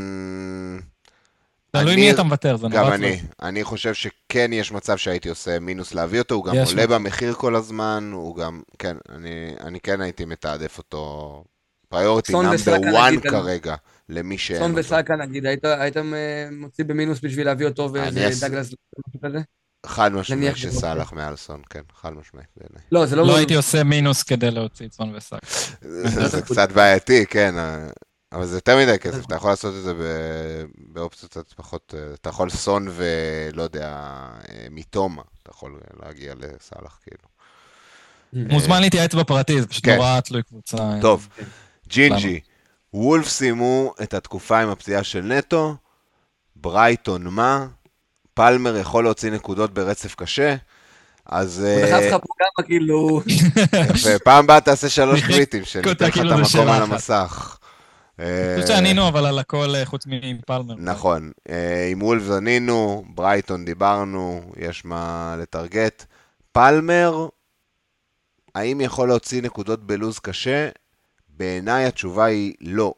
[SPEAKER 2] תלוי מי אתה מוותר, זה
[SPEAKER 1] גם אני חושב שכן יש מצב שהייתי עושה מינוס להביא אותו, הוא גם עולה במחיר כל הזמן, הוא גם, כן, אני כן הייתי מתעדף אותו, פריוריטי נאמבר 1 כרגע, למי שאין אותו.
[SPEAKER 3] סון וסאקה נגיד, היית מוציא במינוס בשביל להביא אותו ודגלס כזה?
[SPEAKER 1] חד משמעית שסלח מעל סון, כן, חד משמעית בעיניי.
[SPEAKER 2] לא הייתי עושה מינוס כדי להוציא את סון וסאקה.
[SPEAKER 1] זה קצת בעייתי, כן, אבל זה יותר מדי כסף, אתה יכול לעשות את זה באופציות קצת פחות, אתה יכול סון ולא יודע, מתומה, אתה יכול להגיע לסלח כאילו.
[SPEAKER 2] מוזמן להתייעץ בפרטי, זה פשוט נורא תלוי קבוצה.
[SPEAKER 1] טוב, ג'ינג'י, וולף סיימו את התקופה עם הפציעה של נטו, ברייטון מה? פלמר יכול להוציא נקודות ברצף קשה, אז...
[SPEAKER 3] הוא דחף לך פה כמה כאילו...
[SPEAKER 1] ופעם באה תעשה 3 טוויטים, שניתן לך את המקום על המסך.
[SPEAKER 2] אני חושב שענינו אבל על הכל חוץ מפלמר.
[SPEAKER 1] נכון, עם וולף ענינו, ברייטון דיברנו, יש מה לטרגט. פלמר, האם יכול להוציא נקודות בלוז קשה? בעיניי התשובה היא לא.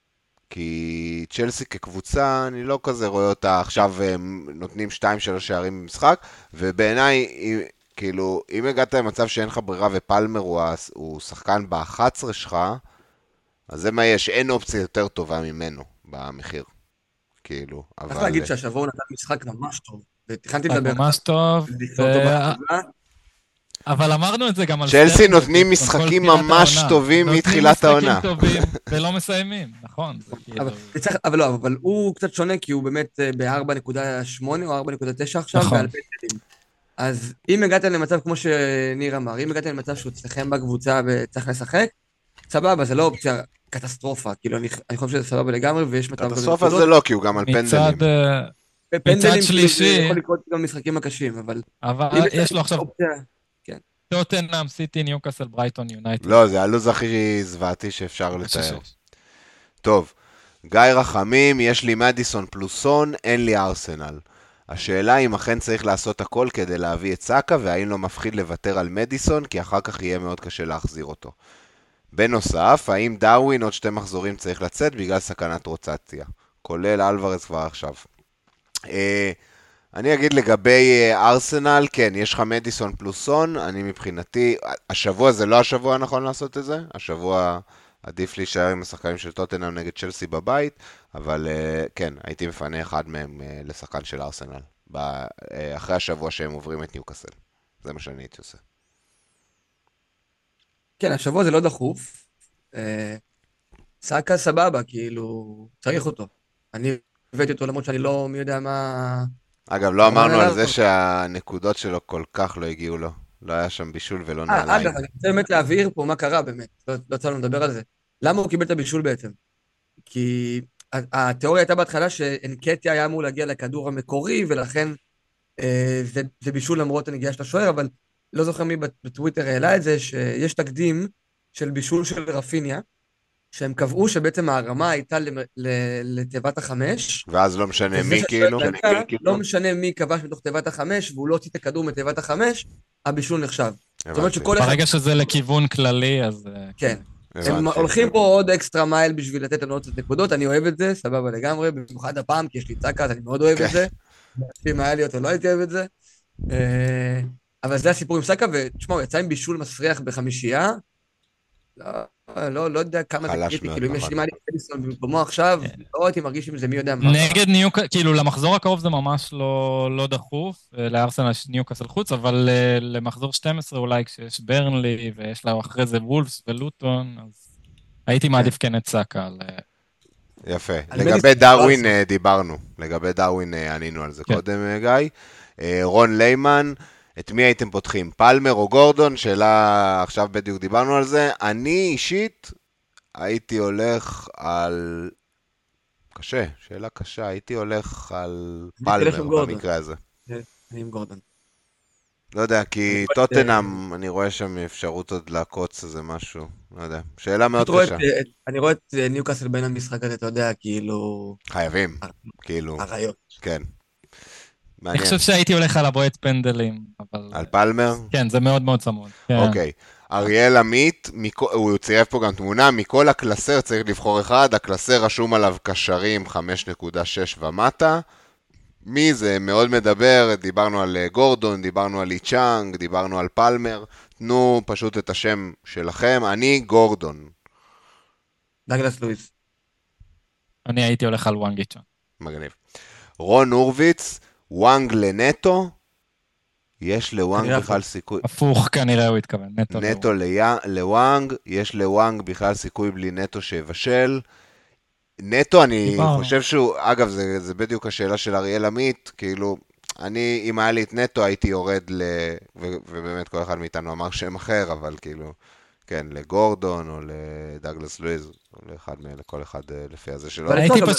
[SPEAKER 1] כי צ'לסי כקבוצה, אני לא כזה רואה אותה, עכשיו נותנים 2-3 שערים במשחק, ובעיניי, כאילו, אם הגעת למצב שאין לך ברירה ופלמר הוא שחקן ב-11 שלך, אז זה מה יש, אין אופציה יותר טובה ממנו במחיר. כאילו, אבל...
[SPEAKER 3] צריך להגיד שהשבוע הוא נתן משחק ממש טוב. ותכננתי
[SPEAKER 2] משחק
[SPEAKER 3] לדבר
[SPEAKER 2] ממש טוב.
[SPEAKER 3] ולקרוא אותו בהכרזה.
[SPEAKER 2] אבל אמרנו את זה גם על
[SPEAKER 1] צ'לסי
[SPEAKER 2] סטרלינג
[SPEAKER 1] נותנים
[SPEAKER 2] וגיבסון, כל
[SPEAKER 1] משחקים
[SPEAKER 2] תחילת
[SPEAKER 1] ממש
[SPEAKER 2] העונה.
[SPEAKER 1] טובים מתחילת
[SPEAKER 2] נותנים
[SPEAKER 1] העונה.
[SPEAKER 2] משחקים טובים ולא מסיימים, נכון. זה כאילו...
[SPEAKER 3] אבל לא, אבל הוא קצת שונה, כי הוא באמת ב-4.8 או 4.9 עכשיו,
[SPEAKER 2] נכון.
[SPEAKER 3] ועל פנדלים. אז אם הגעתם למצב, כמו שניר אמר, אם הגעתם למצב שהוא אצלכם בקבוצה וצריך לשחק, סבבה, זה לא אופציה קטסטרופה, כאילו אני חושב שזה סבבה לגמרי, ויש מצב...
[SPEAKER 1] קטסטרופה זה לא, כי הוא גם על פנדלים.
[SPEAKER 3] פנדלים,
[SPEAKER 2] שלישי...
[SPEAKER 3] כאילו, זה יכול לקרות גם משחקים הקשים, אבל...
[SPEAKER 2] אבל יש לו עכשיו
[SPEAKER 3] אופציה... כן.
[SPEAKER 2] טוטנהאם, סיטי, ניוקאסל, ברייטון, יונייטד.
[SPEAKER 1] לא, זה הלוז הכי זוועתי שאפשר לתאר. טוב, גיא רחמים, יש לי מדיסון פלוסון, אין לי ארסנל. השאלה אם אכן צריך לעשות הכל כדי להביא את סאקה, והאם לא מפחיד לוותר על מדיסון, כי אחר כך יהיה מאוד קשה להחזיר אותו. בנוסף, האם דארווין עוד 2 מחזורים צריך לצאת בגלל סכנת רוטציה, כולל אלוורז כבר עכשיו. אני אגיד לגבי ארסנל, כן, יש לך מדיסון פלוסון, אני מבחינתי, השבוע זה לא השבוע הנכון לעשות את זה, השבוע עדיף להישאר עם השחקנים של טוטנהאם נגד צ'לסי בבית, אבל כן, הייתי מפנה אחד מהם לשחקן של ארסנל, אחרי השבוע שהם עוברים את ניוקאסל, זה מה שאני הייתי עושה.
[SPEAKER 3] כן, השבוע זה לא דחוף, סאקה סבבה, כאילו, צריך אותו. אני הבאתי אותו למרות שאני לא מי יודע מה...
[SPEAKER 1] אגב, לא אמרנו על זה שהנקודות שלו כל כך לא הגיעו לו. לא היה שם בישול ולא נעליים.
[SPEAKER 3] אגב, אני רוצה באמת להבהיר פה מה קרה באמת. לא יצא לנו לדבר על זה. למה הוא קיבל את הבישול בעצם? כי התיאוריה הייתה בהתחלה שאנקטיה היה אמור להגיע לכדור המקורי, ולכן זה בישול למרות הנגיעה של השוער, אבל לא זוכר מי בטוויטר העלה את זה, שיש תקדים של בישול של רפיניה, שהם קבעו שבעצם הרמה הייתה לתיבת החמש.
[SPEAKER 1] ואז לא משנה מי כאילו.
[SPEAKER 3] לא משנה מי כבש מתוך תיבת החמש, והוא לא הוציא את הכדור מתיבת החמש, הבישול נחשב. זאת אומרת שכל אחד...
[SPEAKER 2] ברגע שזה לכיוון כללי, אז...
[SPEAKER 3] כן. הם הולכים פה עוד אקסטרה מייל בשביל לתת לנו עוד נקודות, אני אוהב את זה, סבבה לגמרי, במיוחד הפעם, כי יש לי צעקה, אז אני מאוד אוהב את זה. אם היה לי אותו, לא הייתי אוהב את זה. אבל זה הסיפור עם סאקה, ותשמע, הוא יצא עם בישול מסריח בחמישייה, לא יודע כמה זה קריטי, כאילו אם יש לי מה להיכנס במקומו עכשיו, לא הייתי מרגיש עם זה מי יודע מה.
[SPEAKER 2] נגד ניוקאסל, כאילו למחזור הקרוב זה ממש לא דחוף, לארסנל יש ניוקאסל חוץ, אבל למחזור 12 אולי כשיש ברנלי, ויש לה אחרי זה וולפס ולוטון, אז הייתי מעדיף כן את סאקה.
[SPEAKER 1] יפה. לגבי דארווין דיברנו, לגבי דארווין ענינו על זה קודם, גיא. רון ליימן, את מי הייתם פותחים? פלמר או גורדון? שאלה, עכשיו בדיוק דיברנו על זה. אני אישית הייתי הולך על... קשה, שאלה קשה. הייתי הולך על פלמר במקרה הזה.
[SPEAKER 3] אני עם גורדון.
[SPEAKER 1] לא יודע, כי טוטנהאם, אני רואה שם אפשרות עוד לעקוץ איזה משהו. לא יודע, שאלה מאוד קשה.
[SPEAKER 3] אני רואה את ניוקאסל בין המשחק הזה, אתה יודע, כאילו...
[SPEAKER 1] חייבים, כאילו...
[SPEAKER 3] הרעיות.
[SPEAKER 1] כן.
[SPEAKER 2] אני חושב שהייתי הולך על הבועט פנדלים, אבל...
[SPEAKER 1] על פלמר?
[SPEAKER 2] כן, זה מאוד מאוד צמוד.
[SPEAKER 1] אוקיי. אריאל עמית, הוא צירף פה גם תמונה, מכל הקלסר צריך לבחור אחד, הקלסר רשום עליו קשרים 5.6 ומטה. מי זה? מאוד מדבר, דיברנו על גורדון, דיברנו על איצ'אנג, דיברנו על פלמר. תנו פשוט את השם שלכם, אני גורדון.
[SPEAKER 3] דאגלס לואיס.
[SPEAKER 2] אני הייתי הולך על וואנג איצ'אנג.
[SPEAKER 1] מגניב. רון הורוויץ, וואנג לנטו, יש לוואנג בכלל סיכוי...
[SPEAKER 2] הפוך כנראה הוא התכוון,
[SPEAKER 1] נטו לוואנג, יש לוואנג בכלל סיכוי בלי נטו שיבשל. נטו אני חושב שהוא, אגב זה בדיוק השאלה של אריאל עמית, כאילו, אני אם היה לי את נטו הייתי יורד ובאמת כל אחד מאיתנו אמר שם אחר, אבל כאילו, כן, לגורדון או לדאגלס לואיז, או לאחד לכל אחד לפי הזה שלו.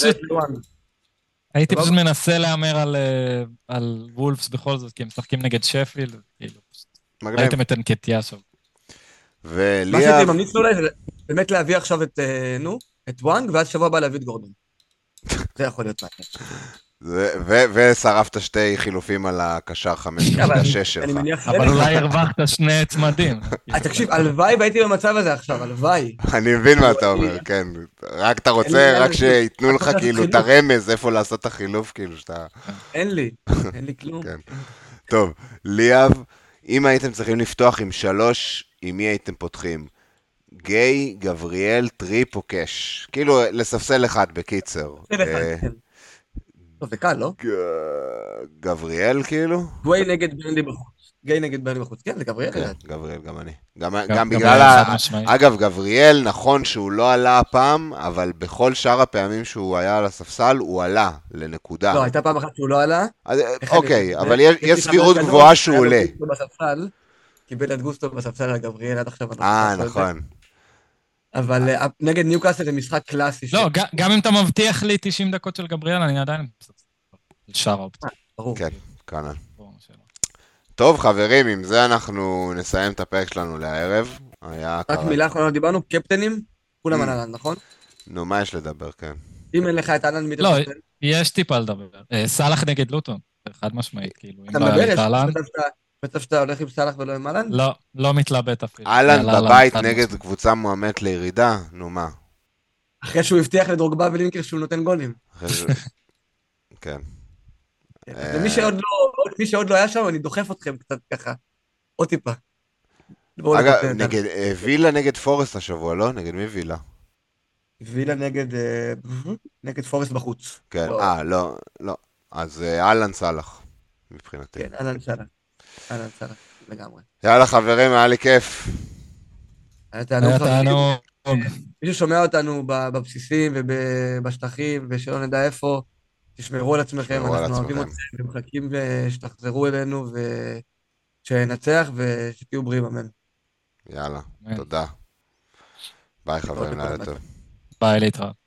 [SPEAKER 2] הייתי פשוט מנסה להאמר על וולפס בכל זאת, כי הם משחקים נגד שפילד, כאילו, הייתם את אנקטיה שם.
[SPEAKER 3] מה שהייתי ממליץ לו זה באמת להביא עכשיו את וואנג, ואז שבוע הבא להביא את גורדון. זה יכול להיות מעניין.
[SPEAKER 1] ושרפת שתי חילופים על הקשר 5.6 שלך.
[SPEAKER 2] אבל אולי הרווחת שני צמדים.
[SPEAKER 3] תקשיב, הלוואי והייתי במצב הזה עכשיו, הלוואי.
[SPEAKER 1] אני מבין מה אתה אומר, כן. רק אתה רוצה, רק שיתנו לך כאילו את הרמז, איפה לעשות את החילוף, כאילו שאתה...
[SPEAKER 3] אין לי כלום.
[SPEAKER 1] טוב, ליאב, אם הייתם צריכים לפתוח עם 3, עם מי הייתם פותחים? גיי, גבריאל, טריפ או קש? כאילו, לספסל אחד בקיצר.
[SPEAKER 3] לא, זה קל, לא?
[SPEAKER 1] גבריאל כאילו?
[SPEAKER 3] גווי נגד ברנלי בחוץ. גיי נגד ברנלי בחוץ. כן, זה גבריאל.
[SPEAKER 1] כן, גבריאל, גם אני. גם
[SPEAKER 2] גבריאל,
[SPEAKER 1] בגלל
[SPEAKER 2] חד משמעית.
[SPEAKER 1] אגב, גבריאל, נכון שהוא לא עלה הפעם, אבל בכל שאר הפעמים שהוא היה על הספסל, הוא עלה לנקודה.
[SPEAKER 3] לא, הייתה פעם אחת שהוא לא עלה.
[SPEAKER 1] אוקיי, אבל יש סבירות גבוהה שהוא עולה.
[SPEAKER 3] קיבל את גוסטו בספסל על גבריאל עד עכשיו.
[SPEAKER 1] נכון.
[SPEAKER 3] אבל נגד ניוקאסל זה משחק קלאסי.
[SPEAKER 2] לא, גם אם אתה מבטיח לי 90 דקות של גבריאל, אני עדיין שאר האופציה.
[SPEAKER 3] ברור.
[SPEAKER 1] כן, כנ"ל. טוב, חברים, עם זה אנחנו נסיים את הפרק שלנו לערב.
[SPEAKER 3] רק מילה אחרונה, דיברנו, קפטנים, כולם על אהלן, נכון?
[SPEAKER 1] נו, מה יש לדבר, כן.
[SPEAKER 3] אם אין לך את אהלן, מי אתה
[SPEAKER 2] לא,
[SPEAKER 3] קפטן?
[SPEAKER 2] יש טיפה לדבר. סלאח נגד לוטון, חד משמעית, כאילו,
[SPEAKER 3] אתה
[SPEAKER 2] אם לא היה לי
[SPEAKER 3] מדבר,
[SPEAKER 2] את אהלן.
[SPEAKER 3] חשבת שאתה הולך עם סלאח ולא עם אהלן?
[SPEAKER 2] לא, לא מתלבט אפילו.
[SPEAKER 1] אהלן בבית נגד קבוצה מועמדת לירידה, נו מה.
[SPEAKER 3] אחרי שהוא הבטיח לדרוגבה ולינקר שהוא נותן גולים.
[SPEAKER 1] כן.
[SPEAKER 3] ומי שעוד לא היה שם, אני דוחף אתכם קצת ככה. עוד טיפה.
[SPEAKER 1] אגב, וילה נגד פורסט השבוע, לא? נגד מי וילה?
[SPEAKER 3] וילה נגד פורסט בחוץ.
[SPEAKER 1] כן, לא. אז אהלן סלאח, מבחינתי.
[SPEAKER 3] כן, אהלן סלאח, לגמרי.
[SPEAKER 1] יאללה חברים, היה לי כיף.
[SPEAKER 3] היה תענוג.
[SPEAKER 2] תענוג.
[SPEAKER 3] מי ששומע אותנו בבסיסים ובשטחים, ושלא נדע איפה, תשמרו על עצמכם, אנחנו אוהבים אתכם, ומחכים שתחזרו אלינו, ושנצח ושתהיו בריאים, אמן.
[SPEAKER 1] יאללה, תודה. ביי חברים, לילה טוב.
[SPEAKER 2] ביי, להתראות.